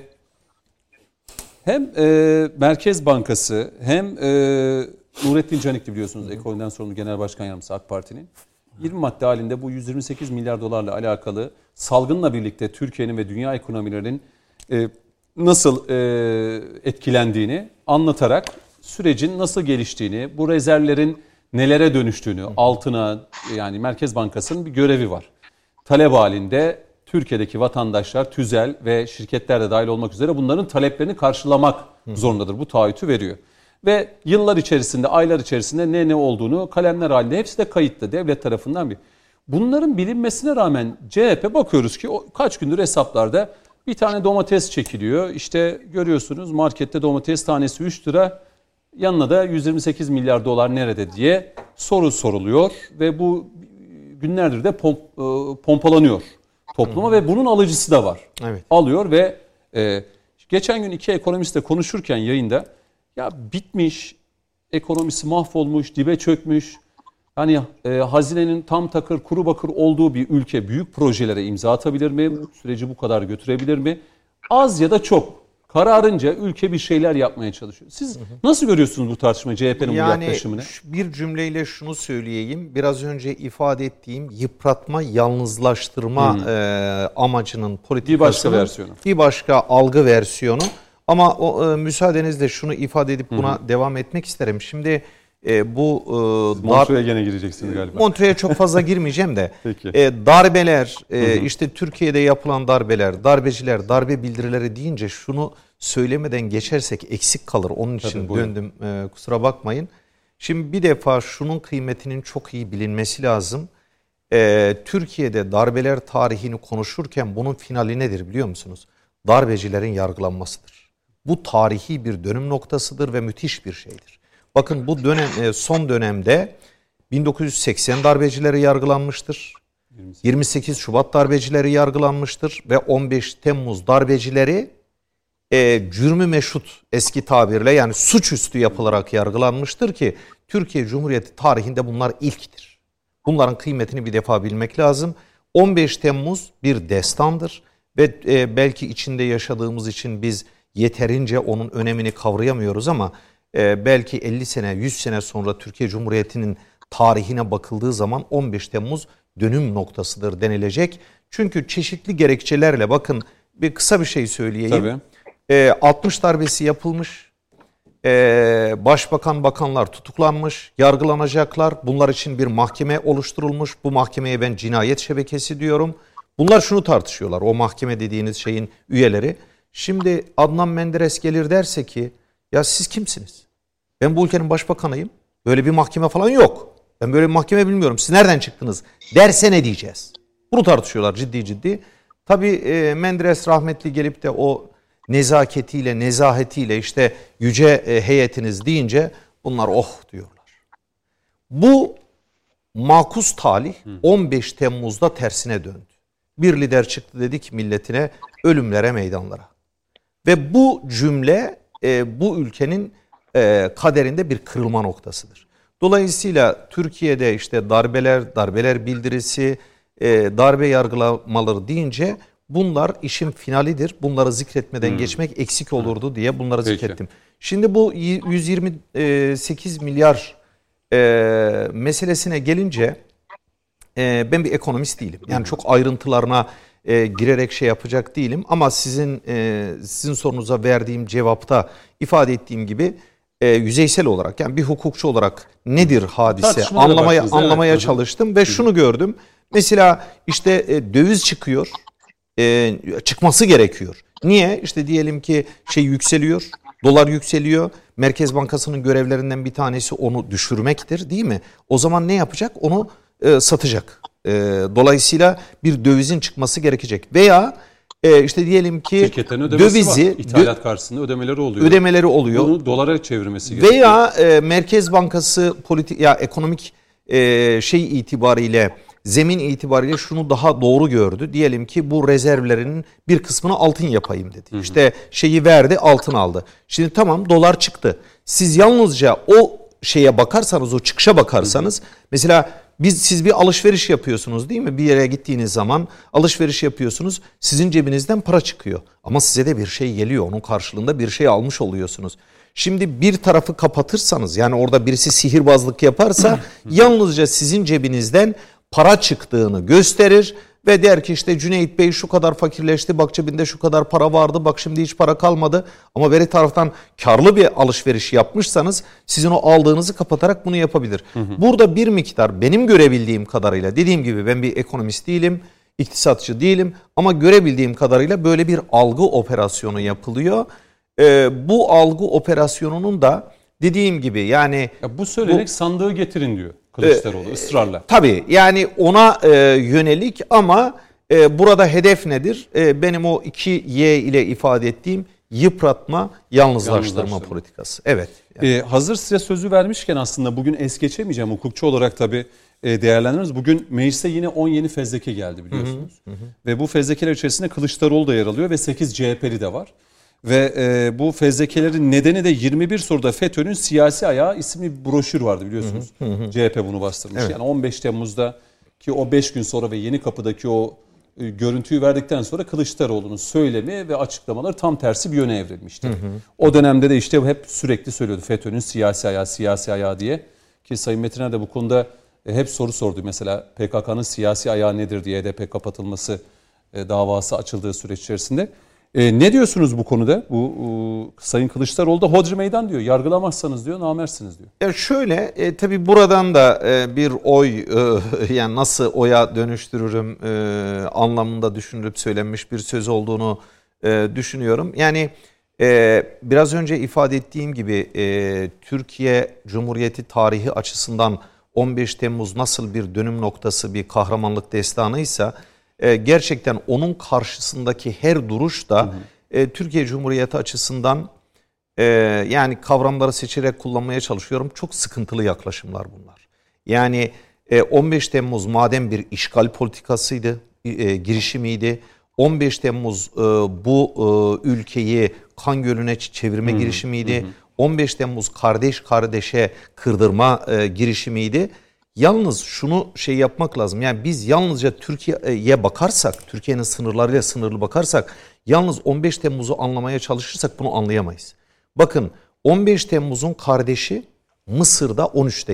hem e, Merkez Bankası hem e, Nurettin Canikli biliyorsunuz Ekol'den sorumlu Genel Başkan Yardımcısı AK Parti'nin yirmi madde halinde bu yüz yirmi sekiz milyar dolarla alakalı salgınla birlikte Türkiye'nin ve dünya ekonomilerinin e, nasıl e, etkilendiğini anlatarak sürecin nasıl geliştiğini, bu rezervlerin nelere dönüştüğünü, altına yani Merkez Bankası'nın bir görevi var. Talep halinde Türkiye'deki vatandaşlar, tüzel ve şirketler de dahil olmak üzere bunların taleplerini karşılamak zorundadır. Bu taahhütü veriyor. Ve yıllar içerisinde, aylar içerisinde ne ne olduğunu kalemler halinde hepsi de kayıtlı devlet tarafından bir. Bunların bilinmesine rağmen C H P bakıyoruz ki o kaç gündür hesaplarda bir tane domates çekiliyor. İşte görüyorsunuz markette domates tanesi üç lira. Yanına da yüz yirmi sekiz milyar dolar nerede diye soru soruluyor ve bu günlerdir de pomp, pompalanıyor topluma hmm. ve bunun alıcısı da var. Evet. Alıyor ve e, geçen gün iki ekonomistle konuşurken yayında ya bitmiş, ekonomisi mahvolmuş, dibe çökmüş. Hani e, hazinenin tam takır kuru bakır olduğu bir ülke büyük projelere imza atabilir mi? Süreci bu kadar götürebilir mi? Az ya da çok. Kararınca ülke bir şeyler yapmaya çalışıyor. Siz nasıl görüyorsunuz bu tartışmayı, C H P'nin yani, bu yaklaşımını? Yani bir cümleyle şunu söyleyeyim. Biraz önce ifade ettiğim yıpratma, yalnızlaştırma hmm. e, amacının politikasının bir başka versiyonu. Bir başka algı versiyonu. Ama o, e, müsaadenizle şunu ifade edip buna hmm. devam etmek isterim. Şimdi e, bu... E, Montreux'e gene gireceksiniz galiba. Montreux'e çok fazla girmeyeceğim de. Peki. E, darbeler, e, işte Türkiye'de yapılan darbeler, darbeciler, darbe bildirileri deyince şunu söylemeden geçersek eksik kalır. Onun için Tabii, döndüm, e, kusura bakmayın. Şimdi bir defa şunun kıymetinin çok iyi bilinmesi lazım. E, Türkiye'de darbeler tarihini konuşurken bunun finali nedir biliyor musunuz? Darbecilerin yargılanmasıdır. Bu tarihi bir dönüm noktasıdır ve müthiş bir şeydir. Bakın bu dönem son dönemde bin dokuz yüz seksen darbecileri yargılanmıştır. yirmi sekiz Şubat darbecileri yargılanmıştır ve on beş Temmuz darbecileri e, cürmü meşrut eski tabirle yani suçüstü yapılarak yargılanmıştır ki Türkiye Cumhuriyeti tarihinde bunlar ilktir. Bunların kıymetini bir defa bilmek lazım. on beş Temmuz bir destandır ve e, belki içinde yaşadığımız için biz yeterince onun önemini kavrayamıyoruz ama Ee, belki elli sene, yüz sene sonra Türkiye Cumhuriyeti'nin tarihine bakıldığı zaman on beş Temmuz dönüm noktasıdır denilecek. Çünkü çeşitli gerekçelerle bakın bir kısa bir şey söyleyeyim. Tabii. Ee, altmış darbesi yapılmış. Ee, başbakan, bakanlar tutuklanmış, yargılanacaklar. Bunlar için bir mahkeme oluşturulmuş. Bu mahkemeye ben cinayet şebekesi diyorum. Bunlar şunu tartışıyorlar. O mahkeme dediğiniz şeyin üyeleri. Şimdi Adnan Menderes gelir derse ki ya siz kimsiniz? Ben bu ülkenin başbakanıyım. Böyle bir mahkeme falan yok. Ben böyle bir mahkeme bilmiyorum. Siz nereden çıktınız? Derse ne diyeceğiz? Bunu tartışıyorlar ciddi ciddi. Tabii e, Menderes rahmetli gelip de o nezaketiyle, nezahetiyle işte yüce e, heyetiniz deyince bunlar oh diyorlar. Bu makus talih on beş Temmuz'da tersine döndü. Bir lider çıktı dedi ki milletine ölümlere meydanlara. Ve bu cümle e, bu ülkenin e, kaderinde bir kırılma noktasıdır. Dolayısıyla Türkiye'de işte darbeler, darbeler bildirisi, e, darbe yargılamaları deyince bunlar işin finalidir. Bunları zikretmeden hmm. geçmek eksik olurdu diye bunları Peki. zikrettim. Şimdi bu yüz yirmi sekiz milyar e, meselesine gelince e, ben bir ekonomist değilim. Yani çok ayrıntılarına e, girerek şey yapacak değilim. Ama sizin e, sizin sorunuza verdiğim cevapta ifade ettiğim gibi e, yüzeysel olarak yani bir hukukçu olarak nedir hadise anlamaya anlamaya evet. çalıştım ve şunu gördüm. Mesela işte e, döviz çıkıyor. E, çıkması gerekiyor. Niye? İşte diyelim ki şey yükseliyor. Dolar yükseliyor. Merkez Bankası'nın görevlerinden bir tanesi onu düşürmektir, değil mi? O zaman ne yapacak? Onu e, satacak. E, dolayısıyla bir dövizin çıkması gerekecek. Veya e, işte diyelim ki dövizi var. İthalat dö- karşısında ödemeleri oluyor. Ödemeleri oluyor. Bunu dolara çevirmesi gerekiyor. Veya e, Merkez Bankası politik ya ekonomik e, şey itibariyle zemin itibariyle şunu daha doğru gördü. Diyelim ki bu rezervlerinin bir kısmını altın yapayım dedi. Hı hı. İşte şeyi verdi, altın aldı. Şimdi tamam dolar çıktı. Siz yalnızca o şeye bakarsanız, o çıkışa bakarsanız hı hı. mesela biz siz bir alışveriş yapıyorsunuz değil mi? Bir yere gittiğiniz zaman alışveriş yapıyorsunuz. Sizin cebinizden para çıkıyor. Ama size de bir şey geliyor. Onun karşılığında bir şey almış oluyorsunuz. Şimdi bir tarafı kapatırsanız yani orada birisi sihirbazlık yaparsa yalnızca sizin cebinizden para çıktığını gösterir ve der ki işte Cüneyt Bey şu kadar fakirleşti, bak cebinde şu kadar para vardı, bak şimdi hiç para kalmadı. Ama beri taraftan karlı bir alışveriş yapmışsanız sizin o aldığınızı kapatarak bunu yapabilir. Hı hı. Burada bir miktar benim görebildiğim kadarıyla, dediğim gibi ben bir ekonomist değilim, iktisatçı değilim ama görebildiğim kadarıyla böyle bir algı operasyonu yapılıyor. Ee, bu algı operasyonunun da dediğim gibi yani... Ya bu söylenek bu, sandığı getirin diyor Kılıçdaroğlu e, ısrarla. Tabii yani ona e, yönelik ama e, burada hedef nedir? E, benim o iki Y ile ifade ettiğim yıpratma, yalnızlaştırma, yalnızlaştırma. politikası. Evet. Yani. E, hazır size sözü vermişken aslında bugün es geçemeyeceğim. Hukukçu olarak tabii e, değerlendiririz. Bugün meclise yine on yeni fezleke geldi biliyorsunuz. Hı hı hı. Ve bu fezlekeler içerisinde Kılıçdaroğlu da yer alıyor ve sekiz C H P'li de var. Ve e, bu fezlekelerin nedeni de yirmi bir soruda FETÖ'nün siyasi ayağı isimli bir broşür vardı biliyorsunuz. Hı hı. C H P bunu bastırmış. Evet. Yani on beş Temmuz'da ki o beş gün sonra ve Yenikapı'daki o e, görüntüyü verdikten sonra Kılıçdaroğlu'nun söylemi ve açıklamaları tam tersi bir yöne evrilmişti. Hı hı. O dönemde de işte hep sürekli söylüyordu FETÖ'nün siyasi ayağı, siyasi ayağı diye. Ki Sayın Metiner de bu konuda e, hep soru sordu. Mesela P K K'nın siyasi ayağı nedir diye H D P kapatılması e, davası açıldığı süreç içerisinde. E, ne diyorsunuz bu konuda? Bu e, Sayın Kılıçdaroğlu da hodri meydan diyor. Yargılamazsanız diyor, namersiniz diyor. Ya şöyle e, tabii buradan da e, bir oy e, yani nasıl oya dönüştürürüm e, anlamında düşünülüp söylenmiş bir söz olduğunu e, düşünüyorum. Yani e, biraz önce ifade ettiğim gibi e, Türkiye Cumhuriyeti tarihi açısından on beş Temmuz nasıl bir dönüm noktası, bir kahramanlık destanıysa gerçekten onun karşısındaki her duruş da hı hı. E, Türkiye Cumhuriyeti açısından e, yani kavramları seçerek kullanmaya çalışıyorum. Çok sıkıntılı yaklaşımlar bunlar. Yani e, on beş Temmuz madem bir işgal politikasıydı, e, girişimiydi. on beş Temmuz e, bu e, ülkeyi kan gölüne çevirme hı hı. girişimiydi. Hı hı. on beş Temmuz kardeş kardeşe kırdırma e, girişimiydi. Yalnız şunu şey yapmak lazım. Yani biz yalnızca Türkiye'ye bakarsak, Türkiye'nin sınırlarıyla sınırlı bakarsak, yalnız on beş Temmuz'u anlamaya çalışırsak bunu anlayamayız. Bakın on beş Temmuz'un kardeşi Mısır'da on üçte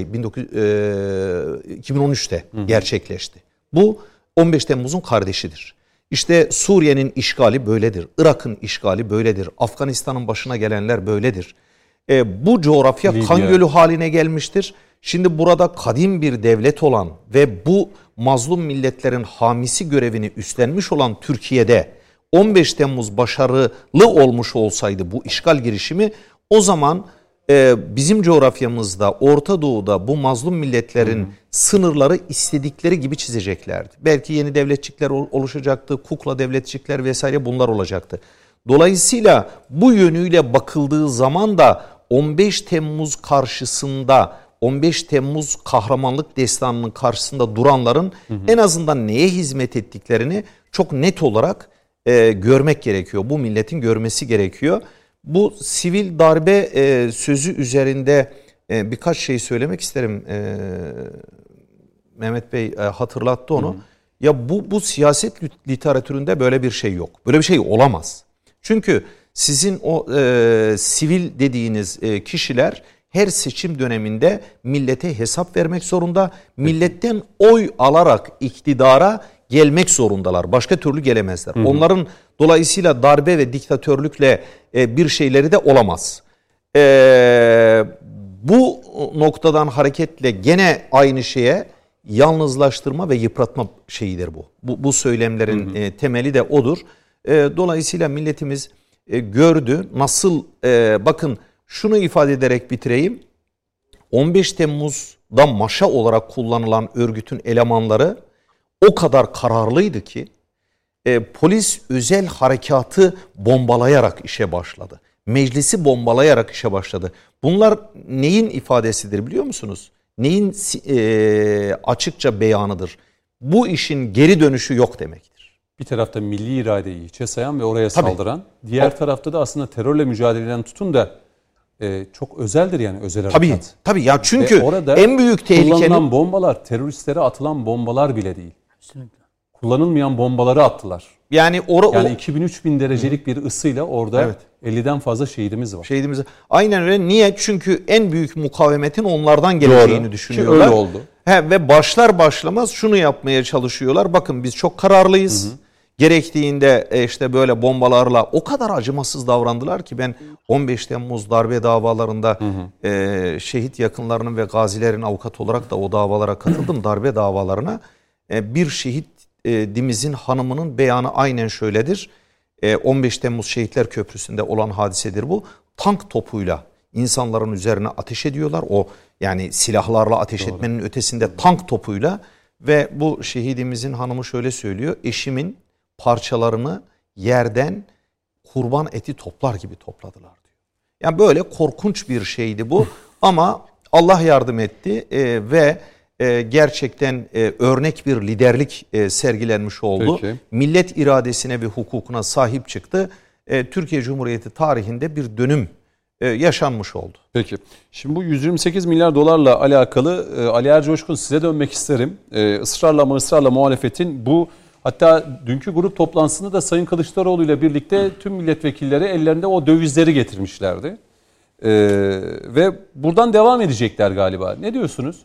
iki bin on üçte hı hı. gerçekleşti. Bu on beş Temmuz'un kardeşidir. İşte Suriye'nin işgali böyledir. Irak'ın işgali böyledir. Afganistan'ın başına gelenler böyledir. E, bu coğrafya Libya. Kan gölü haline gelmiştir. Şimdi burada kadim bir devlet olan ve bu mazlum milletlerin hamisi görevini üstlenmiş olan Türkiye'de on beş Temmuz başarılı olmuş olsaydı bu işgal girişimi, o zaman e, bizim coğrafyamızda, Orta Doğu'da bu mazlum milletlerin hmm. sınırları istedikleri gibi çizeceklerdi. Belki yeni devletçikler oluşacaktı, kukla devletçikler vesaire bunlar olacaktı. Dolayısıyla bu yönüyle bakıldığı zaman da on beş Temmuz karşısında, on beş Temmuz kahramanlık destanının karşısında duranların hı hı. en azından neye hizmet ettiklerini çok net olarak e, görmek gerekiyor. Bu milletin görmesi gerekiyor. Bu sivil darbe e, sözü üzerinde e, birkaç şey söylemek isterim. E, Mehmet Bey e, hatırlattı onu. Hı. Ya bu bu siyaset literatüründe böyle bir şey yok. Böyle bir şey olamaz. Çünkü sizin o e, sivil dediğiniz e, kişiler her seçim döneminde millete hesap vermek zorunda. Milletten oy alarak iktidara gelmek zorundalar. Başka türlü gelemezler. Hı hı. Onların dolayısıyla darbe ve diktatörlükle e, bir şeyleri de olamaz. E, bu noktadan hareketle gene aynı şeye yalnızlaştırma ve yıpratma şeyidir bu. Bu, bu söylemlerin hı hı. E, temeli de odur. E, dolayısıyla milletimiz e, gördü. Nasıl e, bakın şunu ifade ederek bitireyim. on beş Temmuz'da maşa olarak kullanılan örgütün elemanları o kadar kararlıydı ki e, polis özel harekatı bombalayarak işe başladı. Meclisi bombalayarak işe başladı. Bunlar neyin ifadesidir biliyor musunuz? Neyin e, açıkça beyanıdır? Bu işin geri dönüşü yok demektir. Bir tarafta milli iradeyi hiçe sayan ve oraya Tabii. saldıran, diğer o, tarafta da aslında terörle mücadeleden tutun da e, çok özeldir yani özel harekat. Tabii, tabii ya çünkü en büyük tehlikenin... Kullanılan bombalar teröristlere atılan bombalar bile değil. Kesinlikle. Kullanılmayan bombaları attılar. Yani or- yani iki bin üç bin derecelik bir ısıyla orada evet. elliden fazla şehidimiz var. Şehidimiz. Aynen öyle. Niye? Çünkü en büyük mukavemetin onlardan geleceğini Doğru. düşünüyorlar. Ki öyle oldu. He, ve başlar başlamaz şunu yapmaya çalışıyorlar. Bakın biz çok kararlıyız. Hı hı. Gerektiğinde işte böyle bombalarla o kadar acımasız davrandılar ki ben on beş Temmuz darbe davalarında hı hı. E, şehit yakınlarının ve gazilerin avukat olarak da o davalara katıldım. Darbe davalarına. E, bir şehit e, dimizin hanımının beyanı aynen şöyledir. E, on beş Temmuz Şehitler Köprüsü'nde olan hadisedir bu. Tank topuyla insanların üzerine ateş ediyorlar. O yani silahlarla ateş Doğru. etmenin ötesinde tank topuyla ve bu şehidimizin hanımı şöyle söylüyor. Eşimin parçalarını yerden kurban eti toplar gibi topladılar diyor. Yani böyle korkunç bir şeydi bu ama Allah yardım etti e, ve e, gerçekten e, örnek bir liderlik e, sergilenmiş oldu. Peki. Millet iradesine ve hukukuna sahip çıktı. E, Türkiye Cumhuriyeti tarihinde bir dönüm e, yaşanmış oldu. Peki. Şimdi bu yüz yirmi sekiz milyar dolarla alakalı e, Ali Ercoşkun size dönmek isterim. E, ısrarla ama ısrarla muhalefetin bu hatta dünkü grup toplantısında da Sayın Kılıçdaroğlu ile birlikte tüm milletvekilleri ellerinde o dövizleri getirmişlerdi. Ee, ve buradan devam edecekler galiba. Ne diyorsunuz?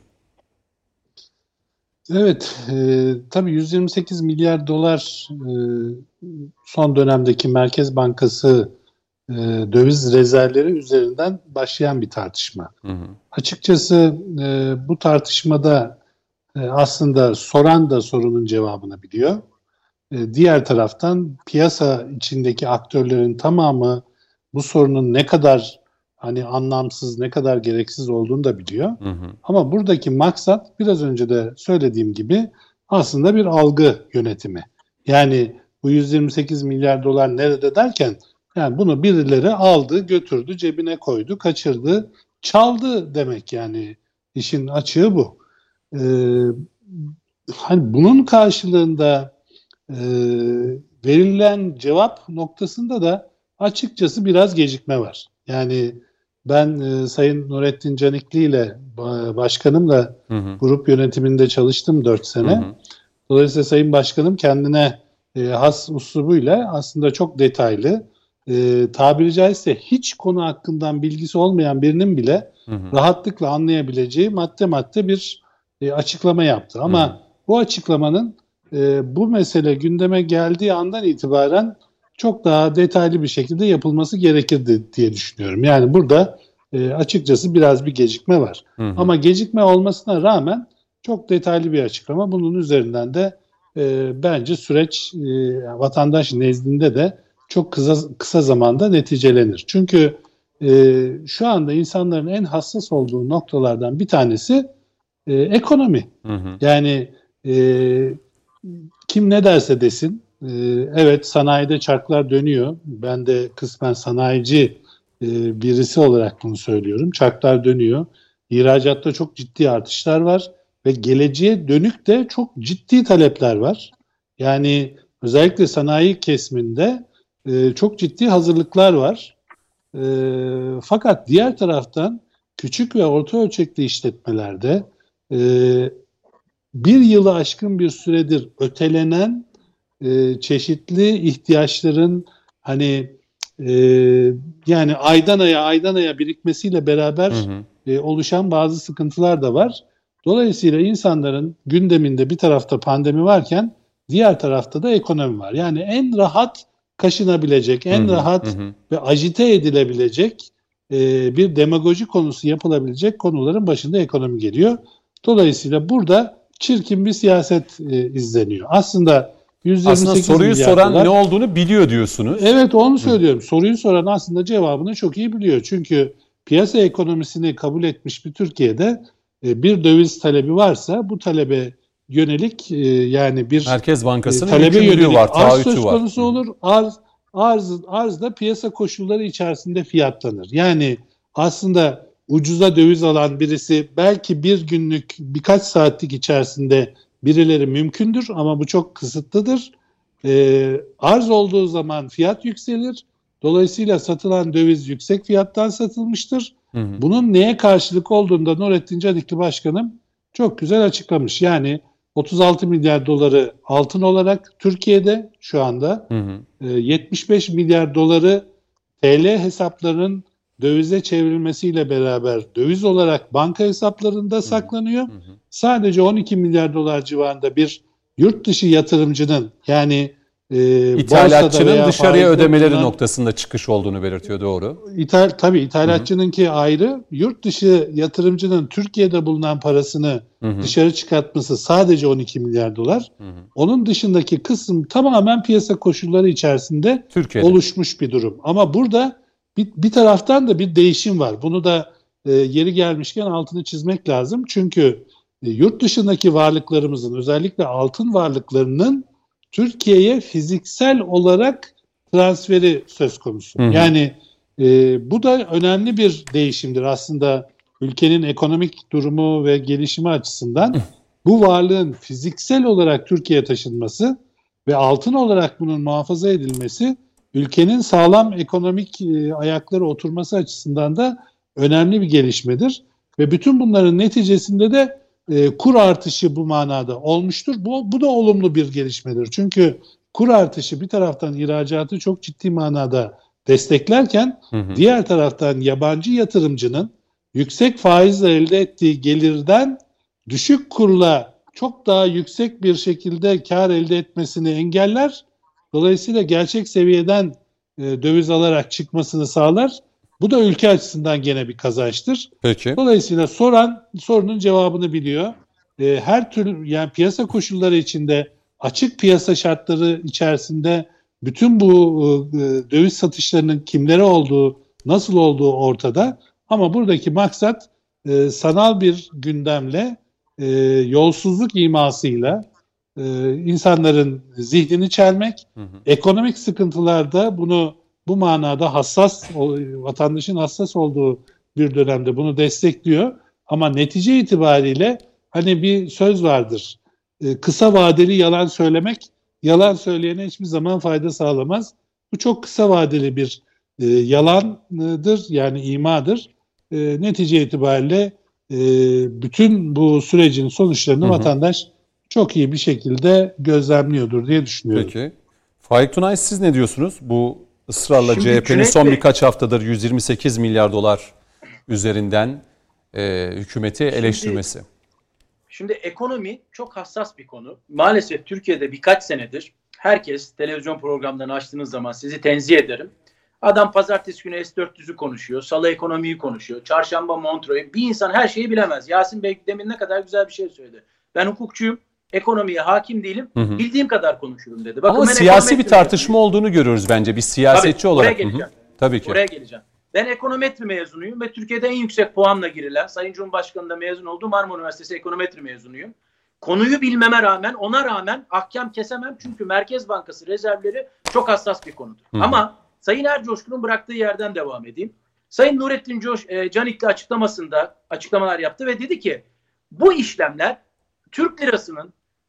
Evet, e, tabii yüz yirmi sekiz milyar dolar e, son dönemdeki Merkez Bankası e, döviz rezervleri üzerinden başlayan bir tartışma. Hı hı. Açıkçası e, bu tartışmada e, aslında soran da sorunun cevabını biliyor. Diğer taraftan piyasa içindeki aktörlerin tamamı bu sorunun ne kadar hani anlamsız, ne kadar gereksiz olduğunu da biliyor. Hı hı. Ama buradaki maksat biraz önce de söylediğim gibi aslında bir algı yönetimi. Yani bu yüz yirmi sekiz milyar dolar nerede derken yani bunu birileri aldı, götürdü, cebine koydu, kaçırdı, çaldı demek yani işin açığı bu. Ee, hani bunun karşılığında E, verilen cevap noktasında da açıkçası biraz gecikme var. Yani ben e, Sayın Nurettin Canikli ile e, başkanımla hı hı. grup yönetiminde çalıştım dört sene. Hı hı. Dolayısıyla Sayın Başkanım kendine e, has uslubuyla aslında çok detaylı, e, tabiri caizse hiç konu hakkından bilgisi olmayan birinin bile hı hı. rahatlıkla anlayabileceği madde madde bir e, açıklama yaptı. Ama hı hı. bu açıklamanın e, bu mesele gündeme geldiği andan itibaren çok daha detaylı bir şekilde yapılması gerekirdi diye düşünüyorum. Yani burada e, açıkçası biraz bir gecikme var. Hı hı. Ama gecikme olmasına rağmen çok detaylı bir açıklama. Bunun üzerinden de e, bence süreç e, vatandaş nezdinde de çok kısa, kısa zamanda neticelenir. Çünkü e, şu anda insanların en hassas olduğu noktalardan bir tanesi e, ekonomi. Hı hı. Yani e, kim ne derse desin, e, evet sanayide çarklar dönüyor. Ben de kısmen sanayici e, birisi olarak bunu söylüyorum. Çarklar dönüyor. İhracatta çok ciddi artışlar var ve geleceğe dönük de çok ciddi talepler var. Yani özellikle sanayi kesiminde e, çok ciddi hazırlıklar var. E, fakat diğer taraftan küçük ve orta ölçekli işletmelerde e, bir yılı aşkın bir süredir ötelenen e, çeşitli ihtiyaçların hani e, yani aydan aya aydan aya birikmesiyle beraber hı hı. E, oluşan bazı sıkıntılar da var. Dolayısıyla insanların gündeminde bir tarafta pandemi varken diğer tarafta da ekonomi var. Yani en rahat kaşınabilecek, en hı hı, rahat hı. ve agite edilebilecek e, bir demagoji konusu yapılabilecek konuların başında ekonomi geliyor. Dolayısıyla burada çirkin bir siyaset e, izleniyor. Aslında yüz yirmi sekiz aslında soruyu soran dolar, ne olduğunu biliyor diyorsunuz. Evet, onu söylüyorum. Hı. Soruyu soran aslında cevabını çok iyi biliyor. Çünkü piyasa ekonomisini kabul etmiş bir Türkiye'de e, bir döviz talebi varsa bu talebe yönelik e, yani bir Merkez Bankası'nın e, talebe yönelik var, arz söz konusu var. olur. Arz arz arz da piyasa koşulları içerisinde fiyatlanır. Yani aslında ucuza döviz alan birisi belki bir günlük birkaç saatlik içerisinde birileri mümkündür ama bu çok kısıtlıdır. Ee, arz olduğu zaman fiyat yükselir. Dolayısıyla satılan döviz yüksek fiyattan satılmıştır. Hı hı. Bunun neye karşılık olduğunu da Nurettin Canikli Başkanım çok güzel açıklamış. Yani otuz altı milyar doları altın olarak Türkiye'de şu anda hı hı. E, yetmiş beş milyar doları T L hesaplarının dövize çevrilmesiyle beraber döviz olarak banka hesaplarında hı hı. saklanıyor. Hı hı. Sadece on iki milyar dolar civarında bir yurt dışı yatırımcının yani e, İthalatçının dışarıya ödemeleri bulunan, noktasında çıkış olduğunu belirtiyor, doğru. İthal, tabii ithalatçınınki hı hı. ayrı. Yurt dışı yatırımcının Türkiye'de bulunan parasını hı hı. dışarı çıkartması sadece on iki milyar dolar. Hı hı. Onun dışındaki kısım tamamen piyasa koşulları içerisinde Türkiye'de oluşmuş bir durum. Ama burada bir, bir taraftan da bir değişim var. Bunu da e, yeri gelmişken altını çizmek lazım. Çünkü e, yurt dışındaki varlıklarımızın, özellikle altın varlıklarının Türkiye'ye fiziksel olarak transferi söz konusu. Hı hı. Yani e, bu da önemli bir değişimdir aslında ülkenin ekonomik durumu ve gelişimi açısından. Bu varlığın fiziksel olarak Türkiye'ye taşınması ve altın olarak bunun muhafaza edilmesi ülkenin sağlam ekonomik e, ayakları oturması açısından da önemli bir gelişmedir. Ve bütün bunların neticesinde de e, kur artışı bu manada olmuştur. Bu, bu da olumlu bir gelişmedir. Çünkü kur artışı bir taraftan ihracatı çok ciddi manada desteklerken hı hı. diğer taraftan yabancı yatırımcının yüksek faizle elde ettiği gelirden düşük kurla çok daha yüksek bir şekilde kar elde etmesini engeller. Dolayısıyla gerçek seviyeden e, döviz alarak çıkmasını sağlar. Bu da ülke açısından gene bir kazançtır. Peki. Dolayısıyla soran sorunun cevabını biliyor. E, her türlü yani piyasa koşulları içinde açık piyasa şartları içerisinde bütün bu e, döviz satışlarının kimlere olduğu, nasıl olduğu ortada. Ama buradaki maksat e, sanal bir gündemle, e, yolsuzluk imasıyla e, insanların zihnini çelmek, hı hı. ekonomik sıkıntılarda bunu bu manada hassas, vatandaşın hassas olduğu bir dönemde bunu destekliyor. Ama netice itibariyle hani bir söz vardır, e, kısa vadeli yalan söylemek, yalan söyleyene hiçbir zaman fayda sağlamaz. Bu çok kısa vadeli bir e, yalandır, yani imadır. E, netice itibariyle e, bütün bu sürecin sonuçlarını hı hı. vatandaş çok iyi bir şekilde gözlemliyordur diye düşünüyorum. Peki. Faik Tunay, siz ne diyorsunuz? Bu ısrarla Şimdi C H P'nin son birkaç haftadır yüz yirmi sekiz milyar dolar üzerinden e, hükümeti eleştirmesi. Şimdi, şimdi ekonomi çok hassas bir konu. Maalesef Türkiye'de birkaç senedir herkes televizyon programlarını açtığınız zaman sizi tenzih ederim. Adam pazartesi günü S dört yüzü konuşuyor, salı ekonomiyi konuşuyor, çarşamba Montreux'u. Bir insan her şeyi bilemez. Yasin Bey demin ne kadar güzel bir şey söyledi. Ben hukukçuyum, ekonomiye hakim değilim, hı hı. bildiğim kadar konuşurum dedi. Bakın, ama siyasi bir tartışma mezunuyum. olduğunu görüyoruz bence bir siyasetçi Tabii, olarak. Oraya geleceğim. Hı hı. Tabii ki. Oraya geleceğim. Ben ekonometri mezunuyum ve Türkiye'de en yüksek puanla girilen, Sayın Cumhurbaşkanı da mezun olduğu Marmara Üniversitesi ekonometri mezunuyum. Konuyu bilmeme rağmen, ona rağmen ahkam kesemem çünkü Merkez Bankası rezervleri çok hassas bir konudur. Hı hı. Ama Sayın Ercoşkun'un bıraktığı yerden devam edeyim. Sayın Nurettin Coş, e, Canikli açıklamasında açıklamalar yaptı ve dedi ki bu işlemler Türk lirasının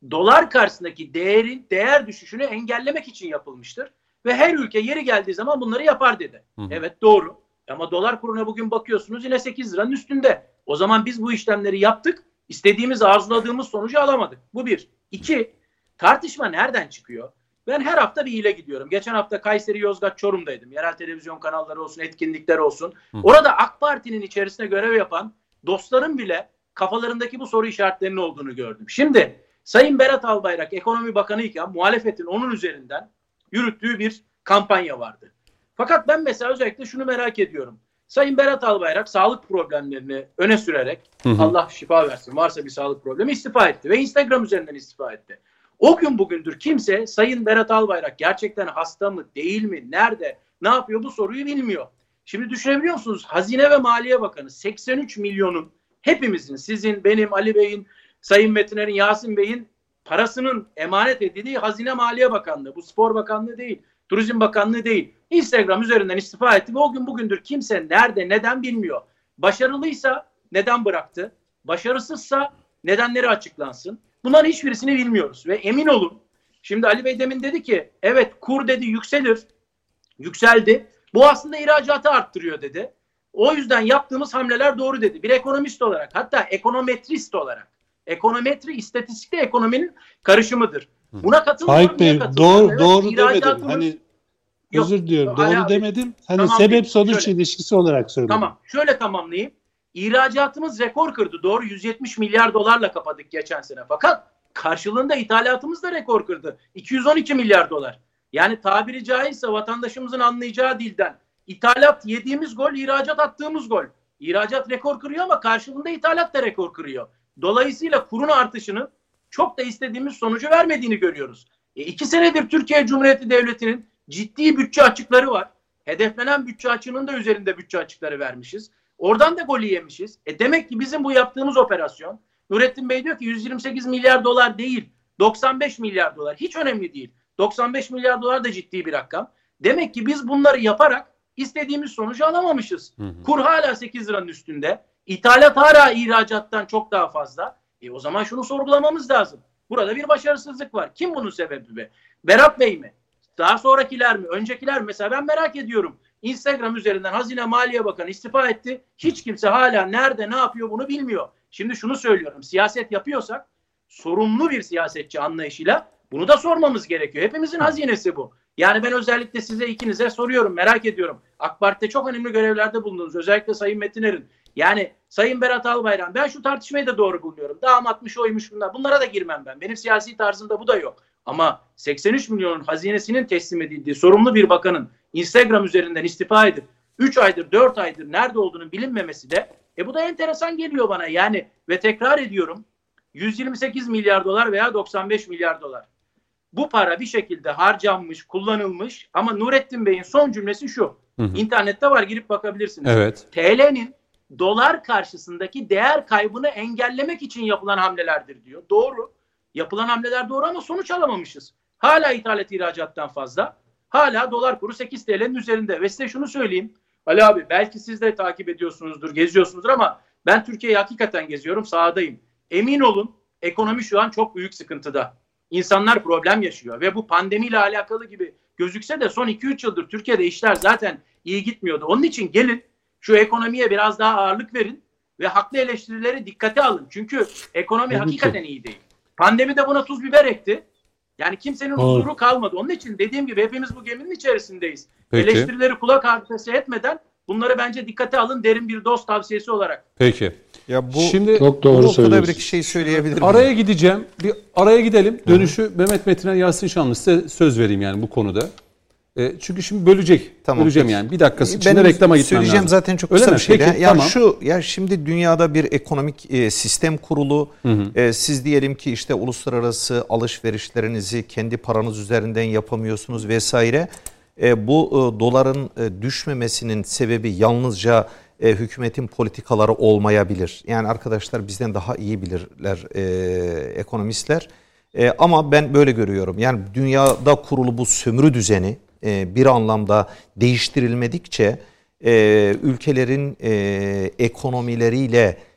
dolar karşısındaki değerin değer düşüşünü engellemek için yapılmıştır. Ve her ülke yeri geldiği zaman bunları yapar dedi. Hı hı. Evet, doğru. Ama dolar kuruna bugün bakıyorsunuz yine sekiz liranın üstünde. O zaman biz bu işlemleri yaptık. İstediğimiz, arzuladığımız sonucu alamadık. Bu bir. İki, tartışma nereden çıkıyor? Ben her hafta bir ile gidiyorum. Geçen hafta Kayseri, Yozgat, Çorum'daydım. Yerel televizyon kanalları olsun, etkinlikler olsun. Hı. Orada AK Parti'nin içerisinde görev yapan dostlarım bile kafalarındaki bu soru işaretlerinin olduğunu gördüm. Şimdi Sayın Berat Albayrak Ekonomi Bakanı iken muhalefetin onun üzerinden yürüttüğü bir kampanya vardı. Fakat ben mesela özellikle şunu merak ediyorum. Sayın Berat Albayrak sağlık problemlerini öne sürerek, hı hı, Allah şifa versin, varsa bir sağlık problemi, istifa etti ve Instagram üzerinden istifa etti. O gün bugündür kimse Sayın Berat Albayrak gerçekten hasta mı, değil mi, nerede, ne yapıyor bu soruyu bilmiyor. Şimdi düşünebiliyor musunuz? Hazine ve Maliye Bakanı seksen üç milyonun, hepimizin, sizin, benim, Ali Bey'in, Sayın Metiner'in, Yasin Bey'in parasının emanet edildiği Hazine Maliye Bakanlığı. Bu Spor Bakanlığı değil, Turizm Bakanlığı değil. Instagram üzerinden istifa etti ve o gün bugündür kimse nerede, neden bilmiyor. Başarılıysa neden bıraktı? Başarısızsa nedenleri açıklansın. Bunların hiçbirisini bilmiyoruz ve emin olun. Şimdi Ali Bey demin dedi ki evet kur dedi yükselir. Yükseldi. Bu aslında ihracatı arttırıyor dedi. O yüzden yaptığımız hamleler doğru dedi. Bir ekonomist olarak, hatta ekonometrist olarak. Ekonometri istatistikte ekonominin karışımıdır. Buna katılmıyorum. Faik Bey doğru, evet, doğru demedim. Hani Yok, özür diliyorum. Doğru abi, demedim. Hani tamam, sebep sonuç şöyle, ilişkisi olarak söyledim. Tamam. Şöyle tamamlayayım. İhracatımız rekor kırdı. Doğru, yüz yetmiş milyar dolarla kapadık geçen sene. Fakat karşılığında ithalatımız da rekor kırdı. iki yüz on iki milyar dolar. Yani tabiri caizse vatandaşımızın anlayacağı dilden ithalat yediğimiz gol, ihracat attığımız gol. İhracat rekor kırıyor ama karşılığında ithalat da rekor kırıyor. Dolayısıyla kurun artışının çok da istediğimiz sonucu vermediğini görüyoruz. E iki senedir Türkiye Cumhuriyeti Devleti'nin ciddi bütçe açıkları var. Hedeflenen bütçe açığının da üzerinde bütçe açıkları vermişiz. Oradan da golü yemişiz. E demek ki bizim bu yaptığımız operasyon, Nurettin Bey diyor ki yüz yirmi sekiz milyar dolar değil, doksan beş milyar dolar. Hiç önemli değil. doksan beş milyar dolar da ciddi bir rakam. Demek ki biz bunları yaparak istediğimiz sonucu alamamışız. Hı hı. Kur hala sekiz liranın üstünde. İthalat hala ihracattan çok daha fazla. E o zaman şunu sorgulamamız lazım. Burada bir başarısızlık var. Kim bunun sebebi be? Berat Bey mi? Daha sonrakiler mi? Öncekiler mi? Mesela ben merak ediyorum. Instagram üzerinden Hazine Maliye Bakanı istifa etti. Hiç kimse hala nerede ne yapıyor bunu bilmiyor. Şimdi şunu söylüyorum. Siyaset yapıyorsak sorumlu bir siyasetçi anlayışıyla bunu da sormamız gerekiyor. Hepimizin hazinesi bu. Yani ben özellikle size ikinize soruyorum. Merak ediyorum. AK Parti'de çok önemli görevlerde bulundunuz. Özellikle Sayın Metiner'in. Yani Sayın Berat Albayrak, ben şu tartışmayı da doğru buluyorum. Damatmış, oymuş bunlar. Bunlara da girmem ben. Benim siyasi tarzımda bu da yok. Ama seksen üç milyonun hazinesinin teslim edildiği sorumlu bir bakanın Instagram üzerinden istifa edip üç aydır, dört aydır nerede olduğunu bilinmemesi de e bu da enteresan geliyor bana. Yani ve tekrar ediyorum, yüz yirmi sekiz milyar dolar veya doksan beş milyar dolar. Bu para bir şekilde harcanmış, kullanılmış ama Nurettin Bey'in son cümlesi şu. Hı hı. İnternette var, girip bakabilirsiniz. Evet. T L'nin dolar karşısındaki değer kaybını engellemek için yapılan hamlelerdir diyor. Doğru. Yapılan hamleler doğru ama sonuç alamamışız. Hala ithalat ihracattan fazla. Hala dolar kuru sekiz T L'nin üzerinde. Ve size şunu söyleyeyim. Ali abi, belki siz de takip ediyorsunuzdur, geziyorsunuzdur ama ben Türkiye'yi hakikaten geziyorum, sahadayım. Emin olun ekonomi şu an çok büyük sıkıntıda. İnsanlar problem yaşıyor ve bu pandemiyle alakalı gibi gözükse de son iki üç yıldır Türkiye'de işler zaten iyi gitmiyordu. Onun için gelin şu ekonomiye biraz daha ağırlık verin ve haklı eleştirileri dikkate alın. Çünkü ekonomi Tabii hakikaten ki. iyi değil. Pandemi de buna tuz biber ekti. Yani kimsenin Doğru. huzuru kalmadı. Onun için dediğim gibi hepimiz bu geminin içerisindeyiz. Peki. Eleştirileri kulak arkası etmeden bunları bence dikkate alın, derin bir dost tavsiyesi olarak. Peki. Ya bu Şimdi çok doğru söylüyorsun. Bir şey söyleyebilirim. Araya gideceğim. Bir araya gidelim. Dönüşü Hı-hı. Mehmet Metiner, Yasin Şanlı, size söz vereyim yani bu konuda. E, çünkü şimdi bölecek. Tamam, Böleceğim peki. yani. Bir dakikası içinde Benim reklama gitmem lazım. Söyleyeceğim zaten çok kısa Öyle bir şey. Peki, ya tamam. şu ya şimdi dünyada bir ekonomik e, sistem kurulu. E, siz diyelim ki işte uluslararası alışverişlerinizi kendi paranız üzerinden yapamıyorsunuz vesaire. E, bu e, doların e, düşmemesinin sebebi yalnızca e, hükümetin politikaları olmayabilir. Yani arkadaşlar bizden daha iyi bilirler e, ekonomistler. E, ama ben böyle görüyorum. Yani dünyada kurulu bu sömürü düzeni e, bir anlamda değiştirilmedikçe e, ülkelerin e, ekonomileriyle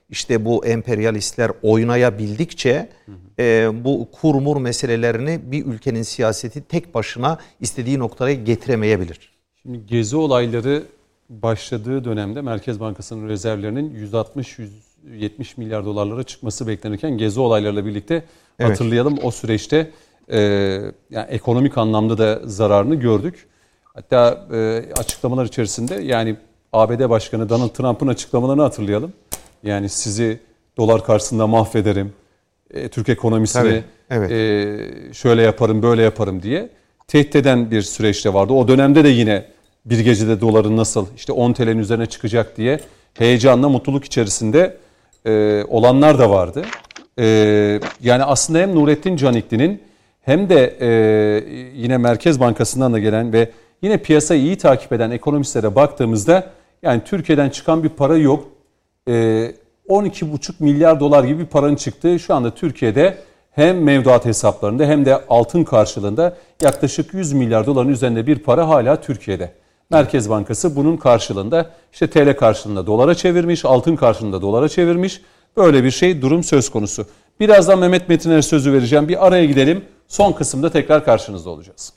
işte bu emperyalistler oynayabildikçe e, bu kurmur meselelerini bir ülkenin siyaseti tek başına istediği noktaya getiremeyebilir. Şimdi gezi olayları başladığı dönemde Merkez Bankası'nın rezervlerinin yüz altmış yüz yetmiş milyar dolarlara çıkması beklenirken gezi olaylarıyla birlikte Evet. hatırlayalım o süreçte e, yani ekonomik anlamda da zararını gördük. Hatta e, açıklamalar içerisinde yani A B D Başkanı Donald Trump'ın açıklamalarını hatırlayalım. Yani sizi dolar karşısında mahvederim, e, Türk ekonomisini Tabii, evet. e, şöyle yaparım böyle yaparım diye tehdit eden bir süreçte vardı. O dönemde de yine bir gecede doların nasıl işte on T L'nin üzerine çıkacak diye heyecanla mutluluk içerisinde e, olanlar da vardı. E, yani aslında hem Nurettin Canikli'nin hem de e, yine Merkez Bankası'ndan da gelen ve yine piyasayı iyi takip eden ekonomistlere baktığımızda yani Türkiye'den çıkan bir para yok. E, on iki buçuk milyar dolar gibi bir paranın çıktığı şu anda Türkiye'de hem mevduat hesaplarında hem de altın karşılığında yaklaşık yüz milyar doların üzerinde bir para hala Türkiye'de. Merkez Bankası bunun karşılığında işte T L karşılığında dolara çevirmiş, altın karşılığında dolara çevirmiş. Böyle bir şey durum söz konusu. Birazdan Mehmet Metiner'e sözü vereceğim. Bir araya gidelim. Son kısımda tekrar karşınızda olacağız.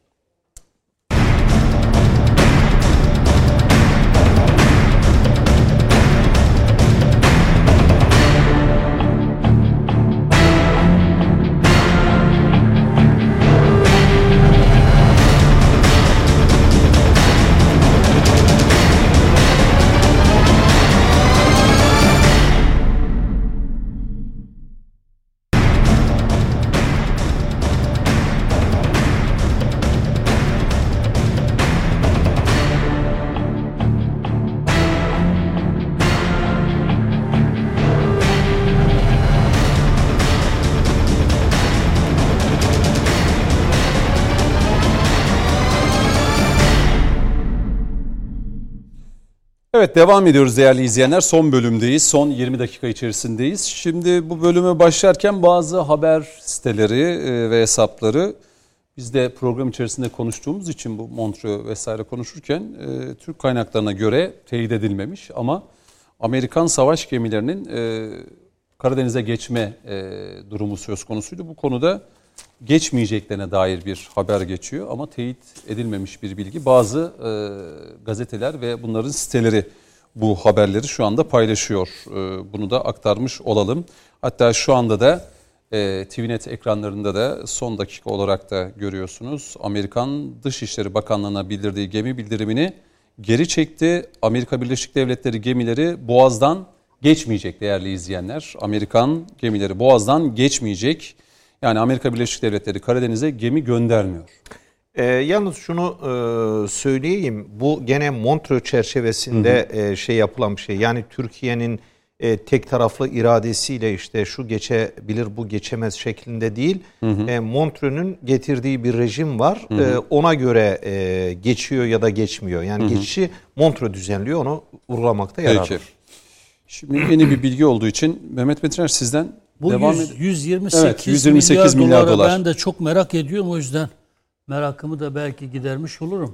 Evet, devam ediyoruz değerli izleyenler. Son bölümdeyiz. Son yirmi dakika içerisindeyiz. Şimdi bu bölüme başlarken bazı haber siteleri ve hesapları biz de program içerisinde konuştuğumuz için bu Montreux vesaire konuşurken e, Türk kaynaklarına göre teyit edilmemiş ama Amerikan savaş gemilerinin e, Karadeniz'e geçme e, durumu söz konusuydu. Bu konuda geçmeyeceklerine dair bir haber geçiyor ama teyit edilmemiş bir bilgi. Bazı e, gazeteler ve bunların siteleri bu haberleri şu anda paylaşıyor. E, bunu da aktarmış olalım. Hatta şu anda da e, T V Net ekranlarında da son dakika olarak da görüyorsunuz. Amerikan Dışişleri Bakanlığı'na bildirdiği gemi bildirimini geri çekti. Amerika Birleşik Devletleri gemileri Boğaz'dan geçmeyecek değerli izleyenler. Amerikan gemileri Boğaz'dan geçmeyecek. Yani Amerika Birleşik Devletleri Karadeniz'e gemi göndermiyor. E, yalnız şunu e, söyleyeyim. Bu gene Montreux çerçevesinde hı hı. E, şey yapılan bir şey. Yani Türkiye'nin e, tek taraflı iradesiyle işte şu geçebilir bu geçemez şeklinde değil. Hı hı. E, Montreux'un getirdiği bir rejim var. Hı hı. E, ona göre e, geçiyor ya da geçmiyor. Yani hı hı. geçişi Montreux düzenliyor. Onu vurgulamakta yarar var. Peki. Şimdi yeni bir bilgi olduğu için Mehmet Metiner sizden bu devam yüz, yüz yirmi sekiz, evet, yüz yirmi sekiz milyar, milyar dolara dolar. Ben de çok merak ediyorum, o yüzden merakımı da belki gidermiş olurum.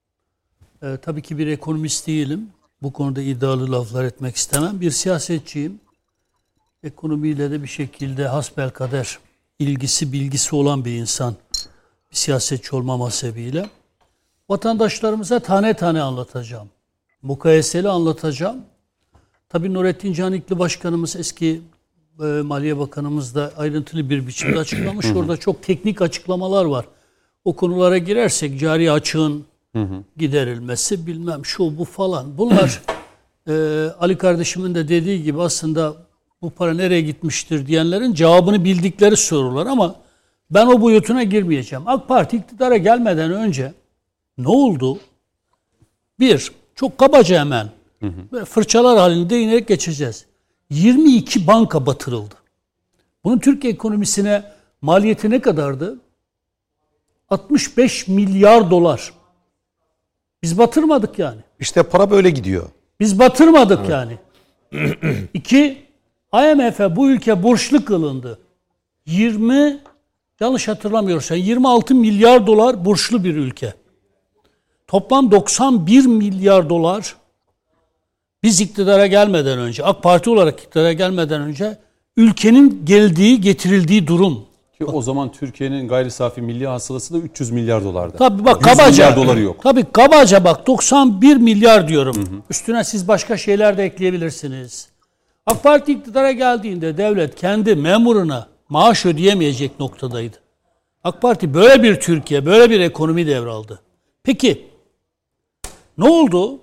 Ee, tabii ki bir ekonomist değilim. Bu konuda iddialı laflar etmek istemem. Bir siyasetçiyim. Ekonomiyle de bir şekilde hasbelkader ilgisi bilgisi olan bir insan. Bir siyasetçi olmam hasebiyle. Vatandaşlarımıza tane tane anlatacağım. Mukayeseli anlatacağım. Tabii Nurettin Canikli Başkanımız, eski e, Maliye Bakanımız da ayrıntılı bir biçimde açıklamış. Orada çok teknik açıklamalar var. O konulara girersek cari açığın giderilmesi, bilmem şu bu falan. Bunlar e, Ali kardeşimin de dediği gibi aslında bu para nereye gitmiştir diyenlerin cevabını bildikleri sorular ama ben o boyutuna girmeyeceğim. AK Parti iktidara gelmeden önce ne oldu? Bir, çok kabaca hemen böyle fırçalar halinde inerek geçeceğiz. yirmi iki banka batırıldı. Bunun Türkiye ekonomisine maliyeti ne kadardı? altmış beş milyar dolar. Biz batırmadık yani. İşte para böyle gidiyor. Biz batırmadık evet. yani. İki, I M F'e bu ülke borçlu kılındı. yirmi, yanlış hatırlamıyorsam yirmi altı milyar dolar borçlu bir ülke. Toplam doksan bir milyar dolar biz iktidara gelmeden önce, AK Parti olarak iktidara gelmeden önce ülkenin geldiği, getirildiği durum. Ki o zaman Türkiye'nin gayri safi milli hasılası da üç yüz milyar dolardı. Tabii bak yüz kabaca. milyar doları yok. Tabii kabaca bak doksan bir milyar diyorum. Hı hı. Üstüne siz başka şeyler de ekleyebilirsiniz. AK Parti iktidara geldiğinde devlet kendi memuruna maaş ödeyemeyecek noktadaydı. AK Parti böyle bir Türkiye, böyle bir ekonomi devraldı. Peki ne oldu?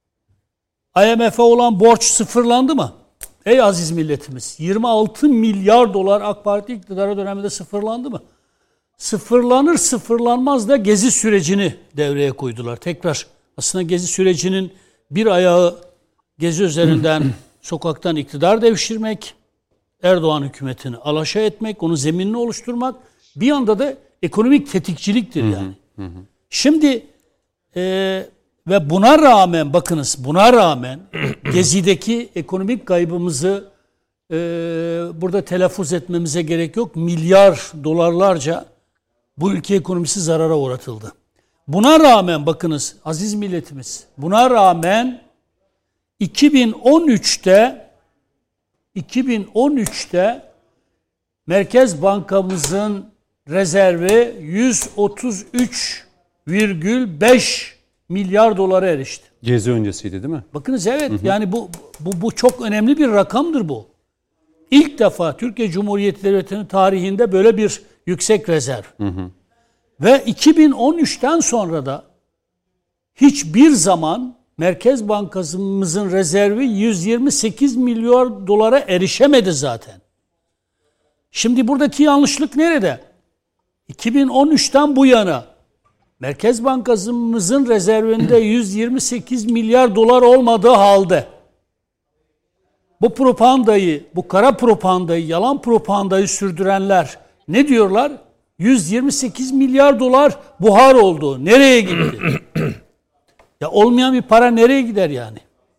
I M F'e olan borç sıfırlandı mı? Ey aziz milletimiz, yirmi altı milyar dolar AK Parti iktidarı döneminde sıfırlandı mı? Sıfırlanır sıfırlanmaz da Gezi sürecini devreye koydular. Tekrar aslında Gezi sürecinin bir ayağı Gezi üzerinden sokaktan iktidar devşirmek, Erdoğan hükümetini alaşağı etmek, onun zeminini oluşturmak, bir yanda da ekonomik tetikçiliktir yani. Hı hı hı. Şimdi e, ve buna rağmen bakınız buna rağmen Gezi'deki ekonomik kaybımızı e, burada telaffuz etmemize gerek yok. Milyar dolarlarca bu ülke ekonomisi zarara uğratıldı. Buna rağmen bakınız aziz milletimiz, buna rağmen iki bin on üçte iki bin on üçte Merkez Bankamızın rezervi yüz otuz üç virgül beş milyar dolara erişti. Gezi öncesiydi değil mi? Bakınız evet, hı hı. Yani bu, bu bu çok önemli bir rakamdır bu. İlk defa Türkiye Cumhuriyeti Devleti'nin tarihinde böyle bir yüksek rezerv. Hı hı. Ve iki bin on üçten sonra da hiçbir zaman Merkez Bankamızın rezervi yüz yirmi sekiz milyar dolara erişemedi zaten. Şimdi buradaki yanlışlık nerede? iki bin on üçten bu yana Merkez Bankamızın rezervinde yüz yirmi sekiz milyar dolar olmadığı halde bu propagandayı, bu kara propagandayı, yalan propagandayı sürdürenler ne diyorlar? yüz yirmi sekiz milyar dolar buhar oldu. Nereye gitti? Ya olmayan bir para nereye gider yani?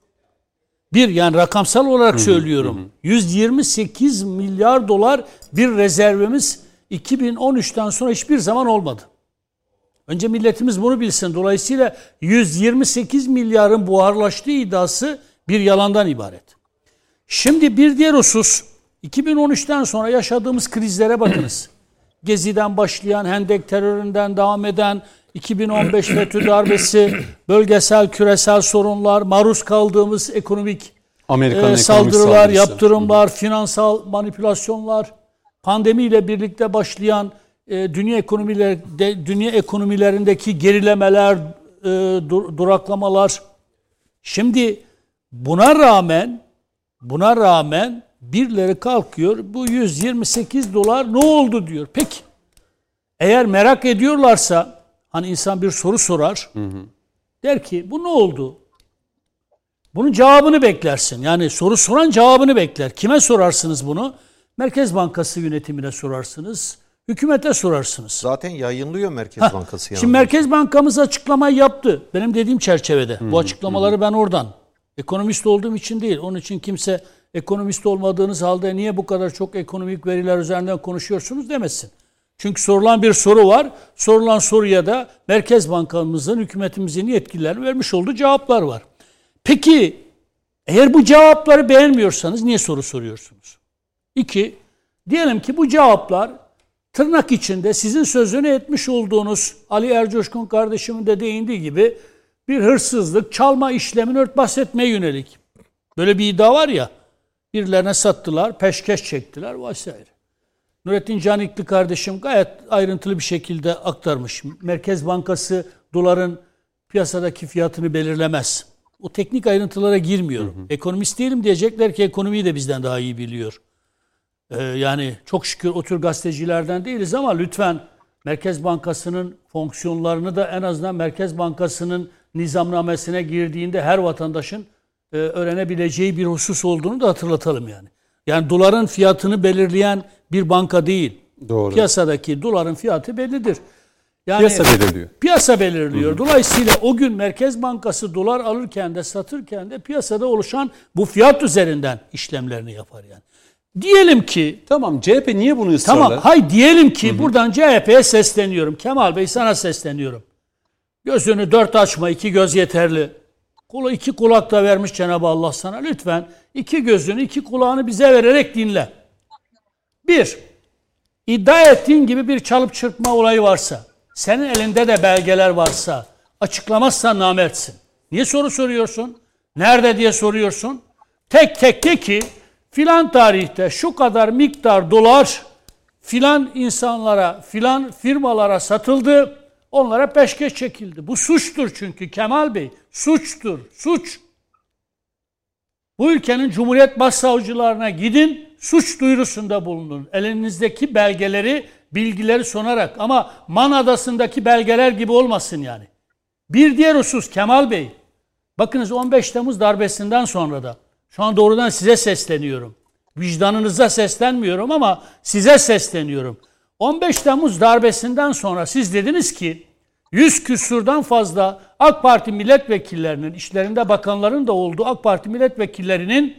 Bir, yani rakamsal olarak söylüyorum. yüz yirmi sekiz milyar dolar bir rezervimiz iki bin on üçten sonra hiçbir zaman olmadı. Önce milletimiz bunu bilsin. Dolayısıyla yüz yirmi sekiz milyarın buharlaştığı iddiası bir yalandan ibaret. Şimdi bir diğer husus, iki bin on üçten sonra yaşadığımız krizlere bakınız. Gezi'den başlayan, Hendek teröründen devam eden, iki bin on beş FETÖ darbesi, bölgesel, küresel sorunlar, maruz kaldığımız ekonomik e, saldırılar, yaptırımlar, hı hı. finansal manipülasyonlar, pandemiyle birlikte başlayan e, dünya ekonomiler, de, dünya ekonomilerindeki gerilemeler, e, dur, duraklamalar. Şimdi buna rağmen, buna rağmen birileri kalkıyor, bu yüz yirmi sekiz dolar ne oldu diyor. Peki, eğer merak ediyorlarsa, hani insan bir soru sorar, hı hı. der ki bu ne oldu? Bunun cevabını beklersin. Yani soru soran cevabını bekler. Kime sorarsınız bunu? Merkez Bankası yönetimine sorarsınız, hükümete sorarsınız. Zaten yayınlıyor Merkez Heh, Bankası. Şimdi yanında. Merkez Bankamız açıklamayı yaptı. Benim dediğim çerçevede. Hı hı. Bu açıklamaları hı. ben oradan. Ekonomist olduğum için değil. Onun için kimse ekonomist olmadığınız halde niye bu kadar çok ekonomik veriler üzerinden konuşuyorsunuz demesin. Çünkü sorulan bir soru var. Sorulan soruya da Merkez Bankamızın, hükümetimizin yetkililerinin vermiş olduğu cevaplar var. Peki eğer bu cevapları beğenmiyorsanız niye soru soruyorsunuz? İki, diyelim ki bu cevaplar tırnak içinde sizin sözünü etmiş olduğunuz Ali Ercoşkun kardeşimin de değindiği gibi bir hırsızlık, çalma işlemini örtbas etmeye yönelik. Böyle bir iddia var ya, birilerine sattılar, peşkeş çektiler vesaire. Nurettin Canikli kardeşim gayet ayrıntılı bir şekilde aktarmış. Merkez Bankası doların piyasadaki fiyatını belirlemez. O teknik ayrıntılara girmiyorum. Hı hı. Ekonomist değilim diyecekler ki ekonomiyi de bizden daha iyi biliyor. Ee, yani çok şükür o tür gazetecilerden değiliz ama lütfen Merkez Bankası'nın fonksiyonlarını da en azından Merkez Bankası'nın nizamnamesine girdiğinde her vatandaşın e, öğrenebileceği bir husus olduğunu da hatırlatalım yani. Yani doların fiyatını belirleyen bir banka değil. Doğru. Piyasadaki doların fiyatı bellidir. Yani piyasa belirliyor. Piyasa belirliyor. Hı hı. Dolayısıyla o gün Merkez Bankası dolar alırken de satırken de piyasada oluşan bu fiyat üzerinden işlemlerini yapar yani. Diyelim ki tamam C H P niye bunu ısrarla? Tamam hay diyelim ki hı hı. buradan C H P'ye sesleniyorum. Kemal Bey sana sesleniyorum. Gözünü dört açma, iki göz yeterli. Kula iki kulak da vermiş Cenab-ı Allah sana. Lütfen iki gözünü, iki kulağını bize vererek dinle. Bir, iddia ettiğin gibi bir çalıp çırpma olayı varsa, senin elinde de belgeler varsa, açıklamazsan namertsin. Niye soru soruyorsun? Nerede diye soruyorsun? Tek tek de ki filan tarihte şu kadar miktar dolar filan insanlara, filan firmalara satıldı. Onlara peşkeş çekildi. Bu suçtur çünkü Kemal Bey. Suçtur. Suç. Bu ülkenin Cumhuriyet Başsavcılarına gidin, suç duyurusunda bulunun. Elinizdeki belgeleri, bilgileri sunarak, ama Man Adası'ndaki belgeler gibi olmasın yani. Bir diğer husus Kemal Bey. Bakınız on beş Temmuz darbesinden sonra da, şu an doğrudan size sesleniyorum. Vicdanınıza seslenmiyorum ama size sesleniyorum. on beş Temmuz darbesinden sonra siz dediniz ki yüz küsurdan fazla AK Parti milletvekillerinin, işlerinde bakanların da olduğu AK Parti milletvekillerinin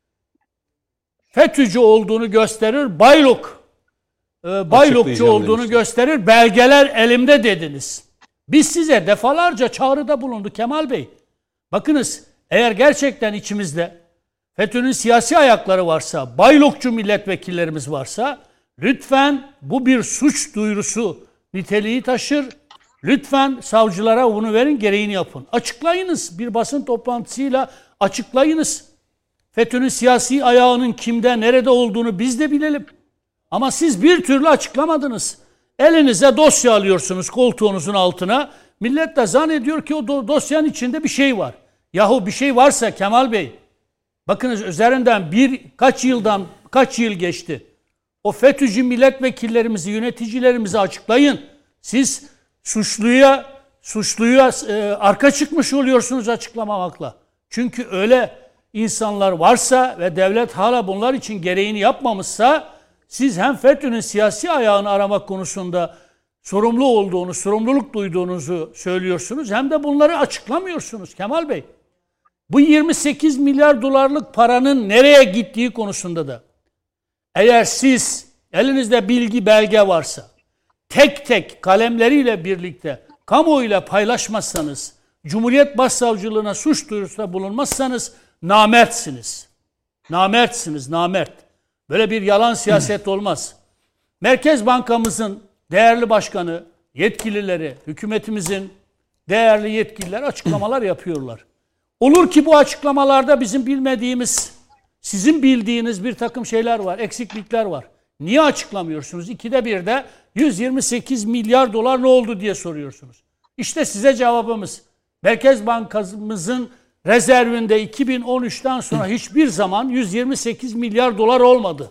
FETÖ'cü olduğunu gösterir, baylok, e, baylokçu olduğunu gösterir, belgeler elimde dediniz. Biz size defalarca çağrıda bulunduk Kemal Bey. Bakınız, eğer gerçekten içimizde FETÖ'nün siyasi ayakları varsa, baylokçu milletvekillerimiz varsa, lütfen bu bir suç duyurusu niteliği taşır. Lütfen savcılara bunu verin, gereğini yapın. Açıklayınız. Bir basın toplantısıyla açıklayınız. FETÖ'nün siyasi ayağının kimde, nerede olduğunu biz de bilelim. Ama siz bir türlü açıklamadınız. Elinize dosya alıyorsunuz koltuğunuzun altına. Millet de zannediyor ki o dosyanın içinde bir şey var. Yahu bir şey varsa Kemal Bey, bakınız üzerinden bir kaç yıldan kaç yıl geçti. O FETÖ'cü milletvekillerimizi, yöneticilerimizi açıklayın. Siz suçluya suçluya e, arka çıkmış oluyorsunuz açıklamamakla. Çünkü öyle insanlar varsa ve devlet hala bunlar için gereğini yapmamışsa, siz hem FETÖ'nün siyasi ayağını aramak konusunda sorumlu olduğunu, sorumluluk duyduğunuzu söylüyorsunuz, hem de bunları açıklamıyorsunuz Kemal Bey. Bu yirmi sekiz milyar dolarlık paranın nereye gittiği konusunda da, eğer siz elinizde bilgi, belge varsa, tek tek kalemleriyle birlikte kamuoyuyla paylaşmazsanız, Cumhuriyet Başsavcılığına suç duyurusunda bulunmazsanız namertsiniz. Namertsiniz, namert. Böyle bir yalan siyaset olmaz. Merkez Bankamızın değerli başkanı, yetkilileri, hükümetimizin değerli yetkililer açıklamalar yapıyorlar. Olur ki bu açıklamalarda bizim bilmediğimiz, sizin bildiğiniz bir takım şeyler var, eksiklikler var. Niye açıklamıyorsunuz? İkide bir de yüz yirmi sekiz milyar dolar ne oldu diye soruyorsunuz. İşte size cevabımız. Merkez Bankamızın rezervinde iki bin on üçten sonra hiçbir zaman yüz yirmi sekiz milyar dolar olmadı.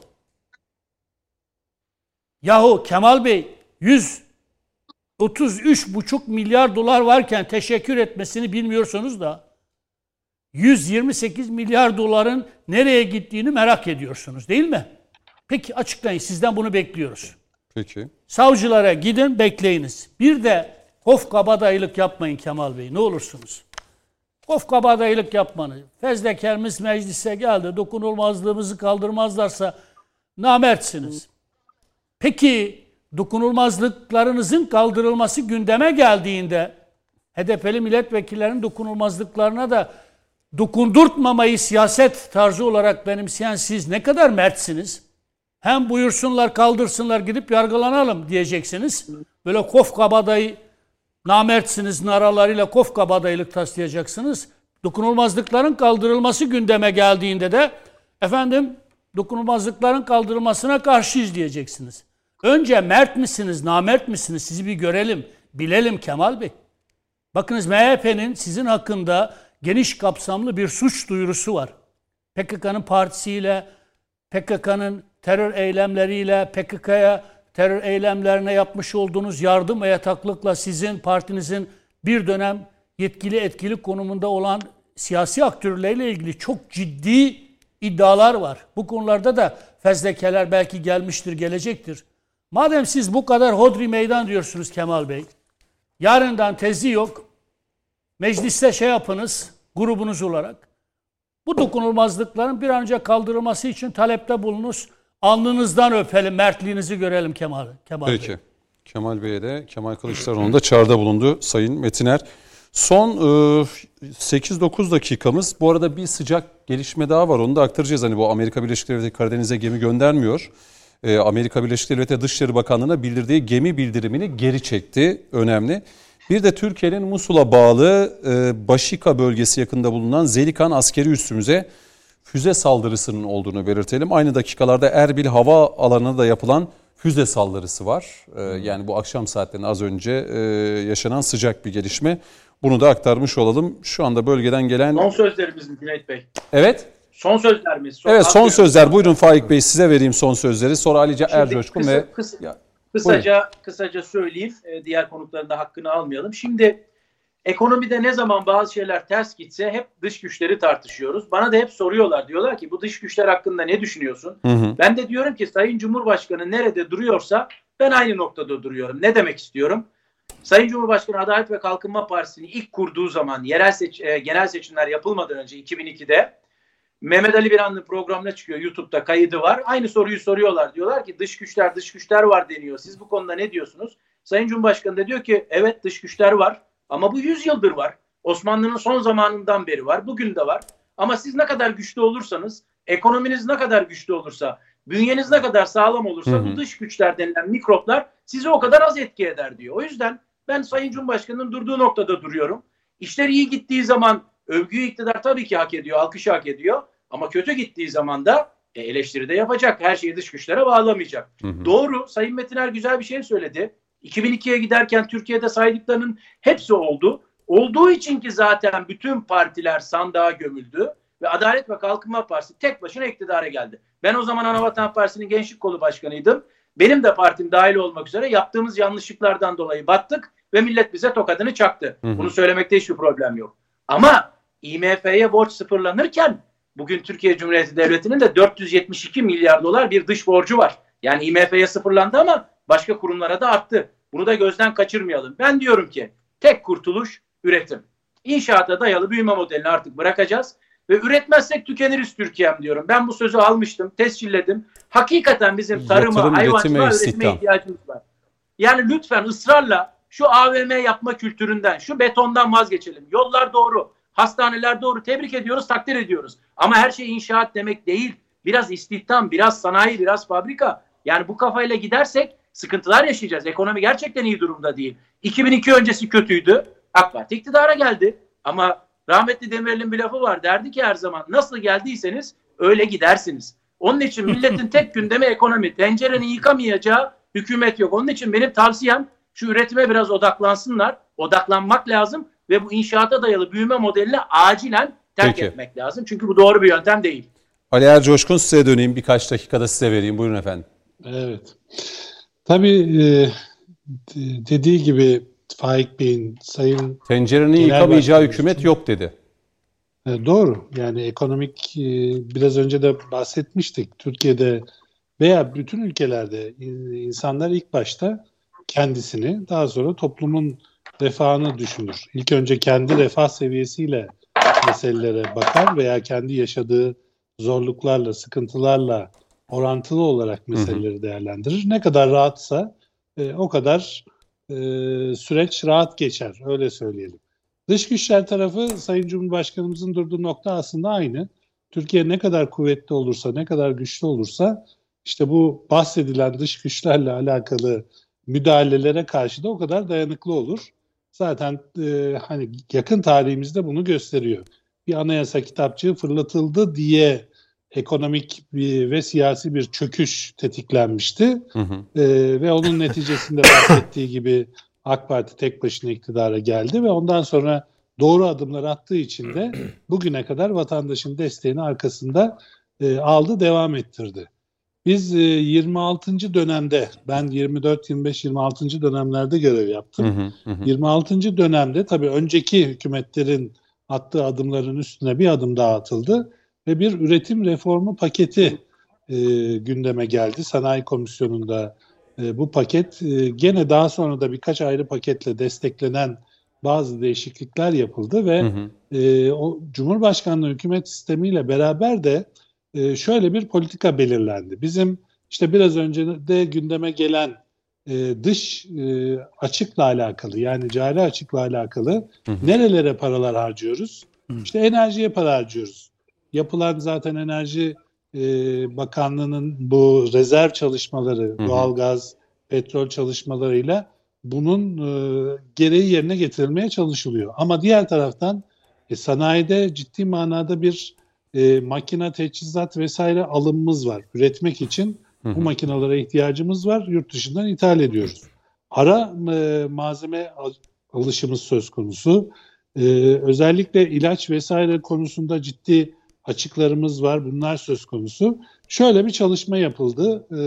Yahu Kemal Bey, yüz otuz üç buçuk milyar dolar varken teşekkür etmesini bilmiyorsunuz da yüz yirmi sekiz milyar doların nereye gittiğini merak ediyorsunuz, değil mi? Peki açıklayın, sizden bunu bekliyoruz. Peki. Savcılara gidin, bekleyiniz. Bir de hof kabadayılık yapmayın Kemal Bey, ne olursunuz. Hof kabadayılık yapmanı. Fezlekerimiz meclise geldi, dokunulmazlığımızı kaldırmazlarsa namertsiniz. Peki dokunulmazlıklarınızın kaldırılması gündeme geldiğinde H D P'li milletvekillerinin dokunulmazlıklarına da dokundurtmamayı siyaset tarzı olarak benimseyen siz ne kadar mertsiniz? Hem buyursunlar, kaldırsınlar, gidip yargılanalım diyeceksiniz. Böyle kof kabadayı, namertsiniz naralarıyla kof kabadayılık taslayacaksınız. Dokunulmazlıkların kaldırılması gündeme geldiğinde de efendim dokunulmazlıkların kaldırılmasına karşıyız diyeceksiniz. Önce mert misiniz, namert misiniz? Sizi bir görelim, bilelim Kemal Bey. Bakınız, M H P'nin sizin hakkında geniş kapsamlı bir suç duyurusu var. P K K'nın partisiyle, P K K'nın terör eylemleriyle, P K K'ya terör eylemlerine yapmış olduğunuz yardım ve yataklıkla sizin partinizin bir dönem yetkili etkili konumunda olan siyasi aktörlerle ilgili çok ciddi iddialar var. Bu konularda da fezlekeler belki gelmiştir, gelecektir. Madem siz bu kadar hodri meydan diyorsunuz Kemal Bey, yarından tezi yok, mecliste şey yapınız, grubunuz olarak, bu dokunulmazlıkların bir an önce kaldırılması için talepte bulunuz. Alnınızdan öpelim, mertliğinizi görelim Kemal, Kemal Peki. Bey. Kemal Bey'e de, Kemal Kılıçdaroğlu'nun da çağrıda bulundu Sayın Metiner. Son e, sekiz dokuz dakikamız. Bu arada bir sıcak gelişme daha var. Onu da aktaracağız. Hani bu Amerika Birleşik Devletleri Karadeniz'e gemi göndermiyor. E, Amerika Birleşik Devletleri Dışişleri Bakanlığı'na bildirdiği gemi bildirimini geri çekti. Önemli. Bir de Türkiye'nin Musul'a bağlı e, Başika bölgesi yakında bulunan Zelikan askeri üssümüze füze saldırısının olduğunu belirtelim. Aynı dakikalarda Erbil hava alanına da yapılan füze saldırısı var. E, yani bu akşam saatlerinde az önce e, yaşanan sıcak bir gelişme. Bunu da aktarmış olalım. Şu anda bölgeden gelen... Son sözlerimiz mi Cüneyt Bey? Evet. Son sözlerimiz. Son evet son sözler. Buyurun Faik Bey, size vereyim son sözleri. Sonra Ali Ercoşkun kısa, ve... Kısa, ya, kısaca, buyurun. kısaca söyleyeyim. Diğer konukların da hakkını almayalım. Şimdi ekonomide ne zaman bazı şeyler ters gitse hep dış güçleri tartışıyoruz. Bana da hep soruyorlar. Diyorlar ki bu dış güçler hakkında ne düşünüyorsun? Hı hı. Ben de diyorum ki Sayın Cumhurbaşkanı nerede duruyorsa ben aynı noktada duruyorum. Ne demek istiyorum? Sayın Cumhurbaşkanı Adalet ve Kalkınma Partisi'ni ilk kurduğu zaman yerel seç, e, genel seçimler yapılmadan önce iki bin ikide Mehmet Ali Birand'ın programına çıkıyor. YouTube'da kaydı var. Aynı soruyu soruyorlar. Diyorlar ki dış güçler dış güçler var deniyor. Siz bu konuda ne diyorsunuz? Sayın Cumhurbaşkanı da diyor ki evet dış güçler var. Ama bu yüz yıldır var. Osmanlı'nın son zamanından beri var. Bugün de var. Ama siz ne kadar güçlü olursanız, ekonominiz ne kadar güçlü olursa, bünyeniz ne kadar sağlam olursa hı hı. bu dış güçler denilen mikroplar sizi o kadar az etki eder diyor. O yüzden ben Sayın Cumhurbaşkanı'nın durduğu noktada duruyorum. İşler iyi gittiği zaman övgüyü iktidar tabii ki hak ediyor, alkışı hak ediyor. Ama kötü gittiği zaman da e, eleştiri de yapacak. Her şeyi dış güçlere bağlamayacak. Hı hı. Doğru. Sayın Metiner güzel bir şey söyledi. iki bin ikiye giderken Türkiye'de saydıklarının hepsi oldu. Olduğu için ki zaten bütün partiler sandığa gömüldü ve Adalet ve Kalkınma Partisi tek başına iktidara geldi. Ben o zaman Anavatan Partisi'nin gençlik kolu başkanıydım. Benim de partim dahil olmak üzere yaptığımız yanlışlıklardan dolayı battık ve millet bize tokadını çaktı. Hı hı. Bunu söylemekte hiçbir problem yok. Ama I M F'ye borç sıfırlanırken bugün Türkiye Cumhuriyeti Devleti'nin de dört yüz yetmiş iki milyar dolar bir dış borcu var. Yani I M F'ye sıfırlandı ama başka kurumlara da arttı. Bunu da gözden kaçırmayalım. Ben diyorum ki tek kurtuluş üretim. İnşaata dayalı büyüme modelini artık bırakacağız ve üretmezsek tükeniriz Türkiye'm diyorum. Ben bu sözü almıştım, tescilledim. Hakikaten bizim tarıma, Yatırım, hayvancılığa, üretime, üretime ihtiyacımız var. Yani lütfen ısrarla şu A V M yapma kültüründen, şu betondan vazgeçelim. Yollar doğru, hastaneler doğru. Tebrik ediyoruz, takdir ediyoruz. Ama her şey inşaat demek değil. Biraz istihdam, biraz sanayi, biraz fabrika. Yani bu kafayla gidersek sıkıntılar yaşayacağız. Ekonomi gerçekten iyi durumda değil. iki bin iki öncesi kötüydü. AK Parti iktidara geldi. Ama rahmetli Demirel'in bir lafı var. Derdi ki her zaman nasıl geldiyseniz öyle gidersiniz. Onun için milletin tek gündemi ekonomi. Tencerenin yıkamayacağı hükümet yok. Onun için benim tavsiyem şu üretime biraz odaklansınlar. Odaklanmak lazım ve bu inşaata dayalı büyüme modelini acilen terk Peki. etmek lazım. Çünkü bu doğru bir yöntem değil. Ali Ercoşkun, size döneyim. Birkaç dakikada size vereyim. Buyurun efendim. Evet. Tabii e, dediği gibi Faik Bey'in, Sayın tencerenin yıkamayacağı hükümet yok dedi. E, doğru. Yani ekonomik e, biraz önce de bahsetmiştik. Türkiye'de veya bütün ülkelerde insanlar ilk başta kendisini, daha sonra toplumun refahını düşünür. İlk önce kendi refah seviyesiyle meselelere bakar veya kendi yaşadığı zorluklarla, sıkıntılarla orantılı olarak meseleleri değerlendirir. Ne kadar rahatsa e, o kadar e, süreç rahat geçer. Öyle söyleyelim. Dış güçler tarafı Sayın Cumhurbaşkanımızın durduğu nokta aslında aynı. Türkiye ne kadar kuvvetli olursa, ne kadar güçlü olursa işte bu bahsedilen dış güçlerle alakalı müdahalelere karşı da o kadar dayanıklı olur. Zaten e, hani yakın tarihimizde bunu gösteriyor. Bir anayasa kitapçığı fırlatıldı diye ekonomik bir ve siyasi bir çöküş tetiklenmişti. Hı hı. E, ve onun neticesinde bahsettiği gibi AK Parti tek başına iktidara geldi ve ondan sonra doğru adımlar attığı için de bugüne kadar vatandaşın desteğini arkasında e, aldı, devam ettirdi. Biz e, yirmi altıncı dönemde, ben yirmi dört, yirmi beş, yirmi altıncı dönemlerde görev yaptım. Hı hı hı. yirmi altıncı dönemde tabii önceki hükümetlerin attığı adımların üstüne bir adım daha atıldı ve bir üretim reformu paketi e, gündeme geldi. Sanayi Komisyonu'nda e, bu paket e, gene daha sonra da birkaç ayrı paketle desteklenen bazı değişiklikler yapıldı ve hı hı. E, o Cumhurbaşkanlığı hükümet sistemiyle beraber de e, şöyle bir politika belirlendi. Bizim işte biraz önce de gündeme gelen e, dış e, açıkla alakalı, yani cari açıkla alakalı hı hı. nerelere paralar harcıyoruz? Hı. İşte enerjiye para harcıyoruz. Yapılan zaten Enerji e, Bakanlığı'nın bu rezerv çalışmaları, hı hı. doğalgaz, petrol çalışmalarıyla bunun e, gereği yerine getirilmeye çalışılıyor. Ama diğer taraftan e, sanayide ciddi manada bir e, makine, teçhizat vesaire alımımız var. Üretmek için hı hı. bu makinalara ihtiyacımız var. Yurt dışından ithal ediyoruz. Ara e, malzeme al, alışımız söz konusu. E, özellikle ilaç vesaire konusunda ciddi açıklarımız var. Bunlar söz konusu. Şöyle bir çalışma yapıldı. E,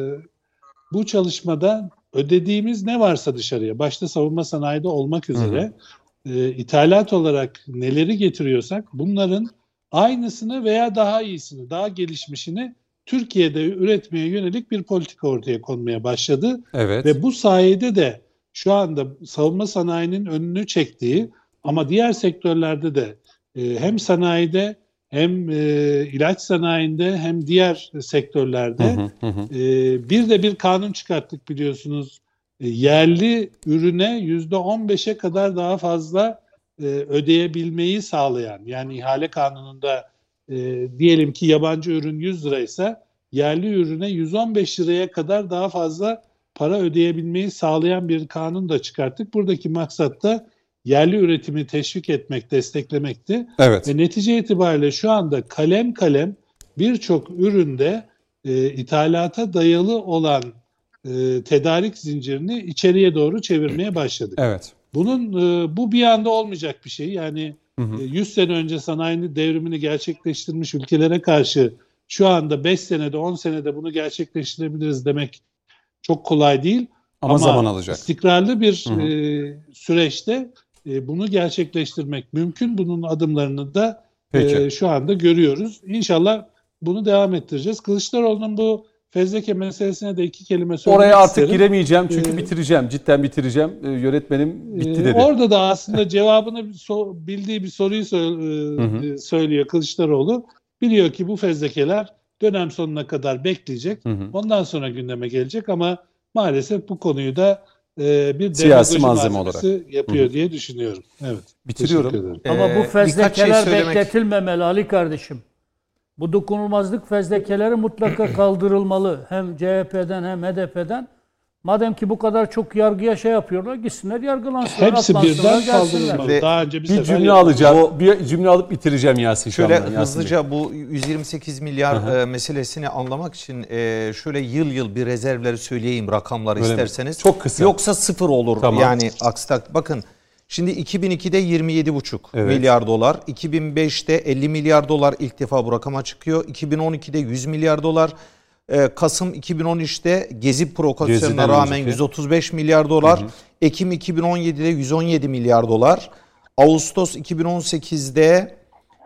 bu çalışmada ödediğimiz ne varsa dışarıya, başta savunma sanayide olmak üzere hı hı. E, ithalat olarak neleri getiriyorsak bunların aynısını veya daha iyisini, daha gelişmişini Türkiye'de üretmeye yönelik bir politika ortaya konmaya başladı. Evet. Ve bu sayede de şu anda savunma sanayinin önünü çektiği ama diğer sektörlerde de e, hem sanayide hem e, ilaç sanayinde hem diğer sektörlerde hı hı hı. E, bir de bir kanun çıkarttık biliyorsunuz. E, yerli ürüne yüzde on beşe kadar daha fazla e, ödeyebilmeyi sağlayan, yani ihale kanununda e, diyelim ki yabancı ürün yüz liraysa yerli ürüne yüz on beş liraya kadar daha fazla para ödeyebilmeyi sağlayan bir kanun da çıkarttık. Buradaki maksat da yerli üretimi teşvik etmek, desteklemekti. Evet. Ve netice itibariyle şu anda kalem kalem birçok üründe e, ithalata dayalı olan e, tedarik zincirini içeriye doğru çevirmeye başladık. Evet. Bunun e, bu bir anda olmayacak bir şey. Yani hı hı. E, yüz sene önce sanayinin devrimini gerçekleştirmiş ülkelere karşı şu anda beş senede, on senede bunu gerçekleştirebiliriz demek çok kolay değil. Ama, Ama zaman alacak. İstikrarlı bir hı hı. E, süreçte e, bunu gerçekleştirmek mümkün. Bunun adımlarını da e, şu anda görüyoruz. İnşallah bunu devam ettireceğiz. Kılıçdaroğlu'nun bu fezleke meselesine de iki kelime söylemek Oraya artık isterim. giremeyeceğim çünkü ee, bitireceğim. Cidden bitireceğim. Ee, yönetmenim bitti dedi. Orada da aslında cevabını so, bildiği bir soruyu sö- söylüyor Kılıçdaroğlu. Biliyor ki bu fezlekeler dönem sonuna kadar bekleyecek. Hı hı. Ondan sonra gündeme gelecek ama maalesef bu konuyu da e, bir siyasi malzeme olarak yapıyor hı hı. diye düşünüyorum. Evet. Bitiriyorum. Ama bu fezlekeler şey söylemek... bekletilmemeli Ali kardeşim. Bu dokunulmazlık fezlekeleri mutlaka kaldırılmalı. Hem C H P'den hem H D P'den. Madem ki bu kadar çok yargıya şey yapıyorlar, gitsinler yargılansınlar. Hepsi birden kaldırılmalı. Daha önce bir, bir cümle alacağım. O, bir cümle alıp bitireceğim Yasin Şöyle Şam'dan, hızlıca Yasin bu yüz yirmi sekiz milyar e, meselesini anlamak için e, şöyle yıl yıl bir rezervleri söyleyeyim, rakamları öyle isterseniz. Mi? Çok kısa. Yoksa sıfır olur. Tamam. Yani aksi tak. Bakın şimdi iki bin ikide yirmi yedi buçuk evet. milyar dolar. iki bin beşte elli milyar dolar ilk defa bu rakama çıkıyor. iki bin on ikide yüz milyar dolar. Kasım iki bin on üçte Gezi provokasyonuna rağmen önceki. yüz otuz beş milyar dolar. Hı hı. Ekim iki bin on yedide yüz on yedi milyar dolar. Ağustos iki bin on sekizde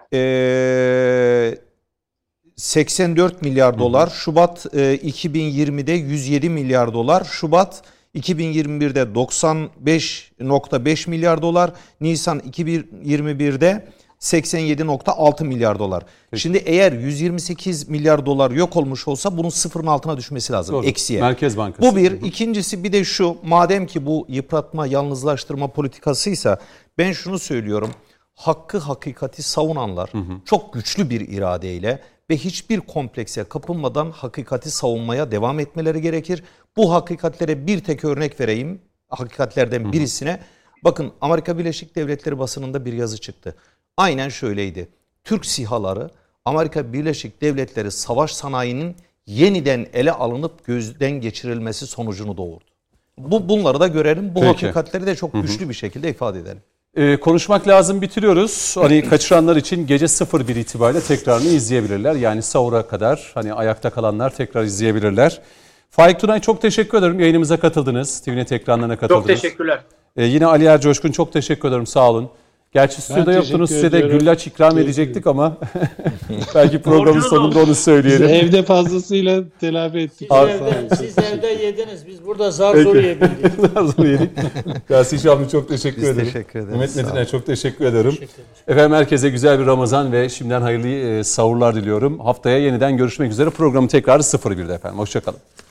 e, seksen dört milyar dolar. Hı hı. Şubat e, iki bin yirmide yüz yedi milyar dolar. Şubat iki bin yirmi birde doksan beş nokta beş milyar dolar. Nisan iki bin yirmi birde seksen yedi nokta altı milyar dolar. Peki. Şimdi eğer yüz yirmi sekiz milyar dolar yok olmuş olsa bunun sıfırın altına düşmesi lazım. Doğru. Eksiye. Merkez Bankası. Bu bir. İkincisi bir de şu, madem ki bu yıpratma, yalnızlaştırma politikasıysa ben şunu söylüyorum. Hakkı hakikati savunanlar hı hı. çok güçlü bir iradeyle ve hiçbir komplekse kapılmadan hakikati savunmaya devam etmeleri gerekir. Bu hakikatlere bir tek örnek vereyim. Hakikatlerden hı hı. birisine. Bakın Amerika Birleşik Devletleri basınında bir yazı çıktı. Aynen şöyleydi. Türk SİHA'ları Amerika Birleşik Devletleri savaş sanayinin yeniden ele alınıp gözden geçirilmesi sonucunu doğurdu. Bu bunları da görelim. Bu Peki. hakikatleri de çok güçlü Hı-hı. bir şekilde ifade edelim. Ee, konuşmak lazım, bitiriyoruz. Hani kaçıranlar için gece sıfır bir itibariyle tekrarını izleyebilirler. Yani sahura kadar hani ayakta kalanlar tekrar izleyebilirler. Faik Tunay çok teşekkür ederim. Yayınımıza katıldınız. T V Net ekranlarına katıldınız. Çok teşekkürler. Ee, yine Ali Ercoşkun çok teşekkür ederim. Sağ olun. Gerçi stüdyoda yoktunuz, size de güllaç ikram Keyifli. edecektik ama belki programın sonunda onu söyleyelim. Biz evde fazlasıyla telafi ettik. Siz, evde, siz evde yediniz, biz burada zar zor yiyebildik. Zar zor yedik. Yasin Şamlı çok teşekkür biz ederim. Teşekkür ederiz. Mehmet Metin'e çok teşekkür ederim. Teşekkür Efendim herkese güzel bir Ramazan ve şimdiden hayırlı sahurlar diliyorum. Haftaya yeniden görüşmek üzere. Programı tekrar sıfır birde efendim. Hoşçakalın.